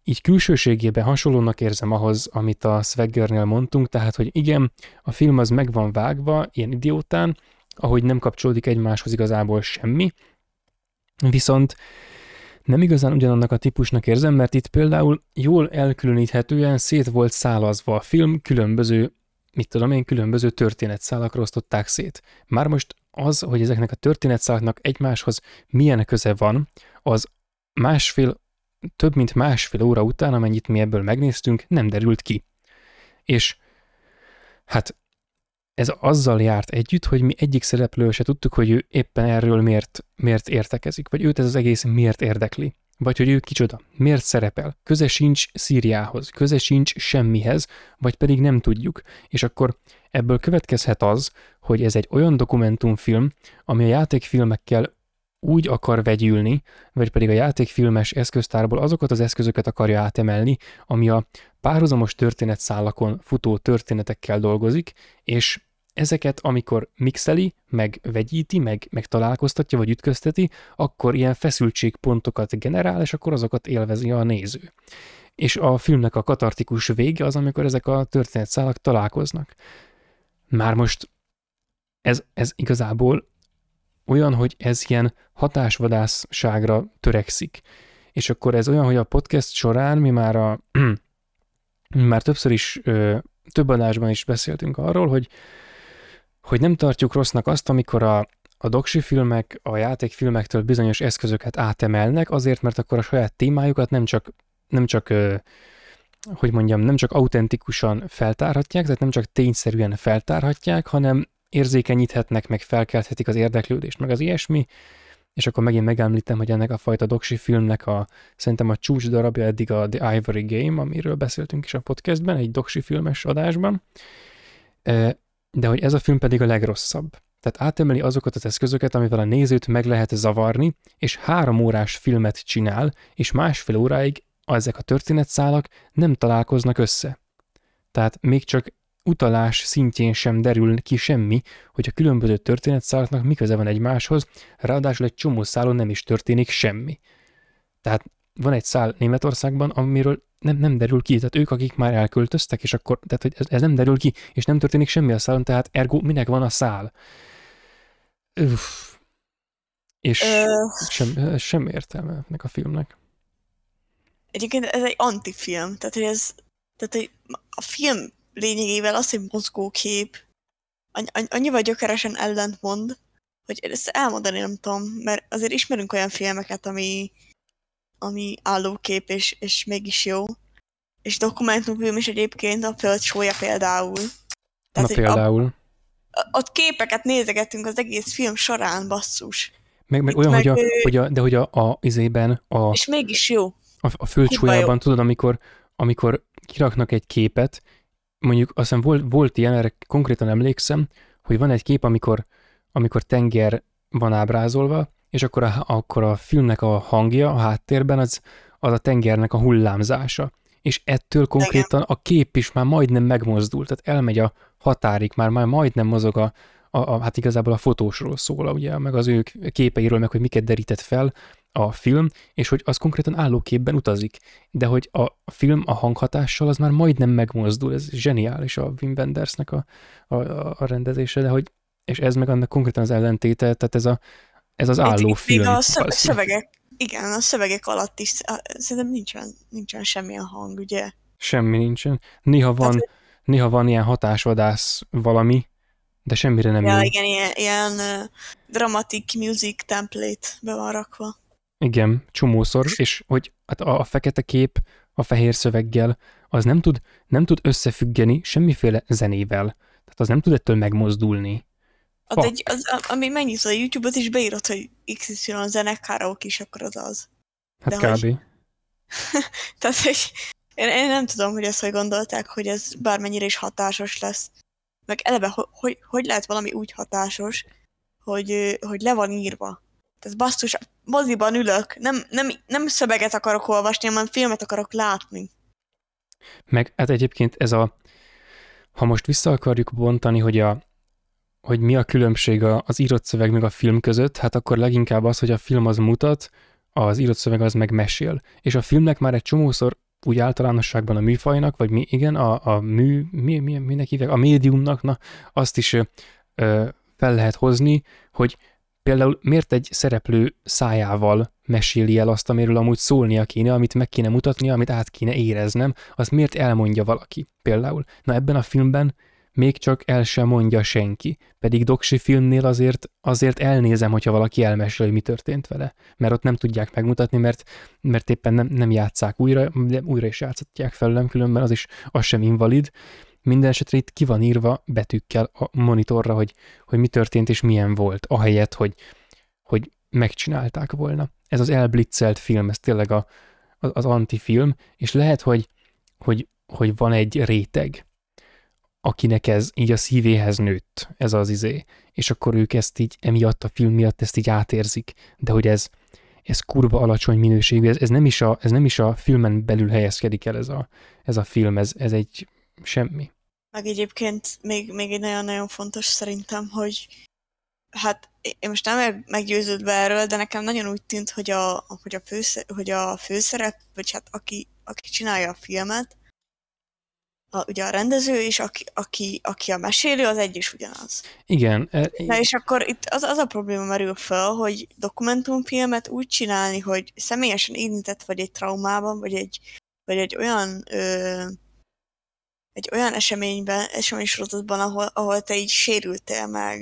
így külsőségében hasonlónak érzem ahhoz, amit a Swaggernél mondtunk, tehát, hogy igen, a film az meg van vágva, ilyen idiótán, ahogy nem kapcsolódik egymáshoz igazából semmi, viszont nem igazán ugyanannak a típusnak érzem, mert itt például jól elkülöníthetően szét volt szálazva a film, különböző, különböző történetszálakra osztották szét. Már most az, hogy ezeknek a történetszálaknak egymáshoz milyen köze van, az több mint másfél óra után, amennyit mi ebből megnéztünk, nem derült ki. És hát ez azzal járt együtt, hogy mi egyik szereplőről se tudtuk, hogy ő éppen erről miért értekezik, vagy őt ez az egész miért érdekli, vagy hogy ő kicsoda, miért szerepel, köze sincs Szíriához, köze sincs semmihez, vagy pedig nem tudjuk. És akkor ebből következhet az, hogy ez egy olyan dokumentumfilm, ami a játékfilmekkel úgy akar vegyülni, vagy pedig a játékfilmes eszköztárból azokat az eszközöket akarja átemelni, ami a párhuzamos történetszálakon futó történetekkel dolgozik, és ezeket, amikor mixeli, meg vegyíti, meg találkoztatja, vagy ütközteti, akkor ilyen feszültségpontokat generál, és akkor azokat élvezi a néző. És a filmnek a katartikus vége az, amikor ezek a történetszálak találkoznak. Már most ez igazából olyan, hogy ez ilyen hatásvadászságra törekszik. És akkor ez olyan, hogy a podcast során mi már többször is, több adásban is beszéltünk arról, hogy nem tartjuk rossznak azt, amikor a doksi filmek a játékfilmektől bizonyos eszközöket átemelnek, azért, mert akkor a saját témájukat nem csak autentikusan feltárhatják, tehát nem csak tényszerűen feltárhatják, hanem érzékenyíthetnek, meg felkelthetik az érdeklődést, meg az ilyesmi, és akkor megint megemlítem, hogy ennek a fajta doksi filmnek szerintem a csúcs darabja eddig a The Ivory Game, amiről beszéltünk is a podcastben, egy doksi filmes adásban, de hogy ez a film pedig a legrosszabb. Tehát átemeli azokat az eszközöket, amivel a nézőt meg lehet zavarni, és 3 órás filmet csinál, és másfél óráig ezek a történetszálak nem találkoznak össze. Tehát még csak utalás szintjén sem derül ki semmi, hogy a különböző történetszálaknak mi köze van egymáshoz, ráadásul egy csomó szálon nem is történik semmi. Tehát van egy szál Németországban, amiről nem derül ki, tehát ők, akik már elköltöztek, és akkor, tehát hogy ez nem derül ki, és nem történik semmi a szálon, tehát ergo minek van a szál? És sem értelme ennek a filmnek. Egyébként ez egy antifilm, tehát hogy a film lényegével az, hogy mozgókép, annyival gyökeresen ellentmond, hogy ezt elmondani nem tudom, mert azért ismerünk olyan filmeket, ami állókép és mégis jó. És dokumentumfilm is egyébként, a Föld sója például. Tehát, például. Ott képeket nézegetünk az egész film során, basszus. Meg olyan, hogy a izében és mégis jó. A Földsólyában, tudod, amikor kiraknak egy képet, mondjuk azt hiszem volt ilyen, erre konkrétan emlékszem, hogy van egy kép, amikor tenger van ábrázolva, és akkor a filmnek a hangja a háttérben az a tengernek a hullámzása. És ettől konkrétan a kép is már majdnem megmozdul, tehát elmegy a határig, már majdnem mozog hát igazából a fotósról szól, ugye, meg az ő képeiről, meg hogy miket derített fel a film, és hogy az konkrétan állóképben utazik. De hogy a film a hanghatással az már majdnem megmozdul, ez zseniális a Wim Wendersnek a rendezése, de hogy, és ez meg annak konkrétan az ellentéte, tehát ez az álló film. A szövegek alatt is szerintem nincsen semmilyen hang, ugye? Semmi nincsen. Néha van ilyen hatásvadász valami, de semmire nem jó. Ja, igen, ilyen dramatic music template be van rakva. Igen, csomószor, és hogy hát a fekete kép a fehér szöveggel, az nem tud összefüggeni semmiféle zenével. Tehát az nem tud ettől megmozdulni. Ami megnyitod a YouTube-ot, és beírod, hogy XY zene karaoke is, akkor az. Hát de kb. Tehát, hogy én nem tudom, hogy ezt hogy gondolták, hogy ez bármennyire is hatásos lesz. Meg eleve, hogy lehet valami úgy hatásos, hogy le van írva. Tehát basszus, moziban ülök, nem szöveget akarok olvasni, hanem filmet akarok látni. Meg hát egyébként ha most vissza akarjuk bontani, hogy mi a különbség az írott szöveg meg a film között, hát akkor leginkább az, hogy a film az mutat, az írott szöveg az meg mesél. És a filmnek már egy csomószor úgy általánosságban a műfajnak, vagy igen, minek hívják, a médiumnak, na, azt is fel lehet hozni, hogy például miért egy szereplő szájával meséli el azt, amiről amúgy szólnia kéne, amit meg kéne mutatnia, amit át kéne éreznem, azt miért elmondja valaki például. Na ebben a filmben még csak el sem mondja senki. Pedig doksi filmnél azért elnézem, hogyha valaki elmesél, hogy mi történt vele. Mert ott nem tudják megmutatni, mert éppen nem játsszák újra, de újra is játszatják felőlem, különben az sem invalid. Minden esetre itt ki van írva betűkkel a monitorra, hogy mi történt és milyen volt, ahelyett, hogy megcsinálták volna. Ez az elblitzelt film, ez tényleg az antifilm, és lehet, hogy van egy réteg, akinek ez így a szívéhez nőtt, ez az és akkor ők ezt így emiatt a film miatt ezt így átérzik, de hogy ez kurva alacsony minőségű, ez nem is a filmen belül helyezkedik el ez a film, ez egy semmi. Meg egyébként még egy nagyon-nagyon fontos szerintem, hogy hát én most nem vagyok meggyőződve erről, de nekem nagyon úgy tűnt, hogy a főszerep, vagy hát aki csinálja a filmet, ugye a rendező és aki a mesélő, az egy is ugyanaz. Igen. Na és akkor itt az a probléma merül fel, hogy dokumentumfilmet úgy csinálni, hogy személyesen érintett vagy egy traumában, vagy egy olyan eseménysorozatban, ahol te így sérültél meg,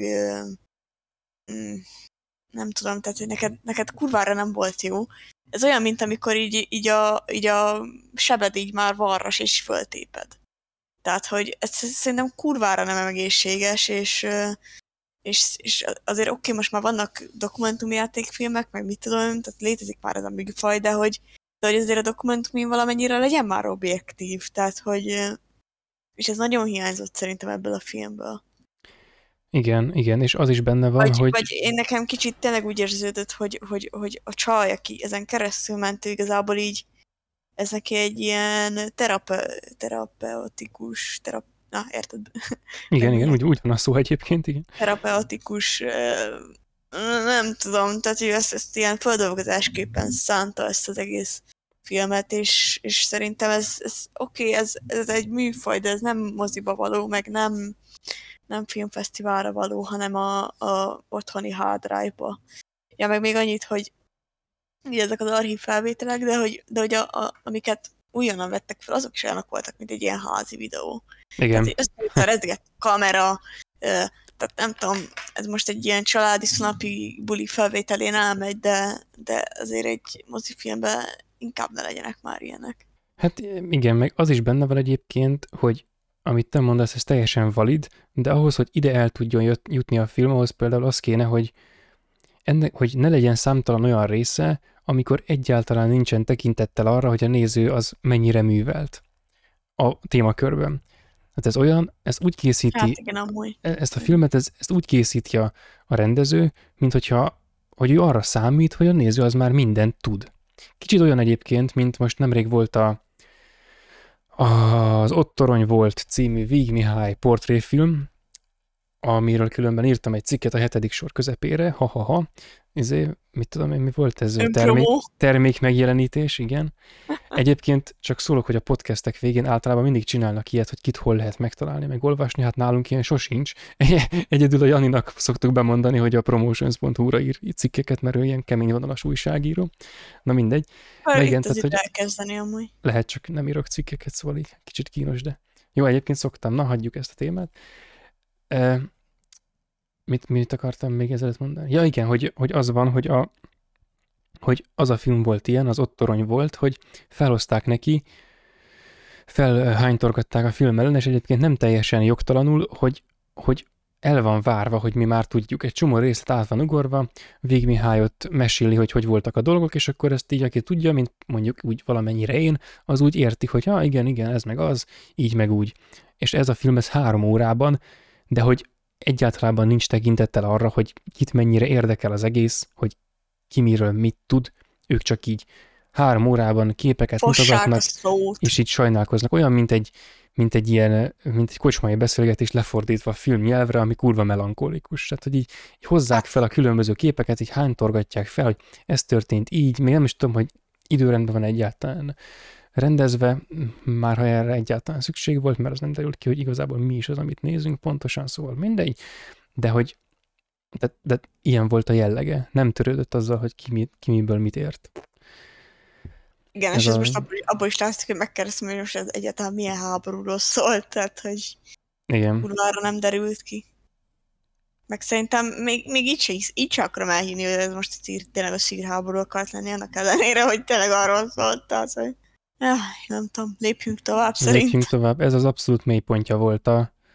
nem tudom, tehát hogy neked kurvára nem volt jó. Ez olyan, mint amikor így a sebed így már varras és föltéped. Tehát, hogy ez szerintem kurvára nem egészséges, és azért oké, most már vannak dokumentumjátékfilmek, meg mit tudom, tehát létezik már ez a műfaj, de hogy azért a dokumentum valamennyire legyen már objektív, tehát, hogy és ez nagyon hiányzott szerintem ebből a filmből. Igen, és az is benne van, hogy... Vagy én nekem kicsit tényleg úgy érződött, hogy a csaj, aki ezen keresztül ment, igazából így ez neki egy ilyen terapeutikus, na, érted? Igen, úgy van a szó egyébként, igen. Terapeutikus, nem tudom, tehát ő ezt ilyen földolgozásképpen szánta ezt az egész filmet, és szerintem ez oké, ez egy műfaj, de ez nem moziba való, meg nem filmfesztiválra való, hanem a otthoni hard drive-ba. Ja, meg még annyit, hogy ezek az archív felvételek, de hogy amiket újonnan vettek fel, azok is olyanok voltak, mint egy ilyen házi videó. Igen. Tehát össze rezgett kamera, tehát nem tudom, ez most egy ilyen családi szünapi buli felvételén elmegy, de azért egy mozifilmben inkább ne legyenek már ilyenek. Hát igen, meg az is benne van egyébként, hogy amit te mondasz, ez teljesen valid, de ahhoz, hogy ide el tudjon jutni a film, ahhoz például az kéne, hogy ne legyen számtalan olyan része, amikor egyáltalán nincsen tekintettel arra, hogy a néző az mennyire művelt a témakörben. Hát ez olyan, ez úgy készíti, hát igen, amúgy. Ezt a filmet, ezt úgy készíti a rendező, mint hogy ő arra számít, hogy a néző az már mindent tud. Kicsit olyan egyébként, mint most nemrég volt az Ott torony volt című Víg Mihály portréfilm, amiről különben írtam egy cikket a 7. sor közepére, mit tudom én, mi volt ez? Termék megjelenítés, igen. Egyébként csak szólok, hogy a podcastek végén általában mindig csinálnak ilyet, hogy kit hol lehet megtalálni, meg olvasni, hát nálunk ilyen sosincs. Egyedül a Janinak szoktuk bemondani, hogy a promotions.hu-ra ír cikkeket, mert ő ilyen kemény vonalas újságíró. Na mindegy. Igen, tehát, hogy elkezdeni amúgy. Lehet, csak nem írok cikkeket, szóval így kicsit kínos, de jó, egyébként szoktam, na hagyjuk ezt a témát. Mit akartam még ezelőtt mondani? Ja igen, hogy az van, hogy az a film volt ilyen, az Ott torony volt, hogy felhozták neki, felhánytorgatták a film ellen, és egyébként nem teljesen jogtalanul, hogy el van várva, hogy mi már tudjuk. Egy csomó részlet át van ugorva, Víg Mihály ott meséli, hogy voltak a dolgok, és akkor ezt így, aki tudja, mint mondjuk úgy valamennyire én, az úgy érti, hogy igen, ez meg az, így meg úgy. És ez a film, ez 3 órában, de hogy egyáltalán nincs tekintettel arra, hogy kit mennyire érdekel az egész, hogy ki miről mit tud, ők csak így 3 órában képeket mutogatnak, és így sajnálkoznak. Olyan, mint egy kocsmai beszélgetés lefordítva a film nyelvre, ami kurva melankolikus. Tehát, hogy így hozzák fel a különböző képeket, így hánytorgatják fel, hogy ez történt így, még nem is tudom, hogy időrendben van egyáltalán rendezve, már ha erre egyáltalán szükség volt, mert az nem derült ki, hogy igazából mi is az, amit nézünk pontosan, szóval mindegy, de hogy de ilyen volt a jellege. Nem törődött azzal, hogy ki miből mit ért. Igen, és ez most abból is látszik, hogy megkérdeztem, hogy most ez egyáltalán milyen háborúról szólt, tehát hogy igen. kurvára nem derült ki. Meg szerintem még így sem akarom elhinni, hogy ez most tényleg a szírháború akart lenni, annak ellenére, hogy tényleg arról szólt, tehát, hogy nem tudom, lépjünk tovább szerintem. Lépjünk tovább. Ez az abszolút mélypontja volt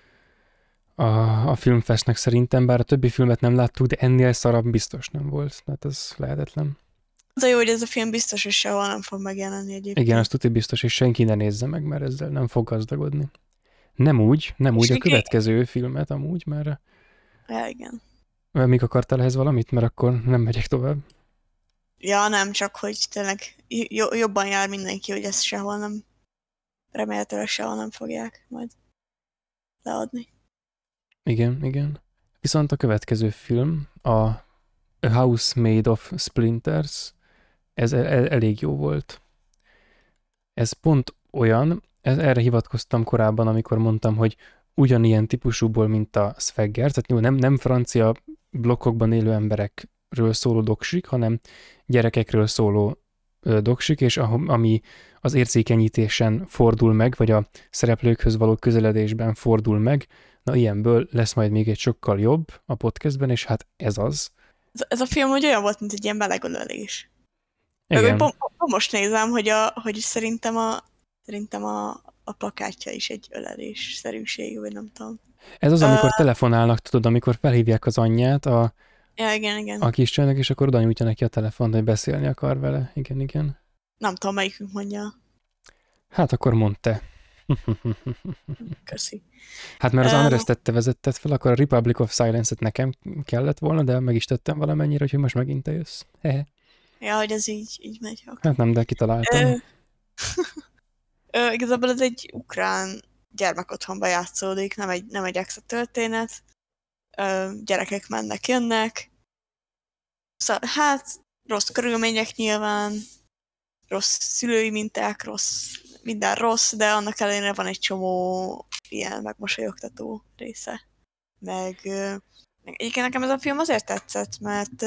a filmfestnek szerintem, bár a többi filmet nem láttuk, de ennél szarabb biztos nem volt. Tehát ez lehetetlen. Az a jó, hogy ez a film biztos, hogy sehol nem fog megjelenni egyébként. Igen, azt tuti biztos, és senki ne nézze meg, mert ezzel nem fog gazdagodni. Nem úgy a következő filmet amúgy, mert... Ja, igen. Még akartál ehhez valamit? Mert akkor nem megyek tovább. Ja, nem, csak hogy tényleg jobban jár mindenki, hogy ezt sehol nem, remélhetőleg sehol nem fogják majd leadni. Igen. Viszont a következő film, A House Made of Splinters, ez elég jó volt. Ez pont olyan, erre hivatkoztam korábban, amikor mondtam, hogy ugyanilyen típusúból, mint a Swagger, tehát jó, nem francia blokkokban élő emberekről szóló doksik, hanem gyerekekről szóló doksik, és ami az érzékenyítésen fordul meg, vagy a szereplőkhöz való közeledésben fordul meg, na ilyenből lesz majd még egy sokkal jobb a podcastben, és hát ez az. Ez a film úgy olyan volt, mint egy ilyen melegölelés. Igen. Most nézem, hogy szerintem a plakátja is egy ölelés-szerűség, vagy nem tudom. Ez az, amikor telefonálnak, tudod, amikor felhívják az anyját ja, igen. a kis csajnak, és akkor oda nyújtja neki a telefont, hogy beszélni akar vele. Igen. Nem tudom, melyikünk mondja. Hát akkor mondd te. Köszi. Hát mert az Unrested te vezetted fel, akkor a Republic of Silence-et nekem kellett volna, de meg is tettem valamennyire, hogy most megint te jössz. Hehe. Ja, hogy ez így megy. Okay. Hát nem, de kitaláltam. Igazából ez egy ukrán gyermekotthonba játszódik, nem egy extra történet. Gyerekek mennek-jönnek. Hát rossz körülmények nyilván, rossz szülői minták, minden rossz, de annak ellenére van egy csomó ilyen megmosolyogtató része. Meg egyébként nekem ez a film azért tetszett, mert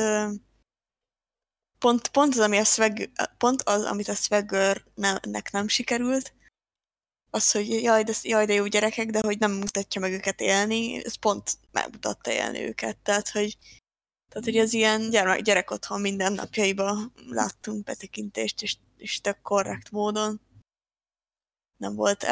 pont az, amit a Swaggernek nem sikerült, az, hogy jaj, de jó gyerekek, de hogy nem mutatja meg őket élni, ez pont megmutatta élni őket. Tehát, hogy az ilyen gyerek otthon mindennapjaiban láttunk betekintést, és tök korrekt módon. Nem volt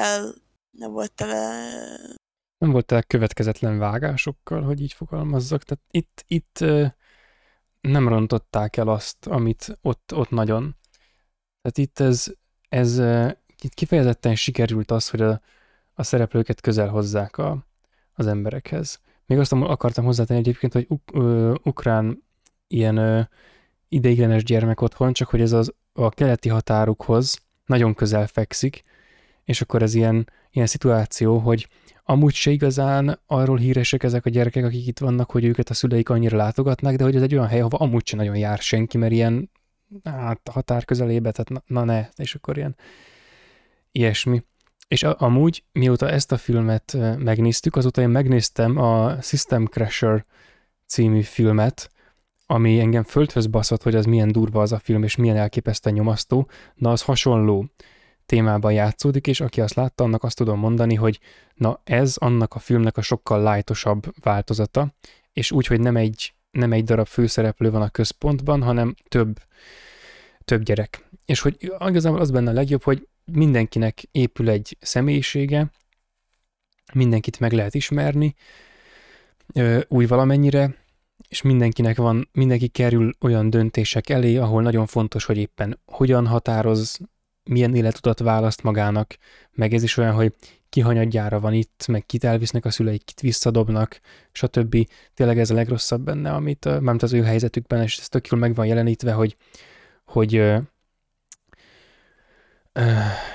következetlen vágásokkal, hogy így fogalmazzak. Tehát itt nem rontották el azt, amit ott nagyon. Tehát itt itt kifejezetten sikerült az, hogy a szereplőket közel hozzák az emberekhez. Még azt akartam hozzátenni egyébként, hogy ukrán ilyen ideiglenes gyermek otthon, csak hogy ez a keleti határukhoz nagyon közel fekszik, és akkor ez ilyen szituáció, hogy amúgy se igazán arról híresek ezek a gyerekek, akik itt vannak, hogy őket a szüleik annyira látogatnak, de hogy ez egy olyan hely, ahova amúgy se nagyon jár senki, mert ilyen a határ közelébe, tehát na ne, és akkor ilyen ilyesmi. És amúgy, mióta ezt a filmet megnéztük, azóta én megnéztem a System Crasher című filmet, ami engem földhöz baszott, hogy az milyen durva az a film, és milyen elképesztően nyomasztó. Na, az hasonló témában játszódik, és aki azt látta, annak azt tudom mondani, hogy na ez annak a filmnek a sokkal lightosabb változata, és úgy, hogy nem egy darab főszereplő van a központban, hanem több gyerek. És hogy igazából az benne a legjobb, hogy mindenkinek épül egy személyisége, mindenkit meg lehet ismerni, úgy valamennyire, és mindenki kerül olyan döntések elé, ahol nagyon fontos, hogy éppen hogyan határoz, milyen életutat választ magának, meg ez is olyan, hogy ki hanyadjára van itt, meg kit elvisznek a szüleik, kit visszadobnak, stb. Tényleg ez a legrosszabb benne, mármint az ő helyzetükben, és ez tök jól meg van jelenítve, hogy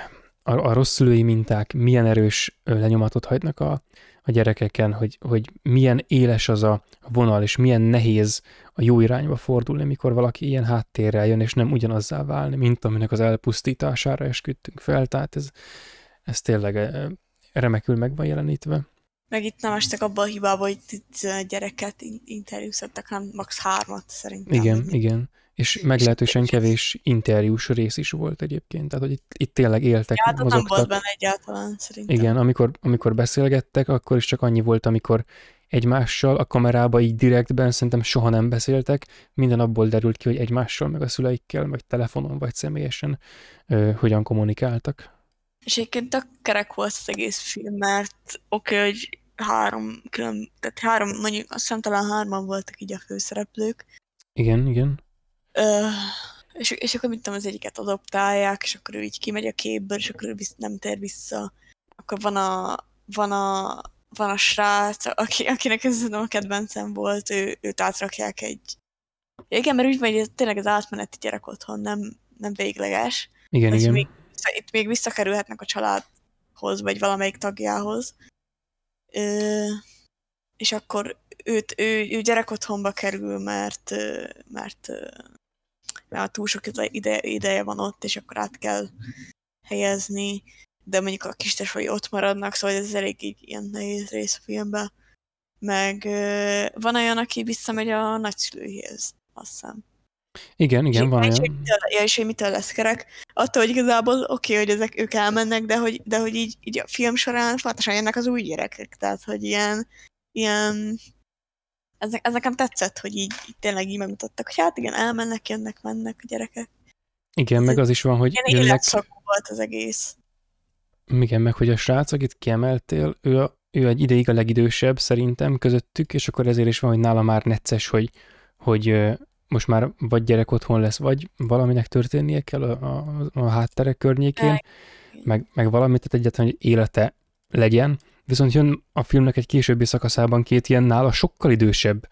a rossz szülői minták milyen erős lenyomatot hagynak a gyerekeken, hogy milyen éles az a vonal, és milyen nehéz a jó irányba fordulni, amikor valaki ilyen háttérrel jön, és nem ugyanazzá válni, mint aminek az elpusztítására esküdtünk fel. Tehát ez tényleg remekül meg van jelenítve. Meg itt nem estek abba a hibába, hogy 15 gyereket interjúztattak, hanem max. 3 szerintem. Igen. És meglehetősen kevés interjús rész is volt egyébként. Tehát, hogy itt tényleg éltek, Ja, hát mozogtak. nem volt benne egyáltalán, szerintem. Igen, amikor beszélgettek, akkor is csak annyi volt, amikor egymással a kamerába így direktben szerintem soha nem beszéltek, minden abból derült ki, hogy egymással, meg a szüleikkel, meg telefonon, vagy személyesen hogyan kommunikáltak. És egyébként tök kerek volt az egész film, mert hogy 3 külön, tehát 3, mondjuk azt hiszem talán 3-an voltak így a főszereplők. Igen. És akkor mit tudom, az egyiket adoptálják, és akkor ő így kimegy a képből, és akkor ő nem tér vissza. Akkor van a srác, akinek ez a kedvencem volt, őt átrakják egy... Ja, igen, mert úgy van, hogy tényleg az átmeneti gyerek otthon, nem végleges. Igen. Itt még visszakerülhetnek a családhoz, vagy valamelyik tagjához. És akkor ő gyerekotthonba kerül, mert túl sok ideje van ott, és akkor át kell helyezni, de mondjuk a kistestvái ott maradnak, szóval ez elég így ilyen nehéz rész a filmben. Meg van olyan, aki visszamegy a nagyszülőjéhez, azt hiszem. Igen, van olyan. És hogy mitől lesz kerek? Attól, hogy igazából oké, hogy ők elmennek, de hogy így a film során fontosan jönnek az új gyerekek, tehát hogy ilyen ez nekem tetszett, hogy így tényleg így megmutattak, hogy hát igen, elmennek, jönnek, mennek a gyerekek. Igen, meg az is van, hogy ilyen életszakú volt az egész. Igen, meg hogy a srác, akit kiemeltél, ő egy ideig a legidősebb szerintem közöttük, és akkor ezért is van, hogy nála már necces, hogy most már vagy gyerek otthon lesz, vagy valaminek történnie kell a hátterek környékén, meg valamit, tehát egyáltalán, hogy élete legyen. Viszont jön a filmnek egy későbbi szakaszában 2 ilyen nála sokkal idősebb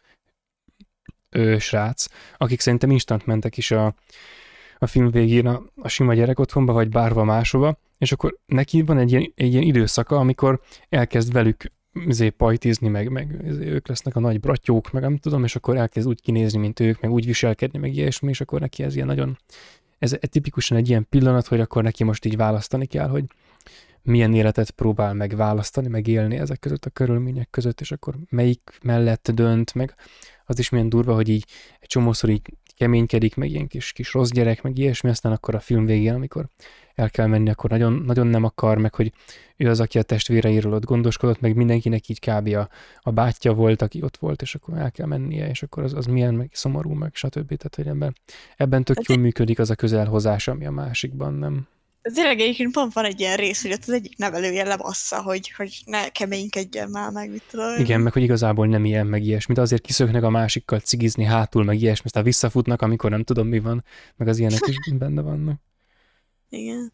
srác, akik szerintem instant mentek is a film végén a sima gyerek otthonba, vagy bárva máshova, és akkor neki van egy ilyen időszaka, amikor elkezd velük pajtizni, meg ők lesznek a nagy bratyók, meg nem tudom, és akkor elkezd úgy kinézni, mint ők, meg úgy viselkedni, meg ilyesmi, és akkor neki ez ilyen nagyon, ez tipikusan egy ilyen pillanat, hogy akkor neki most így választani kell, hogy milyen életet próbál meg választani, meg élni ezek között a körülmények között, és akkor melyik mellett dönt, meg az is milyen durva, hogy így egy csomószor így keménykedik, meg ilyen kis rossz gyerek, meg ilyesmi, aztán akkor a film végén, amikor el kell menni, akkor nagyon, nagyon nem akar, meg hogy ő az, aki a testvéreiről ott gondoskodott, meg mindenkinek így kb. A bátyja volt, aki ott volt, és akkor el kell mennie, és akkor az milyen, meg szomorú, meg stb. Tehát, hogy ebben tök jól működik az a közelhozás, ami a másikban nem. Tényleg egyébként pont van egy ilyen rész, hogy ott az egyik nevelője lebassza, hogy ne keménykedjen már meg, mit tudom. Igen, meg hogy igazából nem ilyen, meg ilyesmi, de azért kiszöknek a másikkal cigizni hátul, meg ilyesmi, aztán visszafutnak, amikor nem tudom mi van, meg az ilyenek is benne vannak. Igen.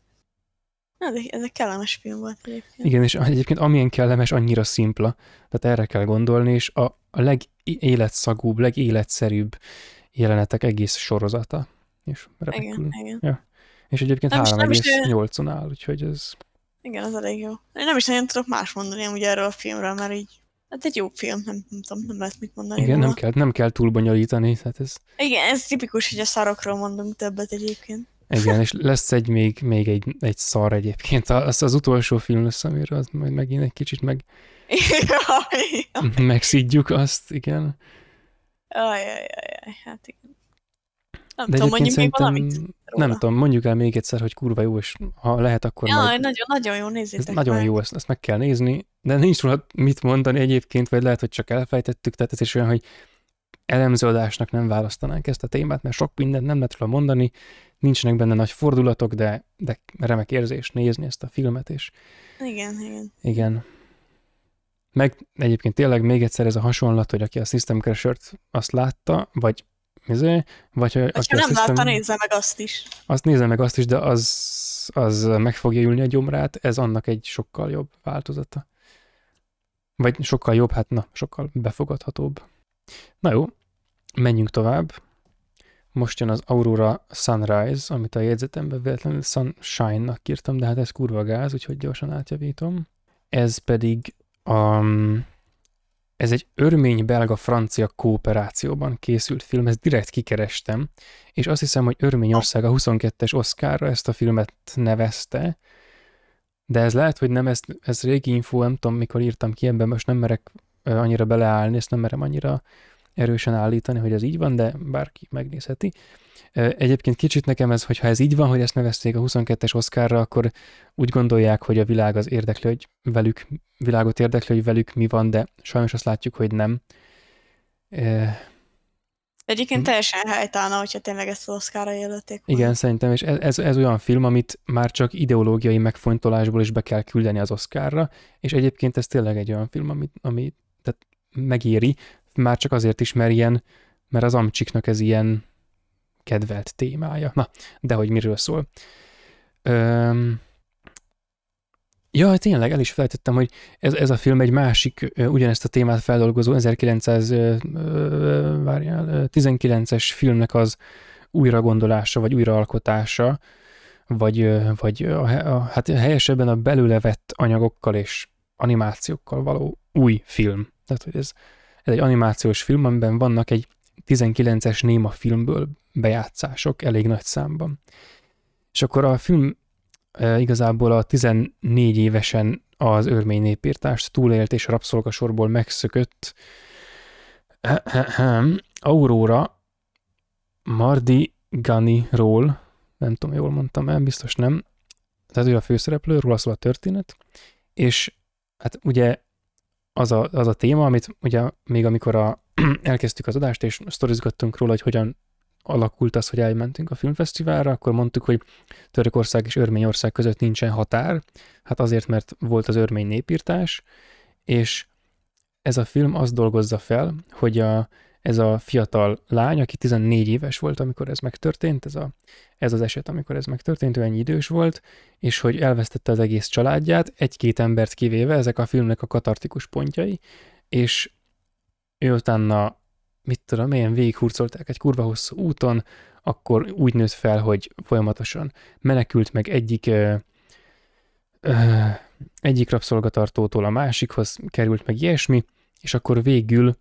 Ez egy kellemes film volt egyébként. Igen, és egyébként amilyen kellemes, annyira szimpla, tehát erre kell gondolni, és a legéletszagúbb, legéletszerűbb jelenetek egész sorozata. És igen. Ja. És egyébként 3,8-on áll, úgyhogy ez... Igen, az elég jó. Én nem is nagyon tudok más mondani amúgy erről a filmről, mert így... Hát egy jó film, nem tudom, nem lehet mit mondani. Igen, nem kell túl bonyolítani, tehát ez... Igen, ez tipikus, hogy a szarokról mondunk többet egyébként. Igen, és lesz még egy szar egyébként. Az utolsó film lesz, amiről az majd megint egy kicsit megszidjuk azt, igen. Ajajajaj, hát igen. Nem de tudom, mondjuk még valamit róla. Nem tudom, mondjuk el még egyszer, hogy kurva jó, és ha lehet, akkor majd... Nagyon jó, nézzétek ez nagyon jó, ezt meg kell nézni, de nincs róla mit mondani egyébként, vagy lehet, hogy csak elfejtettük, tehát ez is olyan, hogy elemzőadásnak nem választanánk ezt a témát, mert sok mindent nem lehet róla mondani, nincsenek benne nagy fordulatok, de remek érzés nézni ezt a filmet, és... Igen. Meg egyébként tényleg még egyszer ez a hasonlat, hogy aki a System Crasher-t azt látta, vagy aki nem látta, nézze meg azt is. Azt nézze meg azt is, de az meg fogja ülni a gyomrát, ez annak egy sokkal jobb változata. Vagy sokkal jobb, sokkal befogadhatóbb. Na jó, menjünk tovább. Most jön az Aurora Sunrise, amit a jegyzetemben véletlenül Sunshine-nak írtam, de hát ez kurva gáz, úgyhogy gyorsan átjavítom. Ez pedig ez egy örmény-belga-francia kooperációban készült film, ezt direkt kikerestem, és azt hiszem, hogy Örményország a 22-es Oscarra ezt a filmet nevezte, de ez lehet, hogy nem, ez régi info, nem tudom, mikor írtam ki, ebben most nem merek annyira beleállni, ezt nem merem annyira erősen állítani, hogy ez így van, de bárki megnézheti. Egyébként kicsit nekem ez, hogyha ez így van, hogy ezt nevezték a 22-es Oscarra, akkor úgy gondolják, hogy a világ az érdekli, hogy világot érdekli, hogy velük mi van, de sajnos azt látjuk, hogy nem. Egyébként teljesen helytállna, hogyha tényleg ezt az Oscarra jelölték volna. Igen, szerintem, és ez olyan film, amit már csak ideológiai megfontolásból is be kell küldeni az Oscarra, és egyébként ez tényleg egy olyan film, ami tehát megéri, már csak azért is, mert az amcsiknak ez ilyen kedvelt témája. Na, de hogy miről szól. Ja, tényleg, el is felejtettem, hogy ez a film egy másik, ugyanezt a témát feldolgozó 1919-es filmnek az újragondolása, vagy újraalkotása, vagy hát helyesebben a belőle vett anyagokkal és animációkkal való új film. Tehát, hogy ez egy animációs film, amiben vannak egy 19-es néma filmből bejátszások elég nagy számban. És akkor a film igazából a 14 évesen az örmény népirtást túlélt és a rabszolgasorból megszökött Aurora Mardiganiról, nem tudom, jól mondtam el, biztos nem, tehát ő a főszereplő, róla szól a történet, és hát ugye az a téma, amit ugye még amikor elkezdtük az adást, és sztorizgattunk róla, hogy hogyan alakult az, hogy elmentünk a filmfesztiválra, akkor mondtuk, hogy Törökország és Örményország között nincsen határ, hát azért, mert volt az örmény népirtás, és ez a film azt dolgozza fel, hogy ez a fiatal lány, aki 14 éves volt, amikor ez megtörtént, ez az eset, amikor ez megtörtént, ő ennyi idős volt, és hogy elvesztette az egész családját, egy-két embert kivéve, ezek a filmnek a katartikus pontjai, és ő utána, mit tudom, ilyen végighurcolták egy kurva hosszú úton, akkor úgy nőtt fel, hogy folyamatosan menekült meg egyik rabszolgatartótól a másikhoz került meg ilyesmi, és akkor végül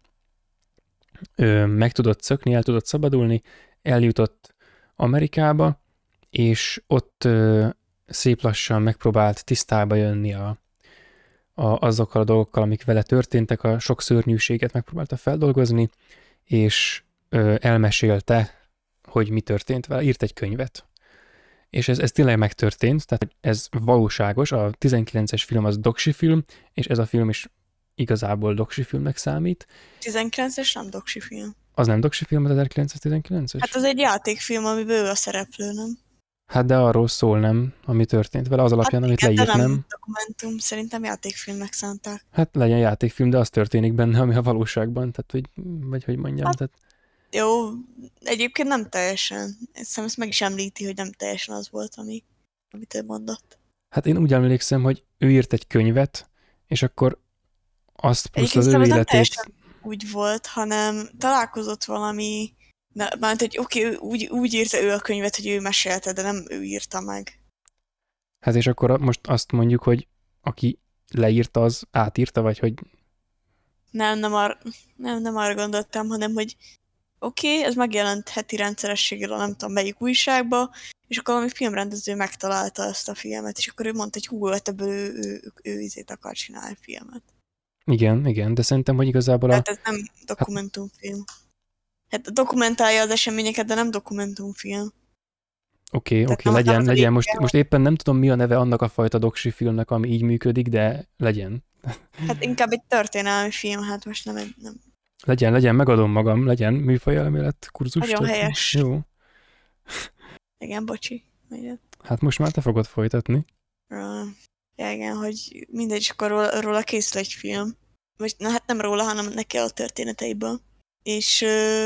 meg tudott szökni, el tudott szabadulni, eljutott Amerikába, és ott szép lassan megpróbált tisztába jönni azokkal a dolgokkal, amik vele történtek, a sok szörnyűséget megpróbálta feldolgozni, és elmesélte, hogy mi történt vele, írt egy könyvet. És ez tényleg megtörtént, tehát ez valóságos, a 19-es film az doksi film, és ez a film is igazából doksi filmnek számít. 19-es nem doksi film. Az nem doksi film, az 1919-es? Hát az egy játékfilm, amiben ő a szereplő, nem? Hát de arról szól, nem, ami történt vele, az alapján, amit igen, leírt, nem? Dokumentum, szerintem játékfilmnek szánták. Hát legyen játékfilm, de az történik benne, ami a valóságban, tehát hogy mondjam. Hát, tehát... Jó, egyébként nem teljesen. Ezt meg is említi, hogy nem teljesen az volt, amit ő mondott. Hát én úgy emlékszem, hogy ő írt egy könyvet, és akkor azt plusz egyébként az ő életét... úgy volt, hanem találkozott valami... Mert hogy oké, úgy írta ő a könyvet, hogy ő mesélte, de nem ő írta meg. Hát és akkor most azt mondjuk, hogy aki leírta, az átírta, vagy hogy... Nem arra gondoltam, hanem hogy oké, ez megjelent heti rendszerességgel a nem tudom melyik újságba, és akkor valami filmrendező megtalálta ezt a filmet, és akkor ő mondta, hogy hú, hát ebből ő izét akar csinálni filmet. Igen, de szerintem, hogy igazából hát ez nem dokumentumfilm. Hát dokumentálja az eseményeket, de nem dokumentumfilm. Oké, legyen. Most éppen nem tudom, mi a neve annak a fajta doksi filmnek, ami így működik, de legyen. Hát inkább egy történelmi film, hát most nem. Legyen, megadom magam, legyen műfajelmélet kurzus. Nagyon helyes. Jó. Igen, bocsi. Hát most már te fogod folytatni. Ja, igen, hogy mindegy, és akkor róla készül egy film. Vagy, hát nem róla, hanem neki a történeteiből. És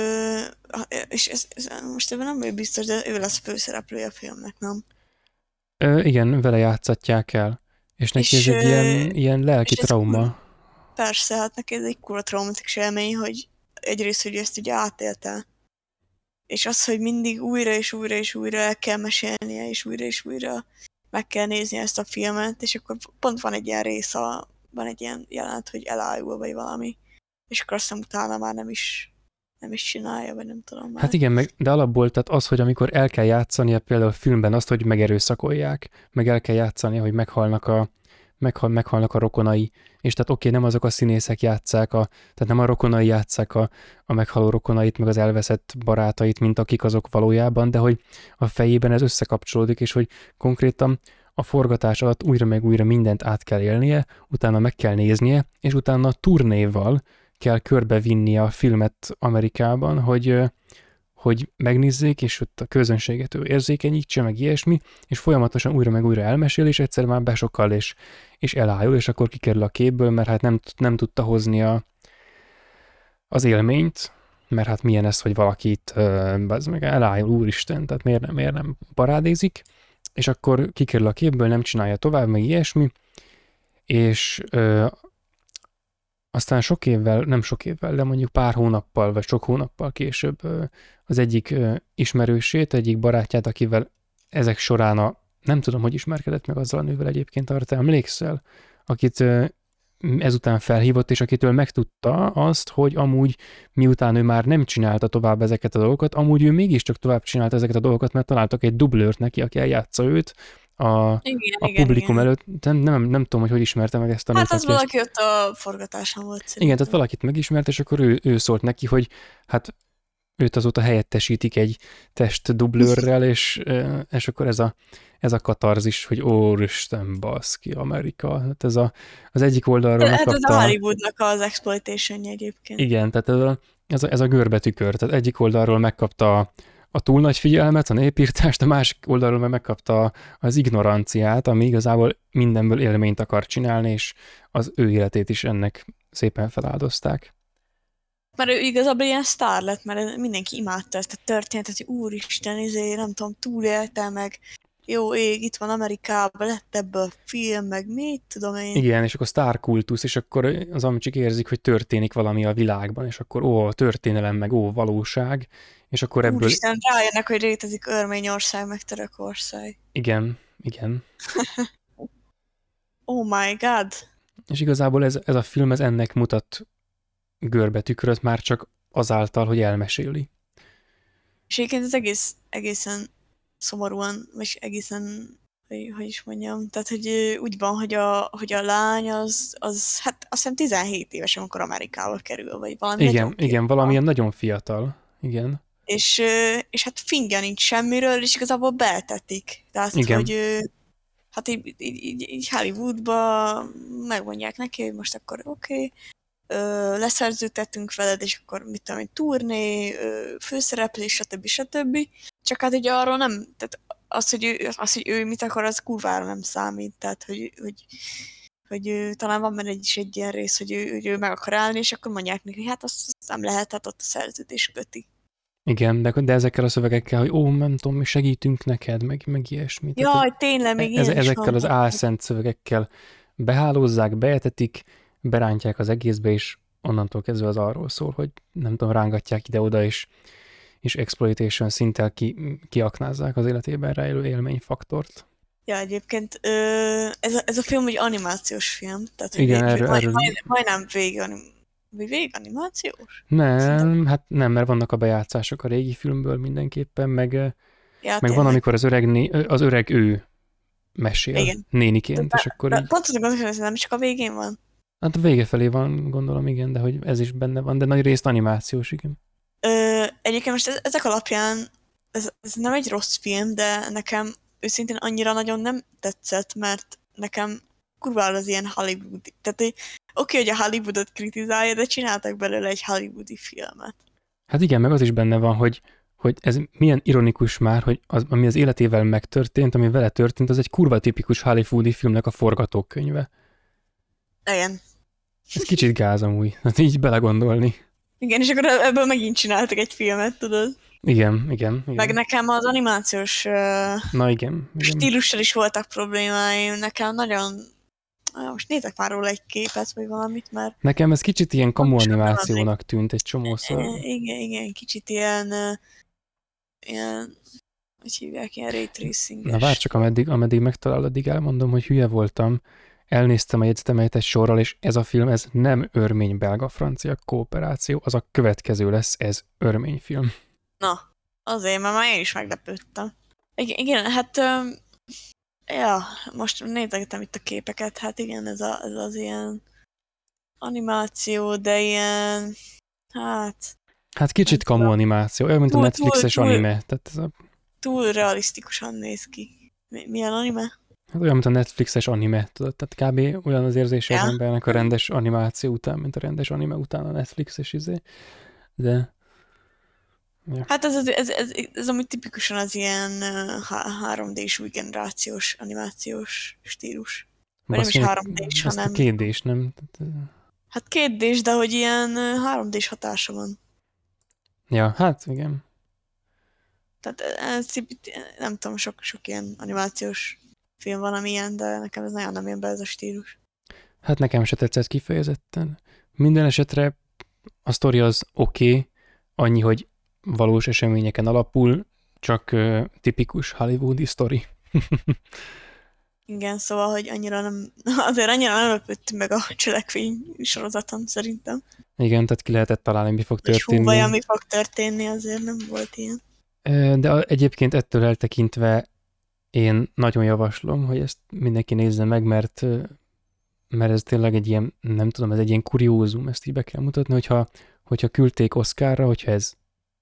ez most ebben nem vagyok biztos, de ő lesz a főszereplője a filmnek, nem? Igen, vele játszatják el. És neki ez egy ilyen lelki trauma. Persze, hát neki ez egy kurva traumatikus élmény, hogy egyrészt, hogy ezt ugye átélte. és az, hogy mindig újra és újra és újra el kell mesélnie, és újra meg kell nézni ezt a filmet, és akkor pont van egy ilyen rész, van egy ilyen jelenet, hogy elájul, vagy valami, és akkor azt hiszem utána már nem is csinálja, vagy nem tudom már. Hát igen, de alapból, tehát az, hogy amikor el kell játszania például a filmben azt, hogy megerőszakolják, meg el kell játszania, hogy meghalnak a rokonai, és tehát oké, nem azok a színészek játsszák, tehát nem a rokonai játsszák a meghaló rokonait, meg az elveszett barátait, mint akik azok valójában, de hogy a fejében ez összekapcsolódik, és hogy konkrétan a forgatás alatt újra meg újra mindent át kell élnie, utána meg kell néznie, és utána a turnéval kell körbevinnie a filmet Amerikában, hogy megnézzék, és ott a közönséget ő érzékenyítse, meg ilyesmi, és folyamatosan újra meg újra elmesél, és egyszer már besokkal, és elájul, és akkor kikerül a képből, mert hát nem tudta hozni az élményt, mert hát milyen ez, hogy valaki itt meg elájul, úristen, tehát miért nem parádézik, és akkor kikerül a képből, nem csinálja tovább, meg ilyesmi, és aztán nem sok évvel, de mondjuk pár hónappal, vagy sok hónappal később az egyik ismerősét, egyik barátját, akivel ezek során nem tudom, hogy ismerkedett meg azzal a nővel egyébként, arra te emlékszel, akit ezután felhívott, és akitől megtudta azt, hogy amúgy miután ő már nem csinálta tovább ezeket a dolgokat, amúgy ő mégiscsak tovább csinálta ezeket a dolgokat, mert találtak egy dublőrt neki, aki eljátsza őt a publikum előtt. Nem tudom, hogy ismerte meg ezt a nőt. Hát az valaki ott a forgatáson volt szerintem. Igen, tehát valakit megismert, és akkor ő szólt neki, hogy hát őt azóta helyettesítik egy testdublőrrel, és akkor ez a katarzis, hogy úristen, baszki, Amerika. Hát az egyik oldalról megkapta... Ez a Hollywoodnak az exploitation egyébként. Igen, tehát ez a görbetükör. Tehát egyik oldalról megkapta a túl nagy figyelmet, a népírtást, a másik oldalról meg megkapta az ignoranciát, ami igazából mindenből élményt akar csinálni, és az ő életét is ennek szépen feláldozták. Mert ő igazából ilyen sztár lett, mert mindenki imádta ezt a történetet, hogy úristen, nem tudom, túlélte meg, jó ég, itt van Amerikában, lett ebből film, meg mit tudom én. Igen, és akkor sztárkultusz, és akkor az amcsik érzik, hogy történik valami a világban, és akkor történelem, meg valóság, és akkor ebből... Úristen, rájönnek, hogy létezik Örményország, meg Törökország. Igen. Oh my god. És igazából ez a film ennek mutat görbetükröt már csak azáltal, hogy elmeséli. És egyébként ez egészen szomorúan, vagy egészen, hogy is mondjam, tehát hogy úgy van, hogy a lány az hát azt hiszem 17 éves, amikor Amerikába kerül, vagy valami. Igen, valamilyen nagyon fiatal, igen. És hát fingja nincs semmiről, és igazából beltetik. Tehát, igen. hogy hát így Hollywoodba megmondják neki, hogy most akkor oké, leszerződtettünk veled, és akkor mit tudom, egy turné, főszereplés, stb. Csak hát ugye arról nem, tehát az, hogy ő mit akar, az kurvára nem számít. Tehát, hogy talán van benne egy ilyen rész, hogy ő meg akar állni, és akkor mondják neki, hogy hát azt nem lehet, hát ott a szerződés köti. Igen, de ezekkel a szövegekkel, hogy nem tudom, mi segítünk neked, meg ilyesmi. Jaj, tényleg, még ilyen ezekkel az álszent szövegekkel behálózzák, beetetik, berántják az egészbe, és onnantól kezdve az arról szól, hogy nem tudom, rángatják ide-oda, és exploitation szinttel kiaknázzák az életében rejlő élményfaktort. Ja, egyébként ez a film egy animációs film, tehát igen, erről... majdnem véganimációs? Nem, hát nem, mert vannak a bejátszások a régi filmből mindenképpen, meg van, amikor az öreg ő mesél igen. néniként, és akkor így... Pont tudom, hogy nem csak a végén van. Hát a vége felé van, gondolom, igen, de hogy ez is benne van, de nagy részt animációs, igen. Egyébként most ezek alapján ez nem egy rossz film, de nekem őszintén annyira nagyon nem tetszett, mert nekem kurvára az ilyen hollywoodi. Tehát oké, hogy a Hollywoodot kritizálja, de csináltak belőle egy hollywoodi filmet. Hát igen, meg az is benne van, hogy ez milyen ironikus már, hogy ami az életével megtörtént, ami vele történt, az egy kurva tipikus hollywoodi filmnek a forgatókönyve. Igen. Ez kicsit gáz amúgy, hát így belegondolni. Igen, és akkor ebből megint csináltak egy filmet, tudod? Igen. Meg nekem az animációs igen. stílussal is voltak problémáim. Nekem nagyon... Most nézek már róla egy képet, vagy valamit, mert... Nekem ez kicsit ilyen kamu animációnak tűnt egy csomószor. Igen, kicsit ilyen ilyen, hogy hívják, ilyen ray tracinges. Na várj csak, ameddig megtalál, addig elmondom, hogy hülye voltam. Elnéztem a jegyzetemet egy sorral, és ez a film, ez nem örmény-belga-francia kooperáció, az a következő lesz, ez örményfilm. Na, azért, mert már én is meglepődtem. Igen, hát ja, most nézegetem itt a képeket, hát igen, ez az ilyen animáció, de ilyen, Hát kicsit kamu animáció, olyan, mint a Netflixes anime. Tehát ez túl realisztikusan néz ki. Milyen anime? hát olyan, mint a Netflixes anime, tudod? Tehát kb. Olyan az érzése az embernek a rendes animáció után, mint a rendes anime után a Netflixes de... Ja. Hát ez amúgy tipikusan az ilyen 3D-s új generációs animációs stílus. Vagy nem is 3D-s, hanem... Ezt a 2D-s, nem? Hát 2D-s, de hogy ilyen 3D-s hatása van. Ja, hát igen. Tehát nem tudom, sok ilyen animációs film van, ami ilyen, de nekem ez nagyon nem jön be ez a stílus. Hát nekem se tetszett kifejezetten. Minden esetre a sztori az oké, annyi, hogy valós eseményeken alapul, csak tipikus hollywoodi sztori. Igen, szóval, hogy azért annyira nem lepődtünk meg a cselekvény sorozaton, szerintem. Igen, tehát ki lehetett találni, mi fog történni. És hú, mi fog történni, azért nem volt ilyen. De egyébként ettől eltekintve én nagyon javaslom, hogy ezt mindenki nézze meg, mert ez tényleg egy ilyen, nem tudom, ez egy ilyen kuriózum, ezt így be kell mutatni, hogyha küldték Oscarra, hogyha ez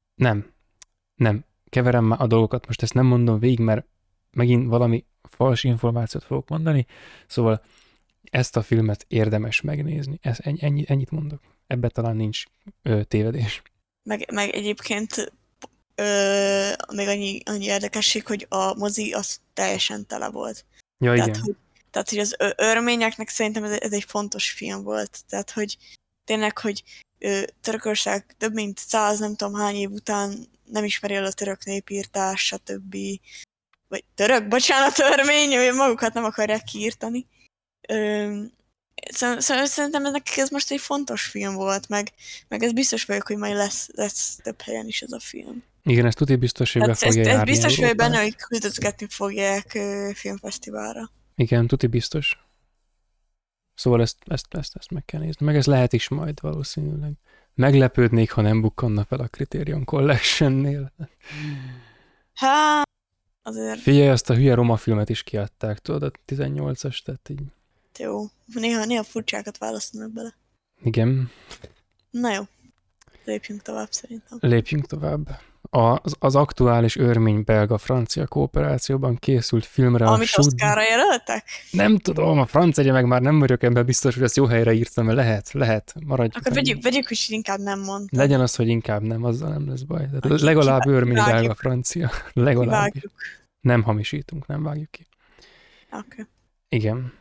nem, keverem már a dolgokat, most ezt nem mondom végig, mert megint valami fals információt fogok mondani, szóval ezt a filmet érdemes megnézni, ennyit mondok. Ebben talán nincs tévedés. Meg egyébként még annyi érdekesség, hogy a mozi az teljesen tele volt. Ja, igen. Tehát, hogy az örményeknek szerintem ez egy fontos film volt. Tehát, hogy tényleg, hogy Törökország több mint 100 nem tudom hány év után nem ismeri el a török népírtás, stb. Vagy örmény, magukat nem akarják kiírtani. Szerintem ez most egy fontos film volt, meg ez biztos vagyok, hogy majd lesz több helyen is ez a film. Igen, ez tuti biztos, hogy be fogja járni. Ez biztos vagyok benne, hogy küldözgetni fogják filmfesztiválra. Igen, tuti biztos. Szóval ezt meg kell nézni. Meg ez lehet is majd valószínűleg. Meglepődnék, ha nem bukkanna fel a Criterion Collection-nél. Hát, azért... Figyelj, azt a hülye roma filmet is kiadták, tudod, a 18-as, tehát így... Jó, néha furcsákat választanak bele. Igen. Na jó, lépjünk tovább szerintem. Lépjünk tovább. Az aktuális örmény-belga-francia kooperációban készült filmre amit Oscarra jelöltek? Nem tudom, a francia meg már nem vagyok ebben biztos, hogy ezt jó helyre írtam, mert lehet, maradjunk. Akkor vegyük, hogy inkább nem mondtad. Legyen az, hogy inkább nem, azzal nem lesz baj. Legalább örmény-belga-francia. Legalább. Nem hamisítunk, nem vágjuk ki. Oké. Igen.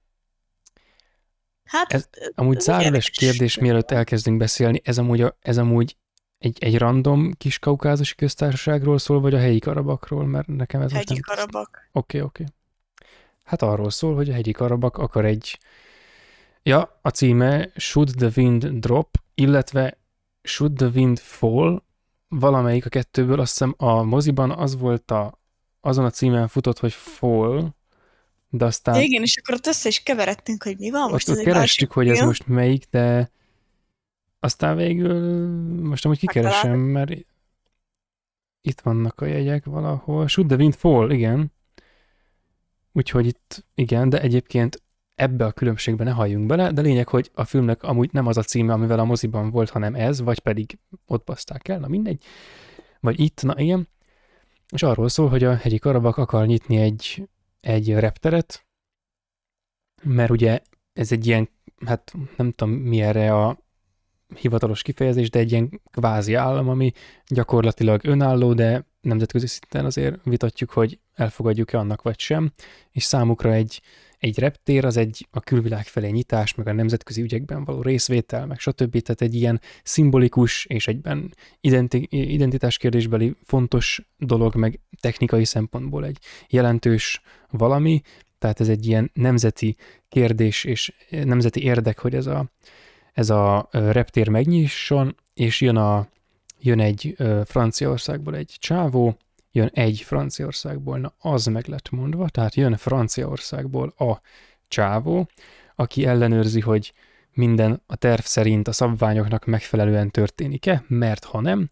Hát, amúgy zárójeles kérdés, mielőtt elkezdünk beszélni, ez amúgy egy random kis kaukázusi köztársaságról szól, vagy a helyi Karabakról, mert nekem ez hegyi Karabak. Oké. Hát arról szól, hogy a hegyi Karabak akar a címe Should the Wind Drop, illetve Should the Wind Fall, valamelyik a kettőből, azt hiszem a moziban az volt azon a címen futott, hogy Fall, de aztán... Igen, és akkor ott össze is keveredtünk, hogy mi van most. Ott kerestük, hogy ez most melyik, de aztán végül most amúgy kikeresem, mert itt vannak a jegyek valahol. Should the Wind Fall, igen. Úgyhogy itt, igen, de egyébként ebbe a különbségbe ne halljunk bele, de lényeg, hogy a filmnek amúgy nem az a címe, amivel a moziban volt, hanem ez, vagy pedig ott baszták el, na mindegy. Vagy itt, na igen. És arról szól, hogy a hegyi Karabak akar nyitni egy repteret, mert ugye ez egy ilyen, hát nem tudom mi erre a hivatalos kifejezés, de egy ilyen kvázi állam, ami gyakorlatilag önálló, de nemzetközi szinten azért vitatjuk, hogy elfogadjuk-e annak vagy sem, és számukra egy reptér, az a külvilág felé nyitás, meg a nemzetközi ügyekben való részvétel, meg stb. Tehát egy ilyen szimbolikus és egyben identitás kérdésbeli fontos dolog, meg technikai szempontból egy jelentős valami, tehát ez egy ilyen nemzeti kérdés és nemzeti érdek, hogy ez a reptér megnyisson, és jön jön egy Franciaországból egy csávó, jön egy Franciaországból, na az meg lett mondva, tehát jön Franciaországból a csávó, aki ellenőrzi, hogy minden a terv szerint a szabványoknak megfelelően történik-e, mert ha nem,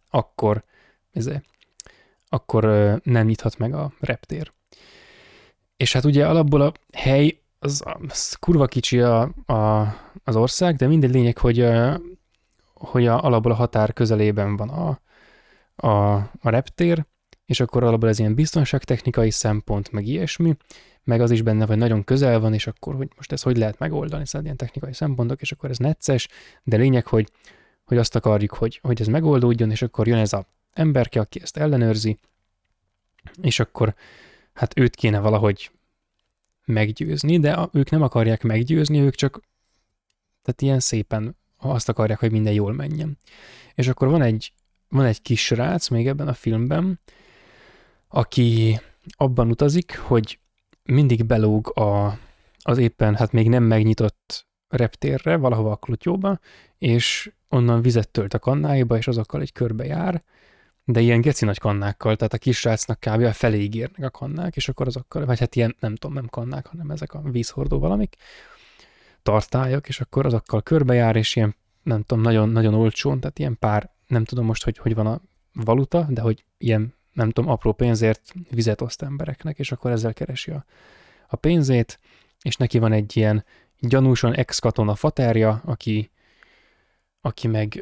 akkor nem nyithat meg a reptér. És hát ugye alapból a hely, az kurva kicsi az ország, de mindegy lényeg, hogy alapból a határ közelében van a reptér, és akkor alapból ez ilyen biztonságtechnikai szempont, meg ilyesmi, meg az is benne, hogy nagyon közel van, és akkor hogy most ezt hogy lehet megoldani, szóval ilyen technikai szempontok, és akkor ez necces, de lényeg, hogy azt akarjuk, hogy ez megoldódjon, és akkor jön ez az emberke, aki ezt ellenőrzi, és akkor hát őt kéne valahogy meggyőzni, de ők nem akarják meggyőzni, ők csak tehát ilyen szépen azt akarják, hogy minden jól menjen. És akkor van egy kis srác még ebben a filmben, aki abban utazik, hogy mindig belóg az éppen hát még nem megnyitott reptérre, valahova a Klotyóba, és onnan vizet tölt a kannáiba, és azokkal egy körbe jár, de ilyen geci nagy kannákkal, tehát a kisrácnak kb. A feléig érnek a kannák, és akkor azokkal, vagy hát ilyen, nem tudom, nem kannák, hanem ezek a vízhordó valamik, tartályok, és akkor azokkal körbejár, és ilyen, nem tudom, nagyon, nagyon olcsón, tehát ilyen pár, nem tudom most, hogy van a valuta, de hogy ilyen, nem tudom, apró pénzért vizet oszt embereknek, és akkor ezzel keresi a pénzét, és neki van egy ilyen gyanúsan ex-katona faterja, aki meg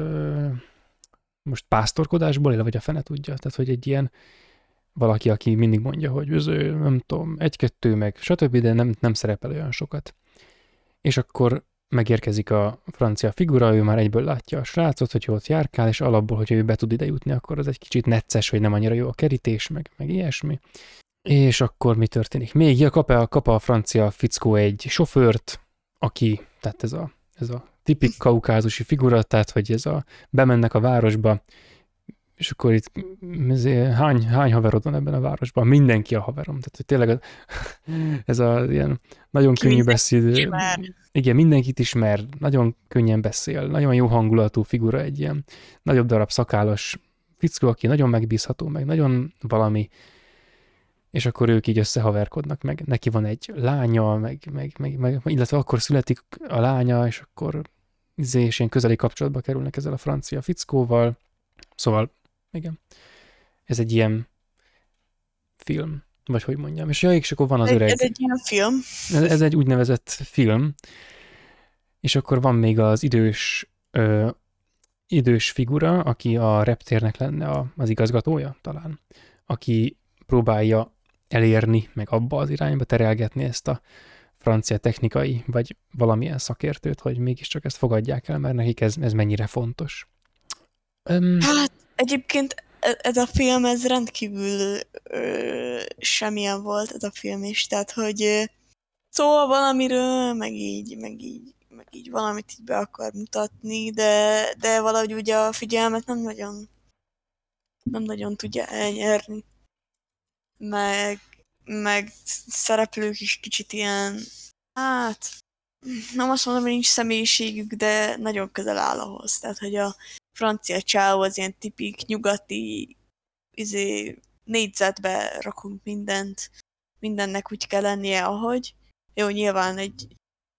most pásztorkodásból él, vagy a fene tudja, tehát hogy egy ilyen valaki, aki mindig mondja, hogy nem tudom, egy-kettő, meg stb., de nem szerepel olyan sokat. És akkor megérkezik a francia figura, ő már egyből látja a srácot, hogy ott járkál, és alapból, hogyha ő be tud ide jutni, akkor az egy kicsit necces, hogy nem annyira jó a kerítés, meg ilyesmi. És akkor mi történik? Még kap a francia fickó egy sofőrt, aki, tehát ez a tipik kaukázusi figura, tehát hogy bemennek a városba, és akkor itt hány haverod van ebben a városban? Mindenki a haverom. Tehát hogy tényleg ez a ilyen nagyon könnyű beszéd. Igen, mindenkit ismer, nagyon könnyen beszél, nagyon jó hangulatú figura, egy ilyen nagyobb darab szakállas fickó, aki nagyon megbízható, meg nagyon valami, és akkor ők így összehaverkodnak, meg neki van egy lánya, meg illetve akkor születik a lánya, és akkor és ilyen közeli kapcsolatba kerülnek ezzel a francia fickóval. Szóval, igen, ez egy ilyen film, vagy hogy mondjam. És akkor van az öreg. Ez egy ilyen film. Ez egy úgynevezett film, és akkor van még az idős figura, aki a reptérnek lenne az igazgatója talán, aki próbálja elérni, meg abba az irányba terelgetni ezt a francia technikai, vagy valamilyen szakértőt, hogy mégiscsak ezt fogadják el, mert nekik ez mennyire fontos. Hát egyébként ez a film, ez rendkívül semmilyen volt ez a film is, tehát hogy szól valamiről, meg így valamit így be akar mutatni, de valahogy ugye a figyelmet nem nagyon tudja elnyerni. Meg szereplők is kicsit ilyen, hát nem azt mondom, hogy nincs személyiségük, de nagyon közel áll ahhoz. Tehát, hogy a francia csávó az ilyen tipik nyugati négyzetbe rakunk mindent, mindennek úgy kell lennie, ahogy. Jó, nyilván egy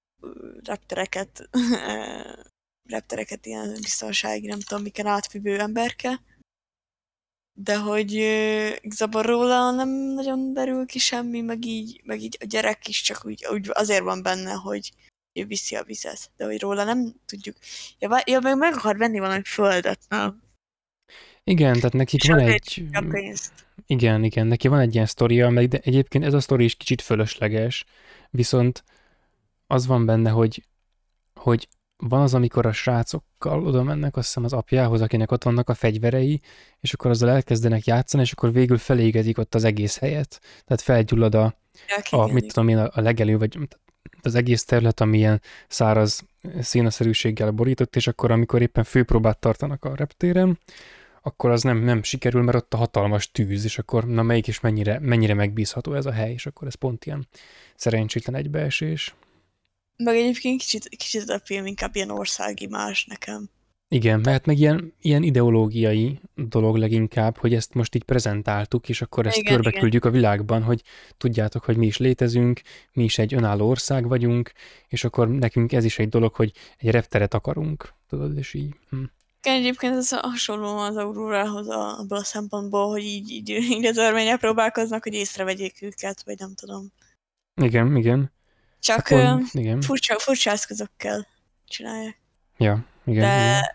reptereket ilyen biztonsági, nem tudom, miken átfüggő emberke, de hogy igazából róla nem nagyon derül ki semmi, meg így a gyerek is csak úgy azért van benne, hogy viszi a vizet, de hogy róla nem tudjuk. Ja, meg akar venni valami földet, nem? Igen, tehát nekik van egy... Igen, neki van egy ilyen sztoria, de egyébként ez a sztori is kicsit fölösleges, viszont az van benne, hogy van az, amikor a srácokkal oda mennek, azt hiszem az apjához, akinek ott vannak a fegyverei, és akkor azzal elkezdenek játszani, és akkor végül felégezik ott az egész helyet. Tehát felgyullad mit tudom én, a legelő, vagy az egész terület, ami ilyen száraz szénaszerűséggel borított, és akkor amikor éppen főpróbát tartanak a reptéren, akkor az nem sikerül, mert ott a hatalmas tűz, és akkor na melyik is mennyire megbízható ez a hely, és akkor ez pont ilyen szerencsétlen egybeesés. Meg egyébként kicsit a film inkább ilyen országimázs nekem. Igen, mert meg ilyen ideológiai dolog leginkább, hogy ezt most így prezentáltuk, és akkor ezt Igen, igen. körbeküldjük a világban, hogy tudjátok, hogy mi is létezünk, mi is egy önálló ország vagyunk, és akkor nekünk ez is egy dolog, hogy egy repteret akarunk, tudod, és így. Igen, egyébként ez hasonló az Aurórához abból a szempontból, hogy így az örmények próbálkoznak, hogy észrevegyék őket, vagy nem tudom. Igen. Csak igen. furcsa eszközökkel csinálják. Ja, igen. De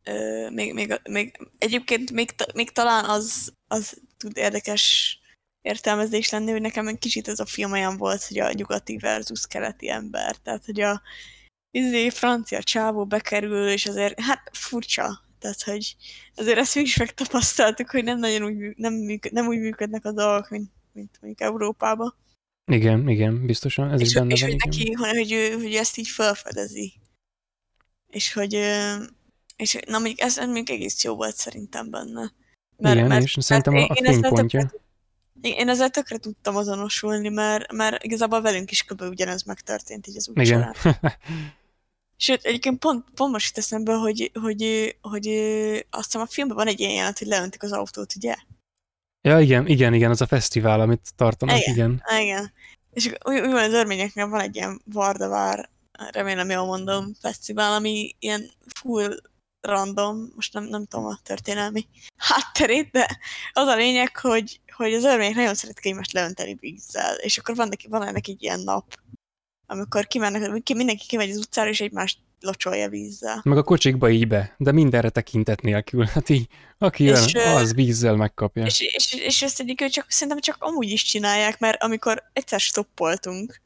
még egyébként még talán az tud érdekes értelmezés lenni, hogy nekem egy kicsit ez a film olyan volt, hogy a nyugati versus keleti ember. Tehát, hogy a francia csávó bekerül, és azért, hát furcsa. Tehát, hogy azért ezt mi is megtapasztaltuk, hogy nem nagyon nem úgy működnek a dolgok, mint mondjuk Európában. Igen, biztosan, ez is benne és van, hogy igen. neki, hogy ezt így felfedezi. És hogy na mondjuk ez mondjuk egész jó volt szerintem benne. Igen, és szerintem a fénypontja. Én ezzel tökre tudtam azonosulni, mert igazából velünk is kb. Ugyanez megtörtént így az út Igen. során. Sőt, egyébként pont most jut eszembe, hogy azt hiszem a filmben van egy ilyen jelent, hogy leöntik az autót, ugye? Ja, igen, az a fesztivál, amit tartanak, igen. Igen. És úgy van az örményeknél van egy ilyen Vardavár, remélem jól mondom, fesztivál, ami ilyen full random, most nem tudom a történelmi hátterét, de az a lényeg, hogy az örmények nagyon szeretik egymást leönteni vízzel, és akkor van ennek egy ilyen nap, amikor mindenki kimegy az utcára, és egymást locsolja vízzel. Meg a kocsikba így be, de mindenre tekintet nélkül. Hát így, aki jön, az vízzel megkapja. És ezt szerintem csak amúgy is csinálják, mert amikor egyszer stoppoltunk,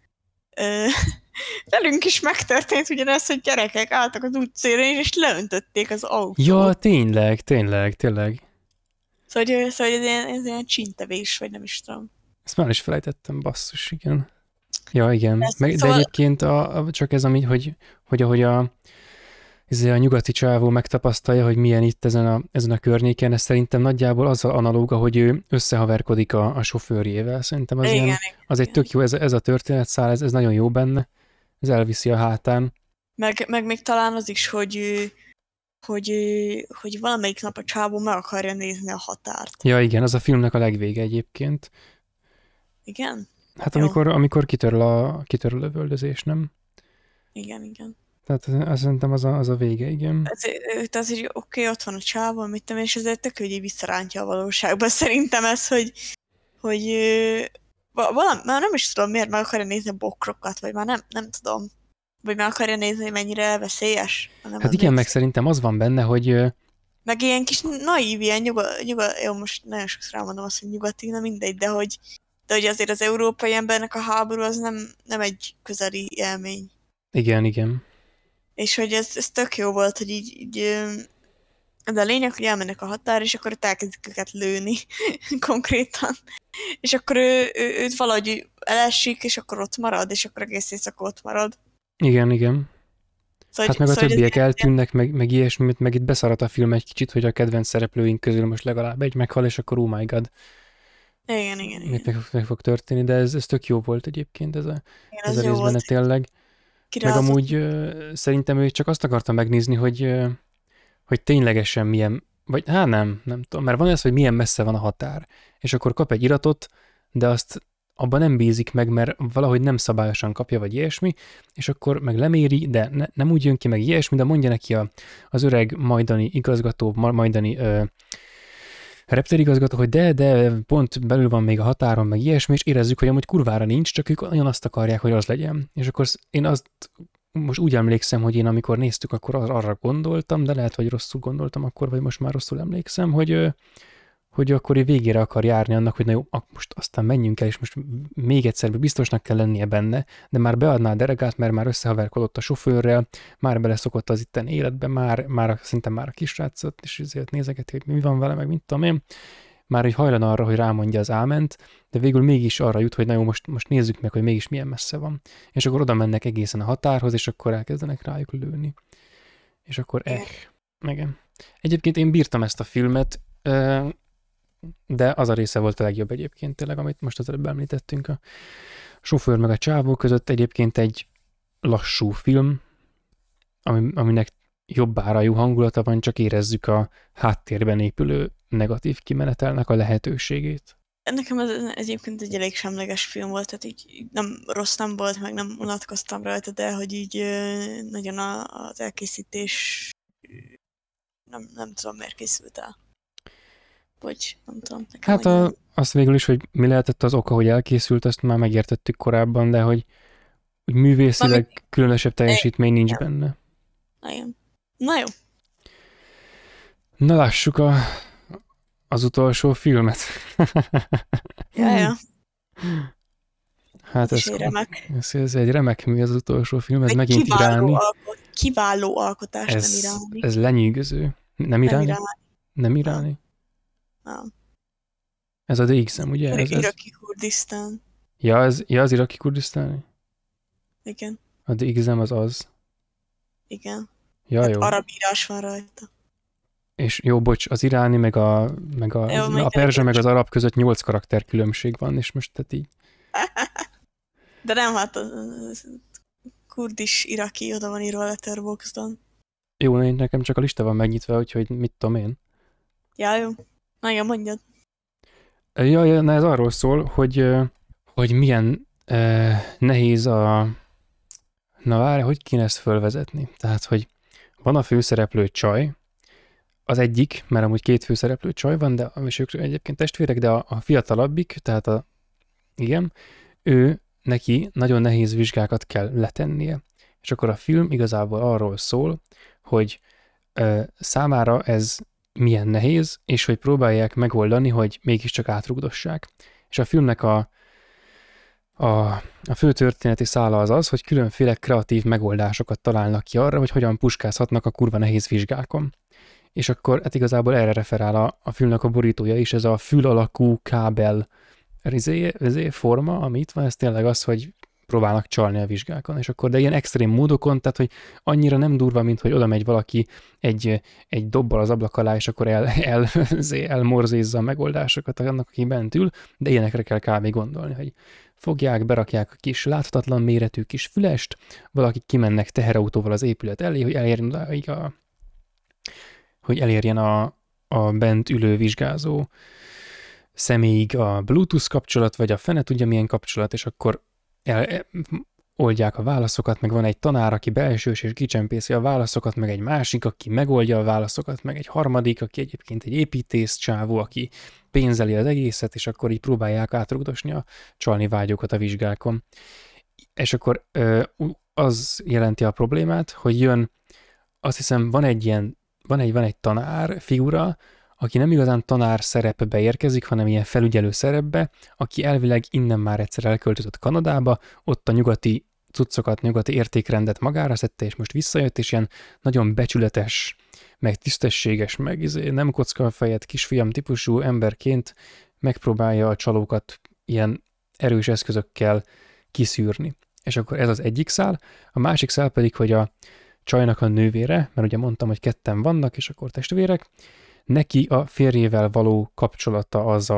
velünk is megtörtént ugyanez, hogy gyerekek álltak az útszélén, és leöntötték az autót. Ja, tényleg. Szóval ez ilyen csíntevés, vagy nem is tudom. Ezt már is felejtettem, basszus, igen. Ja, igen. De szóval... egyébként csak ez, hogy ahogy a nyugati csávó megtapasztalja, hogy milyen itt ezen a környéken, ez szerintem nagyjából azzal analóg, hogy ő összehaverkodik a sofőrjével. Szerintem az egy tök jó, ez a történetszál, ez nagyon jó benne. Ez elviszi a hátán. Meg még talán az is, hogy valamelyik nap a csávó meg akarja nézni a határt. Ja, igen, az a filmnek a legvége egyébként. Igen? Hát amikor kitörül a lövöldözés, nem? Igen. Tehát azt szerintem az a vége, igen. Tehát, hogy oké, ott van a csávó, mit tudom, és ezért tök, hogy így visszarántja a valóságba. Szerintem ez, hogy már nem is tudom, miért meg akarja nézni a bokrokat, vagy már nem tudom. Vagy meg akarja nézni, mennyire veszélyes. Hát igen, meg szerintem az van benne, hogy... Meg ilyen kis naív, ilyen jó, most nagyon sokszor elmondom azt, hogy nyugati, na mindegy, de hogy azért az európai embernek a háború az nem egy közeli élmény. Igen. És hogy ez tök jó volt, hogy így de a lényeg, hogy elmennek a határ, és akkor ott elkezdik őket lőni konkrétan. És akkor őt valahogy elesik, és akkor ott marad, és akkor egész éjszaka ott marad. Igen. Szóval, hát meg a többiek eltűnnek, meg ilyesmit, meg itt beszarat a film egy kicsit, hogy a kedvenc szereplőink közül most legalább egy meghal, és akkor oh my god. Igen. Meg fog történni, de ez tök jó volt egyébként, ez a rész benne tényleg. Meg amúgy szerintem ő csak azt akarta megnézni, hogy ténylegesen milyen, vagy nem tudom, mert van ez, hogy milyen messze van a határ, és akkor kap egy iratot, de azt abban nem bízik meg, mert valahogy nem szabályosan kapja, vagy ilyesmi, és akkor meg leméri, de nem úgy jön ki, meg ilyesmi, de mondja neki az öreg majdani igazgató, majdani repterigazgató, hogy de pont belül van még a határon, meg ilyesmi, és érezzük, hogy amúgy kurvára nincs, csak ők nagyon azt akarják, hogy az legyen. És akkor én azt most úgy emlékszem, hogy én amikor néztük, akkor arra gondoltam, de lehet, hogy rosszul gondoltam akkor, vagy most már rosszul emlékszem, hogy akkor végére akar járni annak, hogy na jó, most aztán menjünk el, és most még egyszer biztosnak kell lennie benne, de már beadná a delegát, mert már összehaverkodott a sofőrrel, már beleszokott az itten életbe, szinte már a kisrácot, és ezért nézegeti, hogy mi van vele, meg mit tudom én, már hogy hajlan arra, hogy rámondja az áment, de végül mégis arra jut, hogy na jó, most nézzük meg, hogy mégis milyen messze van. És akkor oda mennek egészen a határhoz, és akkor elkezdenek rájuk lőni. És akkor igen. Egyébként én bírtam ezt a filmet, de az a része volt a legjobb egyébként tényleg, amit most az előbb említettünk. A sofőr meg a csávó között egyébként egy lassú film, aminek jobbárajú hangulata van, csak érezzük a háttérben épülő negatív kimenetelnek a lehetőségét. Nekem ez egyébként egy elég semleges film volt, tehát így nem rossz nem volt, meg nem unatkoztam rajta, de hogy így nagyon az elkészítés nem tudom, miért készült el. Vagy nem tudom. Hát azt végül is, hogy mi lehetett az oka, hogy elkészült, azt már megértettük korábban, de hogy művészileg különösebb teljesítmény nincs benne. Na jó. Na lássuk az utolsó filmet. Ja. Hát ez egy remek mű, az utolsó film, ez megint iráni. Kiváló alkotás, nem iráni. Ez lenyűgöző. Nem iráni? Nem iráni? Nem. Ez a DXM, ugye? Ez iraki Kurdisztán. Ja, az iraki Kurdisztáni? Igen. A DXM az. Igen. Ja, hát jó. Arab írás van rajta. És jó, bocs, az iráni, meg a perzsa, meg az arab között 8 karakter különbség van, és most tehát így. De nem, hát a kurdis iraki oda van írva a Letterboxdon. Jó, nekem csak a lista van megnyitva, úgyhogy mit tudom én. Ja, jó. Na, igen, mondjad. Ja, na ez arról szól, hogy milyen nehéz Na várj, hogy kéne ezt fölvezetni? Tehát, hogy van a főszereplő csaj, az egyik, mert amúgy 2 főszereplő csaj van, de és ők egyébként testvérek, de a fiatalabbik, tehát igen, neki nagyon nehéz vizsgákat kell letennie. És akkor a film igazából arról szól, hogy számára ez milyen nehéz, és hogy próbálják megoldani, hogy mégiscsak átrugdossák. És a filmnek a fő történeti szála az, hogy különféle kreatív megoldásokat találnak ki arra, hogy hogyan puskázhatnak a kurva nehéz vizsgákon. És akkor hát igazából erre referál a filmnek a borítója is, ez a fül alakú kábel forma, ami itt van, ez tényleg az, hogy próbálnak csalni a vizsgákon, és akkor de ilyen extrém módokon, tehát hogy annyira nem durva, mint hogy oda megy valaki egy dobbal az ablak alá, és akkor elmorzézza a megoldásokat annak, aki bent ül, de ilyenekre kell kb. Gondolni, hogy fogják, berakják a kis láthatatlan méretű kis fülest, valakik kimennek teherautóval az épület elé, hogy elérjen a bent ülő vizsgázó személyig a Bluetooth kapcsolat, vagy a fene tudja milyen kapcsolat, és akkor oldják a válaszokat, meg van egy tanár, aki belsős és kicsempészi a válaszokat, meg egy másik, aki megoldja a válaszokat, meg egy harmadik, aki egyébként egy építész csávó, aki pénzeli az egészet, és akkor így próbálják átrugdosni a csalni vágyókat a vizsgákon. És akkor az jelenti a problémát, hogy jön, azt hiszem van egy tanár figura, aki nem igazán tanár szerepbe érkezik, hanem ilyen felügyelő szerepbe, aki elvileg innen már egyszer elköltözött Kanadába, ott a nyugati cuccokat, nyugati értékrendet magára szedte, és most visszajött, és ilyen nagyon becsületes, meg tisztességes, meg nem kocka a fejed kisfiam típusú emberként megpróbálja a csalókat ilyen erős eszközökkel kiszűrni. És akkor ez az egyik szál, a másik szál pedig, hogy a csajnak a nővére, mert ugye mondtam, hogy ketten vannak, és akkor testvérek, neki a férjével való kapcsolata az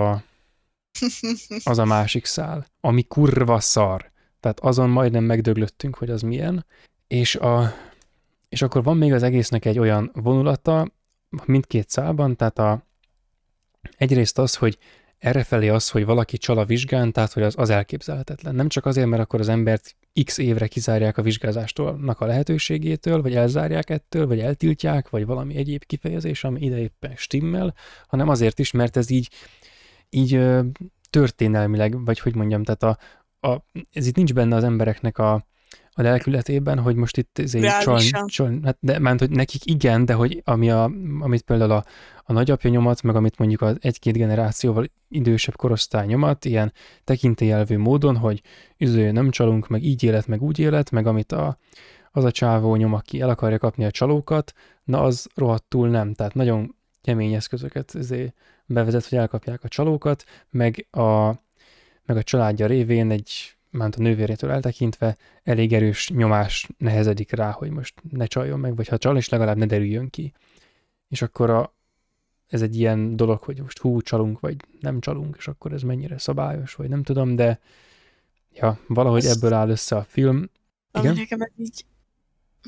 a másik szál, ami kurva szar. Tehát azon majdnem megdöglöttünk, hogy az milyen. És akkor van még az egésznek egy olyan vonulata, mindkét szálban, tehát egyrészt az, hogy errefelé az, hogy valaki csal a vizsgán, tehát hogy az elképzelhetetlen. Nem csak azért, mert akkor az embert x évre kizárják a vizsgázástól a lehetőségétől, vagy elzárják ettől, vagy eltiltják, vagy valami egyéb kifejezés, ami ide éppen stimmel, hanem azért is, mert ez így történelmileg, vagy hogy mondjam, tehát ez itt nincs benne az embereknek a lelkületében, hogy most itt hát de mert hogy nekik igen, de hogy amit például a nagyapja nyomat, meg amit mondjuk az 1-2 generációval idősebb korosztály nyomat, ilyen tekintélyelvű módon, hogy nem csalunk, meg így élet, meg úgy élet, meg amit az a csávó nyom, aki el akarja kapni a csalókat, na az rohadtul nem, tehát nagyon kemény eszközöket bevezet, hogy elkapják a csalókat, meg a családja révén már a nővérétől eltekintve elég erős nyomás nehezedik rá, hogy most ne csaljon meg, vagy ha csal, és legalább ne derüljön ki. És akkor ez egy ilyen dolog, hogy most csalunk, vagy nem csalunk, és akkor ez mennyire szabályos, vagy nem tudom, de ja, valahogy ebből áll össze a film. Igen? Nekem ez így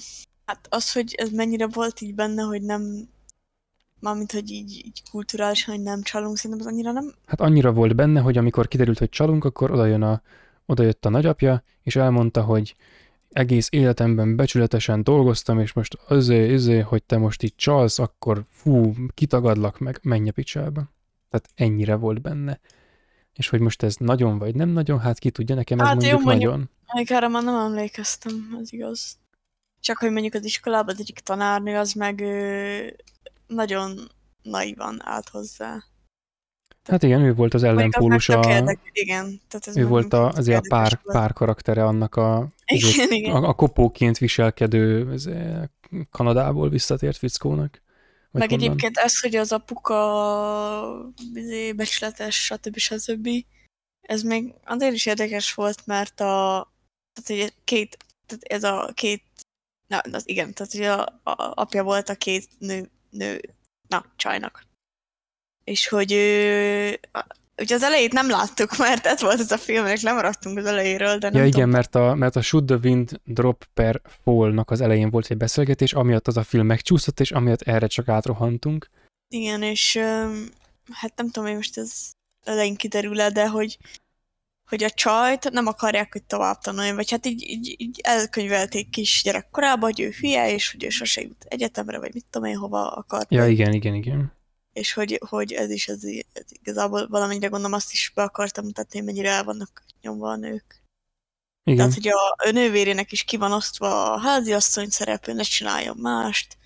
Hát az, hogy ez mennyire volt így benne, hogy nem, mármint, hogy így kulturálisan, hogy nem csalunk, szerintem az annyira nem. Hát annyira volt benne, hogy amikor kiderült, hogy csalunk, akkor odajött a nagyapja, és elmondta, hogy egész életemben becsületesen dolgoztam, és most hogy te most itt csalsz, akkor fú, kitagadlak meg, menj a picsába. Tehát ennyire volt benne. És hogy most ez nagyon vagy nem nagyon, hát ki tudja, nekem ez Hát jó, mondjuk mondjuk, nagyon. erre már nem emlékeztem, az igaz. Csak hogy mondjuk az iskolában az egyik tanárnő, az meg nagyon naivan állt hozzá. Hát igen, ő volt az Mondjuk az meg ellenpólus, tök érdekes, igen. Tehát ez ő meg volt tök azért a érdekes volt. pár karaktere annak Igen, igen. a kopóként viselkedő Kanadából visszatért fickónak. Vagy Meg honnan. egyébként ez, hogy az apuka becsületes, stb. Ez még azért is érdekes volt, mert tehát, hogy ez a két, igen, tehát hogy a apja volt a két csajnak. És hogy ugye az elejét nem láttuk, mert ez volt ez a film, és lemaradtunk az elejéről, de nem Ja tudom. igen, mert a Should the Wind Drop per Fall-nak az elején volt egy beszélgetés, amiatt az a film megcsúszott, és amiatt erre csak átrohantunk. Igen, és hát nem tudom, hogy most ez elején kiderül-e, de hogy a csajt nem akarják, hogy tovább tanuljon, vagy hát így elkönyvelték kis gyerekkorában, hogy ő hülye, és hogy ő sose jut egyetemre, vagy mit tudom én, hova akart. Ja, igen. És hogy ez igazából valamennyire gondolom azt is be akartam mutatni, hogy mennyire el vannak nyomva a nők. Igen. Tehát, hogy a nővérének is ki van osztva a háziasszony szerepő, ne csináljon mást,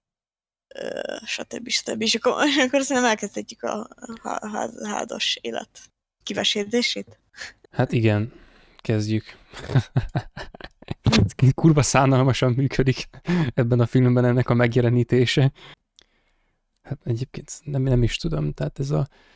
stb. És akkor szerintem elkezdhetjük a házas élet kivesézését. Hát igen, kezdjük. Kurva szánalmasan működik ebben a filmben ennek a megjelenítése. Hát egyébként nem is tudom, tehát ez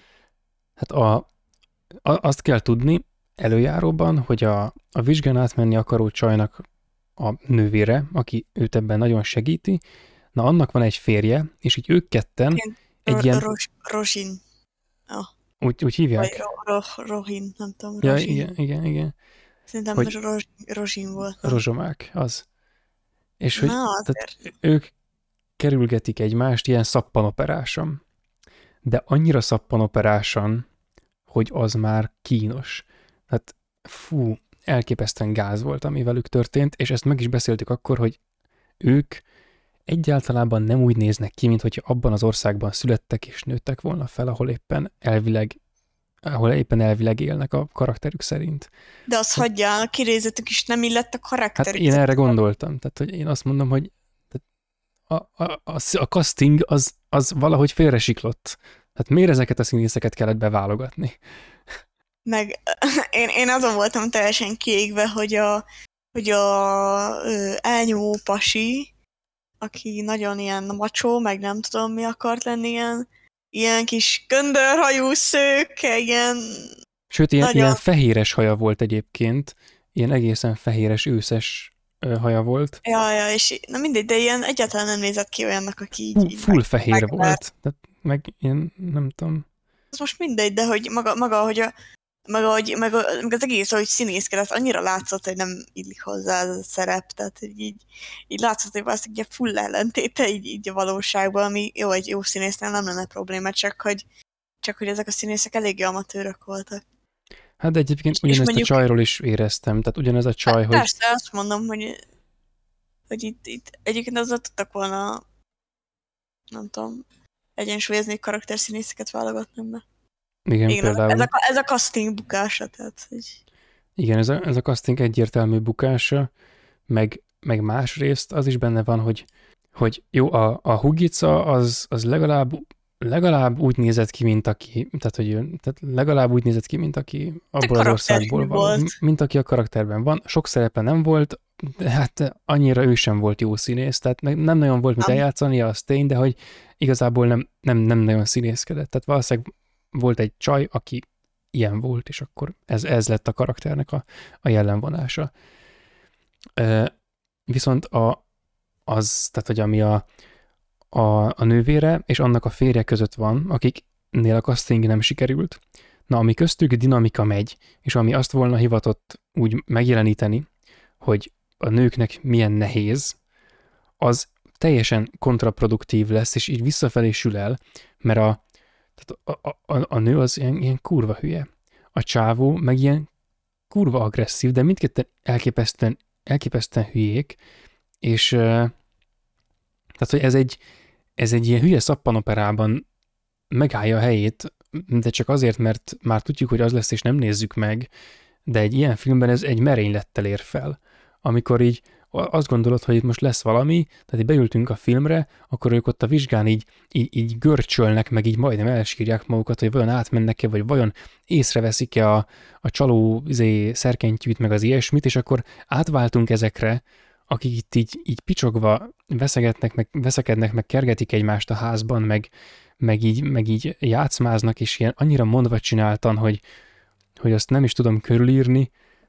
azt kell tudni előjáróban, hogy a vizsgán átmenni akaró csajnak a nővére, aki őt ebben nagyon segíti, na annak van egy férje, és így ők ketten egy ilyen... Rozsin. Úgy hívják? Vagy Rohin, nem tudom. Ja, Rozsin. igen. Szerintem hogy Rozsin volt. Rozsomák, az. És hogy tehát ők kerülgetik egymást ilyen szappanoperásan. De annyira szappanoperásan, hogy az már kínos. Hát fú, elképesztően gáz volt, ami velük történt, és ezt meg is beszéltük akkor, hogy ők egyáltalában nem úgy néznek ki, mint hogyha abban az országban születtek és nőttek volna fel, ahol éppen elvileg élnek a karakterük szerint. De azt hagyjál, a kinézetük is nem illett a karakterük. Hát én erre gondoltam. Tehát, hogy én azt mondom, hogy a casting az valahogy félresiklott. Hát miért ezeket a színészeket kellett beválogatni? Meg én azon voltam teljesen kiégve, hogy a elnyomó pasi, aki nagyon ilyen macsó, meg nem tudom mi akart lenni, ilyen kis göndörhajú szőke, ilyen... Sőt, ilyen fehéres haja volt egyébként, ilyen egészen fehéres, őszes haja volt. Ja, és na mindegy, de ilyen egyáltalán nem nézett ki olyannak, aki így full fehér volt. Tehát meg ilyen, nem tudom. Ez most mindegy, de hogy maga hogy meg az egész, ahogy színészkedett, annyira látszott, hogy nem illik hozzá ez a szerep, tehát hogy így látszott, hogy valószínűleg full ellentéte így a valóságban, ami jó, egy jó színésznél nem lenne probléma, csak hogy ezek a színészek eléggé amatőrök voltak. Hát de egyébként ugyanezt mondjuk, a csajról is éreztem, tehát ugyanez a csaj, hogy... Persze, azt mondom, hogy itt egyébként azzal tudtak volna, nem tudom, egyensúlyozni karakterszínészeket válogatnom be. Igen, például. Ez a casting bukása, tehát, hogy... Igen, ez a casting egyértelmű bukása, meg másrészt az is benne van, hogy jó, a Hugica az legalább úgy nézett ki, mint aki, tehát legalább úgy nézett ki, mint aki abból az országból van, mint aki a karakterben van. Sok szerepe nem volt, de hát annyira ő sem volt jó színész, tehát nem nagyon volt mit eljátszania, az tény, de hogy igazából nem nagyon színészkedett. Tehát valószínűleg volt egy csaj, aki ilyen volt, és akkor ez lett a karakternek a jellemvonása. Viszont tehát, hogy ami a nővére és annak a férje között van, akiknél a casting nem sikerült, na, ami köztük dinamika megy, és ami azt volna hivatott úgy megjeleníteni, hogy a nőknek milyen nehéz, az teljesen kontraproduktív lesz, és így visszafelé sül el, mert a nő az ilyen kurva hülye. A csávó meg ilyen kurva agresszív, de mindketten elképesztően hülyék, és tehát, hogy ez egy ilyen hülye szappanoperában megállja a helyét, de csak azért, mert már tudjuk, hogy az lesz, és nem nézzük meg, de egy ilyen filmben ez egy merénylettel ér fel. Amikor így azt gondolod, hogy itt most lesz valami, tehát így beültünk a filmre, akkor ők ott a vizsgán így görcsölnek, meg így majdnem elsírják magukat, hogy vajon átmennek-e, vagy vajon észreveszik-e a csaló szerkentyűt, meg az ilyesmit, és akkor átváltunk ezekre, akik itt így picsogva veszekednek, meg kergetik egymást a házban, meg így játszmáznak, és ilyen annyira mondva csináltan, hogy azt nem is tudom körülírni.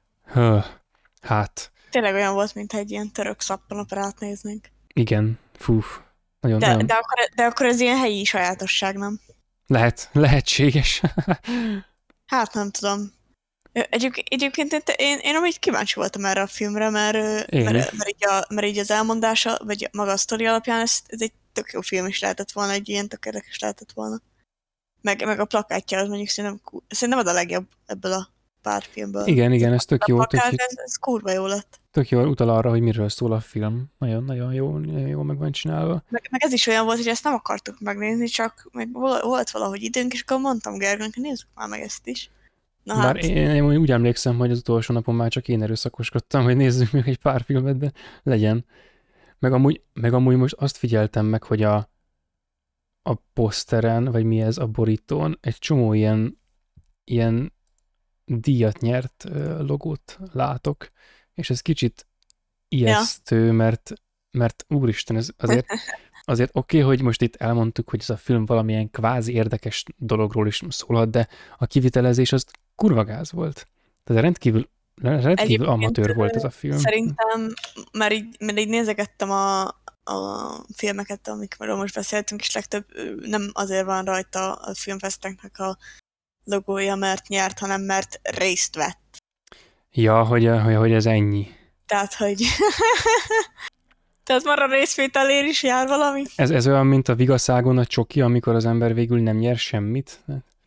Hát. Tényleg olyan volt, mintha egy ilyen török szappanoperát néznénk. Igen, fú. Nagyon. De akkor ez ilyen helyi sajátosság, nem? Lehetséges. Hát nem tudom. Egyébként én amúgy kíváncsi voltam erre a filmre, mert így az elmondása, vagy maga a sztori alapján ez egy tök jó film is lehetett volna, egy ilyen tök érdekes lehetett volna. Meg a plakátja az mondjuk szerintem az a legjobb ebből a pár filmből. Igen, ez tök jó. Ez kurva jó lett. Tök jól utal arra, hogy miről szól a film. Nagyon jó meg van csinálva. Meg ez is olyan volt, hogy ezt nem akartuk megnézni, csak meg volt valahogy időnk, és akkor mondtam Gergőnek, hogy nézzük már meg ezt is. Na bár hát. én úgy emlékszem, hogy az utolsó napon már csak én erőszakoskodtam, hogy nézzük még egy pár filmet, de legyen. Meg amúgy most azt figyeltem meg, hogy a poszteren, vagy mi ez, a borítón, egy csomó ilyen díjat nyert logót látok, és ez kicsit ijesztő, mert úristen, ez azért oké, hogy most itt elmondtuk, hogy ez a film valamilyen kvázi érdekes dologról is szólhat, de a kivitelezés az kurva gáz volt. Tehát rendkívül amatőr volt ez a film. Szerintem, mert így nézegettem a filmeket, amikről most beszéltünk, és legtöbb nem azért van rajta a filmfeszteknek a logója, mert nyert, hanem mert részt vett. Ja, hogy ez ennyi. Tehát, hogy... Tehát már a részvételért is jár valami. Ez olyan, mint a vigaszágon a csoki, amikor az ember végül nem nyer semmit.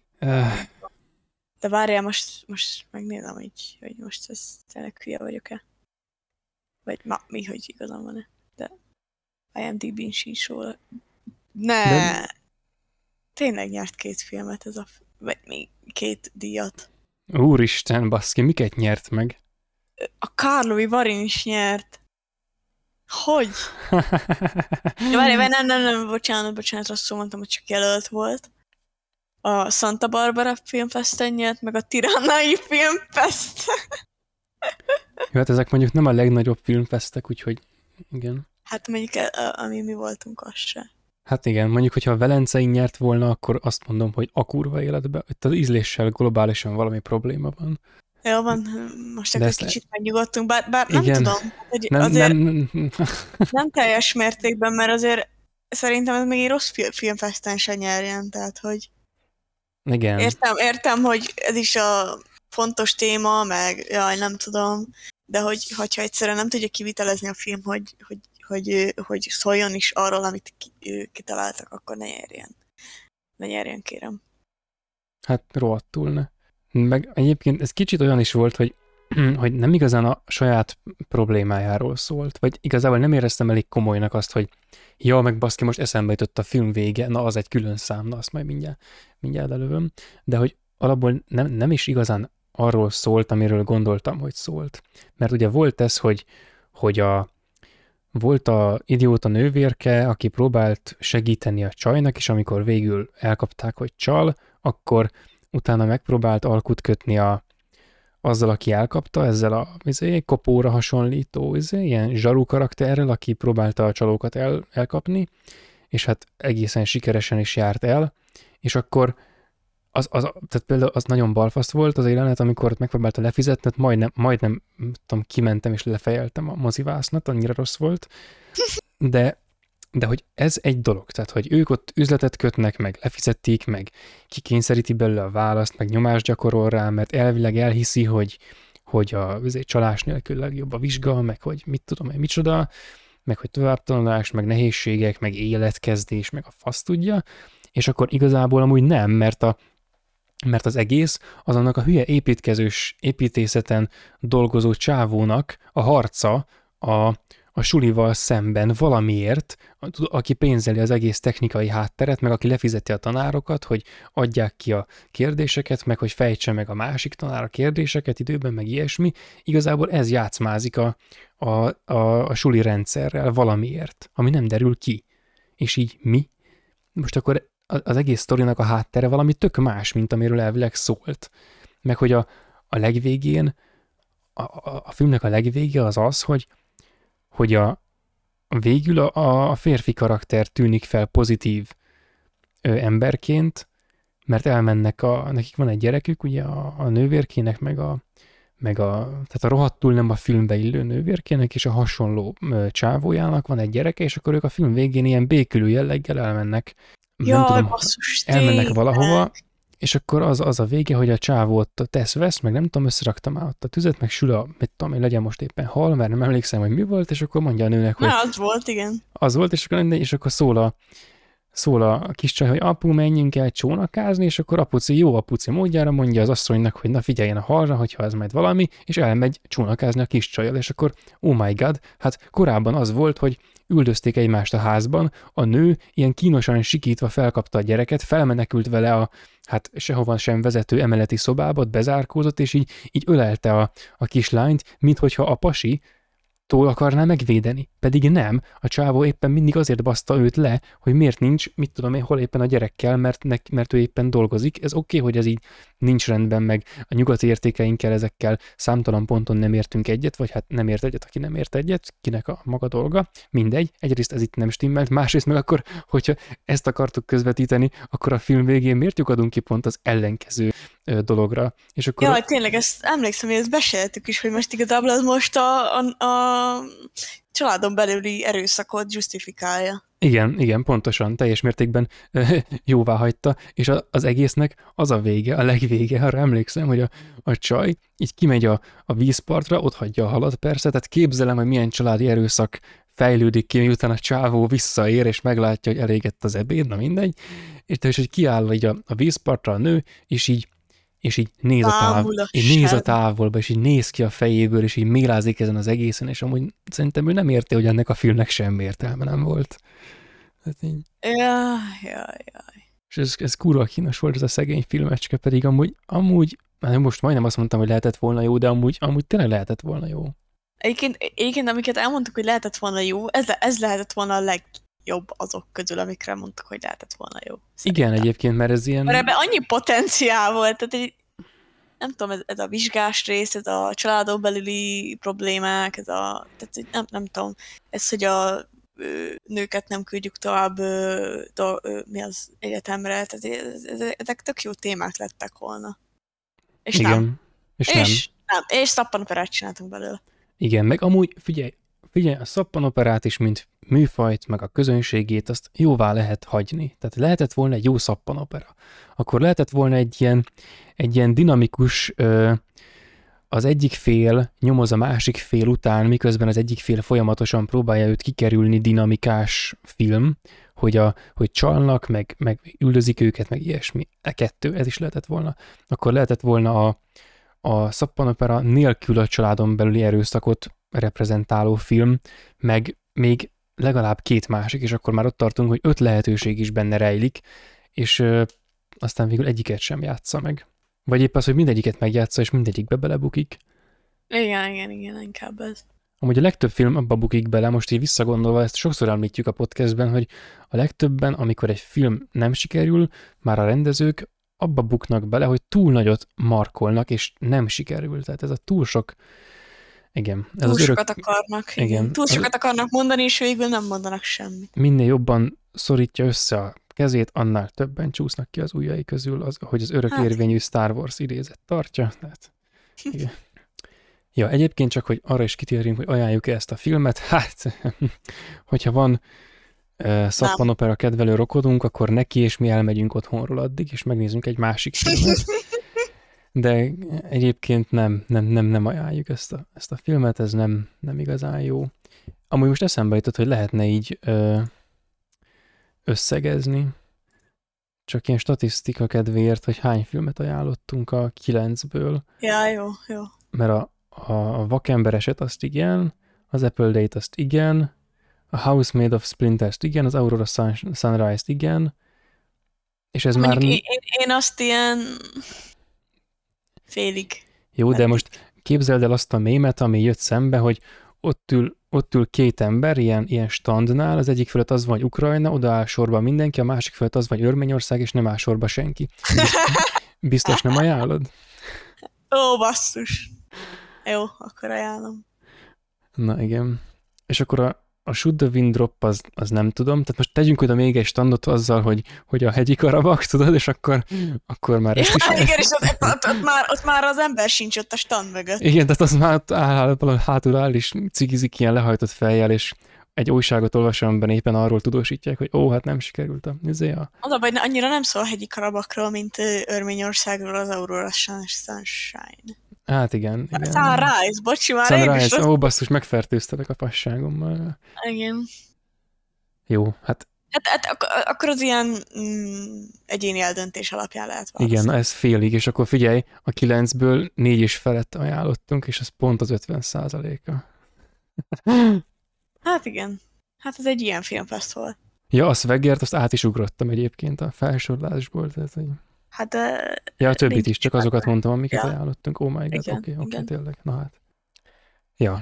De várjál, most megnézem, hogy most ez tényleg hülye vagyok-e? Vagy hogy igazam van-e? De IMDb-n sincs róla. Tényleg nyert 2 filmet ez vagy még 2 díjat. Úristen, baszki, miket nyert meg? A Karlovy Varin is nyert. Hogy? Ja, várjál, nem, bocsánat, rosszul mondtam, hogy csak jelölt volt. A Santa Barbara Filmfesten nyert, meg a Tiránai Filmfest. Jó, hát ezek mondjuk nem a legnagyobb filmfestek, úgyhogy igen. Hát mondjuk, ami mi voltunk, az se. Hát igen, mondjuk, hogyha a Velencei nyert volna, akkor azt mondom, hogy a kurva életben, itt az ízléssel globálisan valami probléma van. Jó van, most akkor kicsit megnyugodtunk, bár nem igen, tudom, hogy azért nem teljes mértékben, mert azért szerintem ez még egy rossz filmfesten se nyerjen, tehát hogy igen. Értem, hogy ez is a fontos téma, meg jaj, nem tudom, de hogyha egyszerűen nem tudja kivitelezni a film, hogy szóljon is arról, amit kitaláltak, akkor ne nyerjen. Ne nyerjen, kérem. Hát rohadtul ne. Meg egyébként ez kicsit olyan is volt, hogy nem igazán a saját problémájáról szólt, vagy igazából nem éreztem elég komolynak azt, hogy ja, meg baszki, most eszembe jutott a film vége, na az egy külön szám, na azt majd mindjárt elővöm, de hogy alapból nem is igazán arról szólt, amiről gondoltam, hogy szólt. Mert ugye volt ez, hogy volt a idióta nővérke, aki próbált segíteni a csajnak, és amikor végül elkapták, hogy csal, akkor utána megpróbált alkut kötni azzal, aki elkapta, ezzel a kopóra hasonlító, ilyen zsaru karakterrel, aki próbálta a csalókat elkapni, és hát egészen sikeresen is járt el, és akkor tehát például az nagyon balfasz volt az jelenet, amikor megpróbálta lefizetni, majdnem tudom, kimentem és lefejeltem a mozivásznat, annyira rossz volt, de hogy ez egy dolog, tehát hogy ők ott üzletet kötnek, meg lefizették, meg kikényszeríti belőle a választ, meg nyomást gyakorol rá, mert elvileg elhiszi, hogy a csalás nélkül legjobb a vizsga, meg hogy mit tudom én, micsoda, meg hogy továbbtanulás, meg nehézségek, meg életkezdés, meg a fasz tudja, és akkor igazából amúgy nem, mert az egész az annak a hülye építkezős építészeten dolgozó csávónak a harca a sulival szemben valamiért, aki pénzeli az egész technikai hátteret, meg aki lefizeti a tanárokat, hogy adják ki a kérdéseket, meg hogy fejtse meg a másik tanár a kérdéseket időben, meg ilyesmi. Igazából ez játszmázik a suli rendszerrel valamiért, ami nem derül ki. És így mi? Most akkor az egész sztorinak a háttere valami tök más, mint amiről elvileg szólt. Meg hogy a legvégén, a filmnek a legvége az az, hogy végül a férfi karakter tűnik fel pozitív emberként, mert elmennek, nekik van egy gyerekük, ugye a nővérkének, tehát a rohadtul nem a filmbe illő nővérkének, és a hasonló csávójának van egy gyereke, és akkor ők a film végén ilyen békülő jelleggel elmennek, nem tudom, basszus, elmennek valahova, és akkor az a vége, hogy a csávó ott tesz-vesz, meg nem tudom, összerakta már ott a tüzet, meg sül mit tudom én, legyen most éppen hal, mert nem emlékszem, hogy mi volt, és akkor mondja a nőnek, hogy... Na, az volt, igen. Az volt, és akkor szól a kis csaj, hogy apu, menjünk el csónakázni, és akkor jó apuci módjára mondja az asszonynak, hogy na figyeljen a halra, hogyha ez majd valami, és elmegy csónakázni a kis csajjal, és akkor oh my god, hát korábban az volt, hogy üldözték egymást a házban, a nő ilyen kínosan sikítva felkapta a gyereket, felmenekült vele a sehova sem vezető emeleti szobába, bezárkózott, és így ölelte a kislányt, minthogyha a pasi tól akarná megvédeni. Pedig nem, a csávó éppen mindig azért baszta őt le, hogy miért nincs, mit tudom én, hol éppen a gyerekkel, mert ő éppen dolgozik. Ez oké, hogy ez így nincs rendben, meg a nyugati értékeinkkel ezekkel számtalan ponton nem értünk egyet, vagy hát nem ért egyet, aki nem ért egyet, kinek a maga dolga, mindegy. Egyrészt ez itt nem stimmelt, másrészt meg akkor, hogyha ezt akartuk közvetíteni, akkor a film végén miért lyukadunk ki pont az ellenkező dologra. És akkor... Jaj, tényleg, ezt emlékszem, hogy ezt beszéltük is, hogy most igazából az most a családon belüli erőszakot justifikálja. Igen, pontosan, teljes mértékben jóvá hagyta, és az egésznek az a vége, a legvége, arra emlékszem, hogy a csaj így kimegy a vízpartra, ott hagyja a halat persze, tehát képzelem, hogy milyen családi erőszak fejlődik ki, miután a csávó visszaér, és meglátja, hogy elégett az ebéd, na mindegy, és hogy kiáll így a vízpartra a nő, és így néz a távolba, és így néz ki a fejéből, és így mélázik ezen az egészen, és amúgy szerintem ő nem érti, hogy ennek a filmnek semmi értelme nem volt. Hát így. Jaj. És ez kurva kínos volt ez a szegény filmecske, pedig amúgy most majdnem azt mondtam, hogy lehetett volna jó, de amúgy tényleg lehetett volna jó. Egyébként amiket elmondtuk, hogy lehetett volna jó, ez lehetett volna a legjobb azok közül, amikre mondtuk, hogy lehetett volna jó. Szerintem. Igen, egyébként, mert ez ilyen... Mert ebben annyi potenciál volt, tehát nem tudom, ez a vizsgás rész, ez a családon belüli problémák, tehát nem tudom, ez, hogy a nőket nem küldjük tovább mi az egyetemre, tehát ezek tök jó témák lettek volna. És igen, nem. És nem. És szappanoperát csináltunk belőle. Igen, meg amúgy, figyelj, a szappanoperát is, mint műfajt, meg a közönségét, azt jóvá lehet hagyni. Tehát lehetett volna egy jó szappanopera. Akkor lehetett volna egy ilyen dinamikus, az egyik fél nyomoz a másik fél után, miközben az egyik fél folyamatosan próbálja őt kikerülni dinamikás film, hogy csalnak, meg üldözik őket, meg ilyesmi. Ez is lehetett volna. Akkor lehetett volna a szappanopera nélkül a családon belüli erőszakot reprezentáló film, meg még legalább 2 másik, és akkor már ott tartunk, hogy 5 lehetőség is benne rejlik, és aztán végül egyiket sem játsza meg. Vagy épp az, hogy mindegyiket megjátsza, és mindegyikbe belebukik. Igen, inkább ez. Amúgy a legtöbb film abba bukik bele, most így visszagondolva, ezt sokszor említjük a podcastben, hogy a legtöbben, amikor egy film nem sikerül, már a rendezők abba buknak bele, hogy túl nagyot markolnak, és nem sikerül. Tehát ez a túl sok... Igen. Ez túl sokat akarnak. Igen. Túl sokat akarnak mondani, és végül nem mondanak semmit. Minél jobban szorítja össze a kezét, annál többen csúsznak ki az ujjai közül, hogy az örökérvényű Star Wars idézet tartja. Tehát, igen. Ja, egyébként csak, hogy arra is kitérjünk, hogy ajánljuk-e ezt a filmet. Hát, hogyha van szappanopera kedvelő rokonunk, akkor neki, és mi elmegyünk otthonról addig, és megnézzünk egy másik filmet. De egyébként nem ajánljuk ezt a filmet, ez nem igazán jó. Amúgy most eszembe jutott, hogy lehetne így összegezni, csak ilyen statisztika kedvéért, hogy hány filmet ajánlottunk a 9-ből, Ja, jó. mert a Vakember eset azt igen, az Apple Date azt igen, a House Made of Splinters-t igen, az Aurora Sunrise-t igen, és ez Mondjuk már... én azt ilyen félig. Jó, de most képzeld el azt a mémet, ami jött szembe, hogy ott ül két ember ilyen standnál, az egyik fölött az van, hogy Ukrajna, oda áll sorba mindenki, a másik fölött az van, hogy Örményország, és nem áll sorba senki. Biztos nem ajánlod? Ó, basszus. Jó, akkor ajánlom. Na igen. És akkor a Should the Wind Drop az nem tudom, tehát most tegyünk oda még egy standot azzal, hogy a hegyi Karabak, tudod, és akkor már ezt is... Igen, és ott már az ember sincs ott a stand mögött. Igen, tehát az már hátul áll, és cigizik ilyen lehajtott fejjel, és egy újságot olvasom, amiben éppen arról tudósítják, hogy hát nem sikerült a... Az a baj, annyira nem szól a hegyi Karabakról, mint Örményországról az Aurora Sunshine. Hát igen. Sunrise, bocsi már. Sunrise, basszus, megfertőztetek a passágommal. Igen. Jó, hát... akkor az ilyen egyéni eldöntés alapján lehet választani. Igen, na ez félig, és akkor figyelj, a 9-ből 4 és felett ajánlottunk, és ez pont az 50%-a. Hát igen. Hát ez egy ilyen filmfest volt. Ja, a Swaggert, azt át is ugrottam egyébként a felsorolásból. Tehát, hogy... Hát ja, a többit is, csak azokat mondtam, amiket ajánlottunk. Oh my god, oké, tényleg. Na hát. Ja.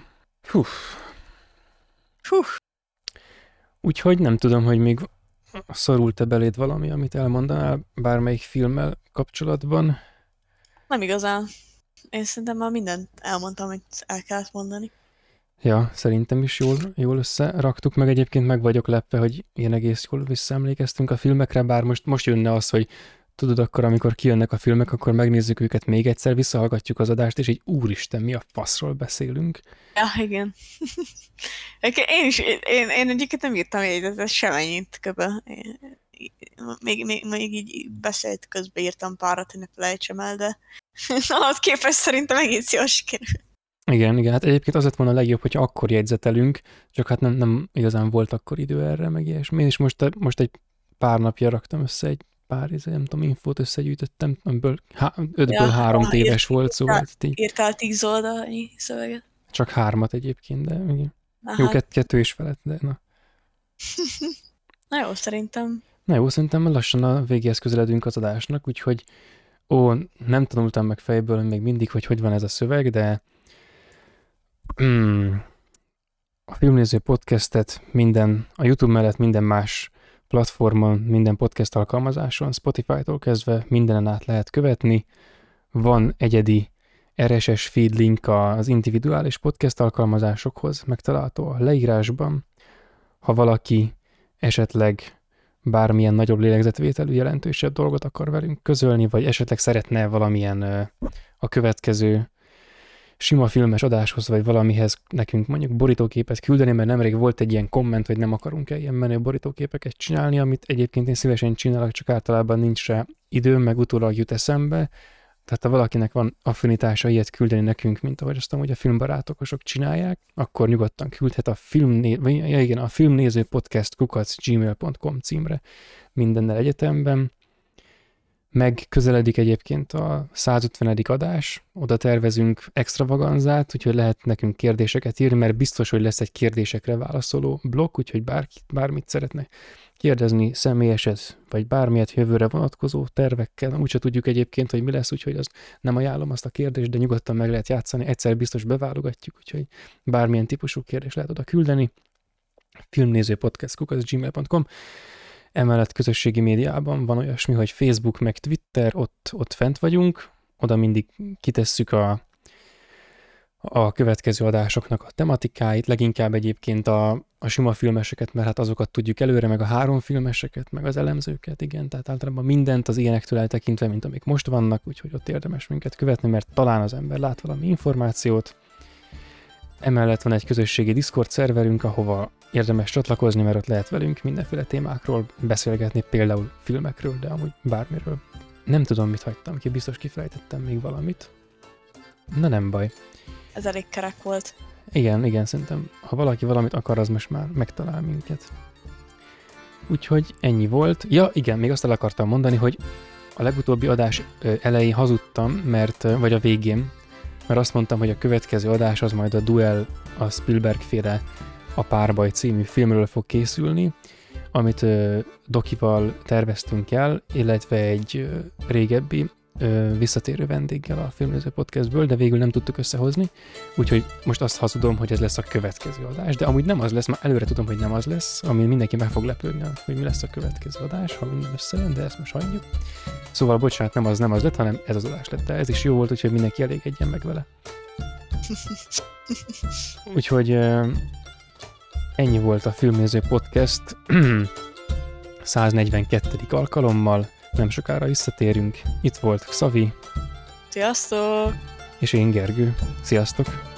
Úgyhogy nem tudom, hogy még szorult-e beléd valami, amit elmondanál bármelyik filmmel kapcsolatban. Nem igazán. Én szerintem már mindent elmondtam, amit el kellett mondani. Ja, szerintem is jól összeraktuk, meg egyébként meg vagyok lepve, hogy ilyen egész jól visszaemlékeztünk a filmekre, bár most jönne az, hogy tudod, akkor, amikor kijönnek a filmek, akkor megnézzük őket még egyszer, visszahallgatjuk az adást, és így úristen, mi a faszról beszélünk. Ja, igen. Én egyébként nem írtam jegyzetet semennyit köbe. Még így beszélt közben írtam párat, hogy ne felejtsem el, de ahhoz képest szerintem egész jól sikerült. Igen, hát egyébként az lett volna a legjobb, hogyha akkor jegyzetelünk, csak hát nem igazán volt akkor idő erre, meg ilyesmi. Én is most egy pár napja raktam össze egy pár, nem tudom, infót összegyűjtöttem, amiből 5-ből 3 téves volt, szóval... Írtál 10 oldalnyi szöveget? Csak 3 egyébként, de igen. Aha. Jó, 2 és felett, de na. Na jó, szerintem. Lassan a végéhez közeledünk az adásnak, úgyhogy nem tanultam meg fejből még mindig, hogy van ez a szöveg, de a Filmnéző podcastet a YouTube mellett minden más platformon, minden podcast alkalmazáson, Spotify-tól kezdve mindenen át lehet követni. Van egyedi RSS feed link az individuális podcast alkalmazásokhoz, megtalálható a leírásban. Ha valaki esetleg bármilyen nagyobb lélegzetvételű jelentősebb dolgot akar velünk közölni, vagy esetleg szeretne valamilyen a következő sima filmes adáshoz, vagy valamihez nekünk mondjuk borítóképet küldeni, mert nemrég volt egy ilyen komment, hogy nem akarunk-e ilyen menő borítóképeket csinálni, amit egyébként én szívesen csinálok, csak általában nincs rá időm, meg utólag jut eszembe. Tehát ha valakinek van affinitása ilyet küldeni nekünk, mint ahogy azt amúgy a filmbarátokosok csinálják, akkor nyugodtan küldhet a filmnéző podcast @gmail.com címre mindennel egyetemben. Megközeledik egyébként a 150. adás, oda tervezünk extravaganzát, úgyhogy lehet nekünk kérdéseket írni, mert biztos, hogy lesz egy kérdésekre válaszoló blokk, úgyhogy bármit szeretne kérdezni, személyeset, vagy bármilyet jövőre vonatkozó tervekkel. Úgyse tudjuk egyébként, hogy mi lesz, úgyhogy azt nem ajánlom azt a kérdést, de nyugodtan meg lehet játszani, egyszer biztos beválogatjuk, úgyhogy bármilyen típusú kérdést lehet oda küldeni. filmnézőpodcast@gmail.com. Emellett közösségi médiában van olyasmi, hogy Facebook meg Twitter, ott fent vagyunk, oda mindig kitesszük a következő adásoknak a tematikáit, leginkább egyébként a sima filmeseket, mert hát azokat tudjuk előre, meg a 3 filmeseket, meg az elemzőket, igen, tehát általában mindent az ilyenektől eltekintve, mint amik most vannak, úgyhogy ott érdemes minket követni, mert talán az ember lát valami információt. Emellett van egy közösségi Discord szerverünk, ahova érdemes csatlakozni, mert ott lehet velünk mindenféle témákról beszélgetni, például filmekről, de amúgy bármiről. Nem tudom, mit hagytam ki, biztos kifelejtettem még valamit. Na nem baj. Ez elég kerek volt. Igen, szerintem, ha valaki valamit akar, az most már megtalál minket. Úgyhogy ennyi volt. Ja, igen, még azt el akartam mondani, hogy a legutóbbi adás elején hazudtam, vagy a végén, mert azt mondtam, hogy a következő adás az majd a Duel, a Spielberg-féle A párbaj című filmről fog készülni, amit Dokival terveztünk el, illetve egy régebbi visszatérő vendéggel a Filmnéző Podcastből, de végül nem tudtuk összehozni, úgyhogy most azt hazudom, hogy ez lesz a következő adás, de amúgy nem az lesz, már előre tudom, hogy nem az lesz, ami mindenki meg fog lepődni, hogy mi lesz a következő adás, ha minden összejön, de ezt most hagyjuk. Szóval bocsánat, nem az lett, hanem ez az adás lett, de ez is jó volt, úgyhogy mindenki elégedjen meg vele. Úgyhogy ennyi volt a Filmnéző Podcast 142. alkalommal, nem sokára visszatérünk. Itt volt Xavi. Sziasztok! És én Gergő. Sziasztok!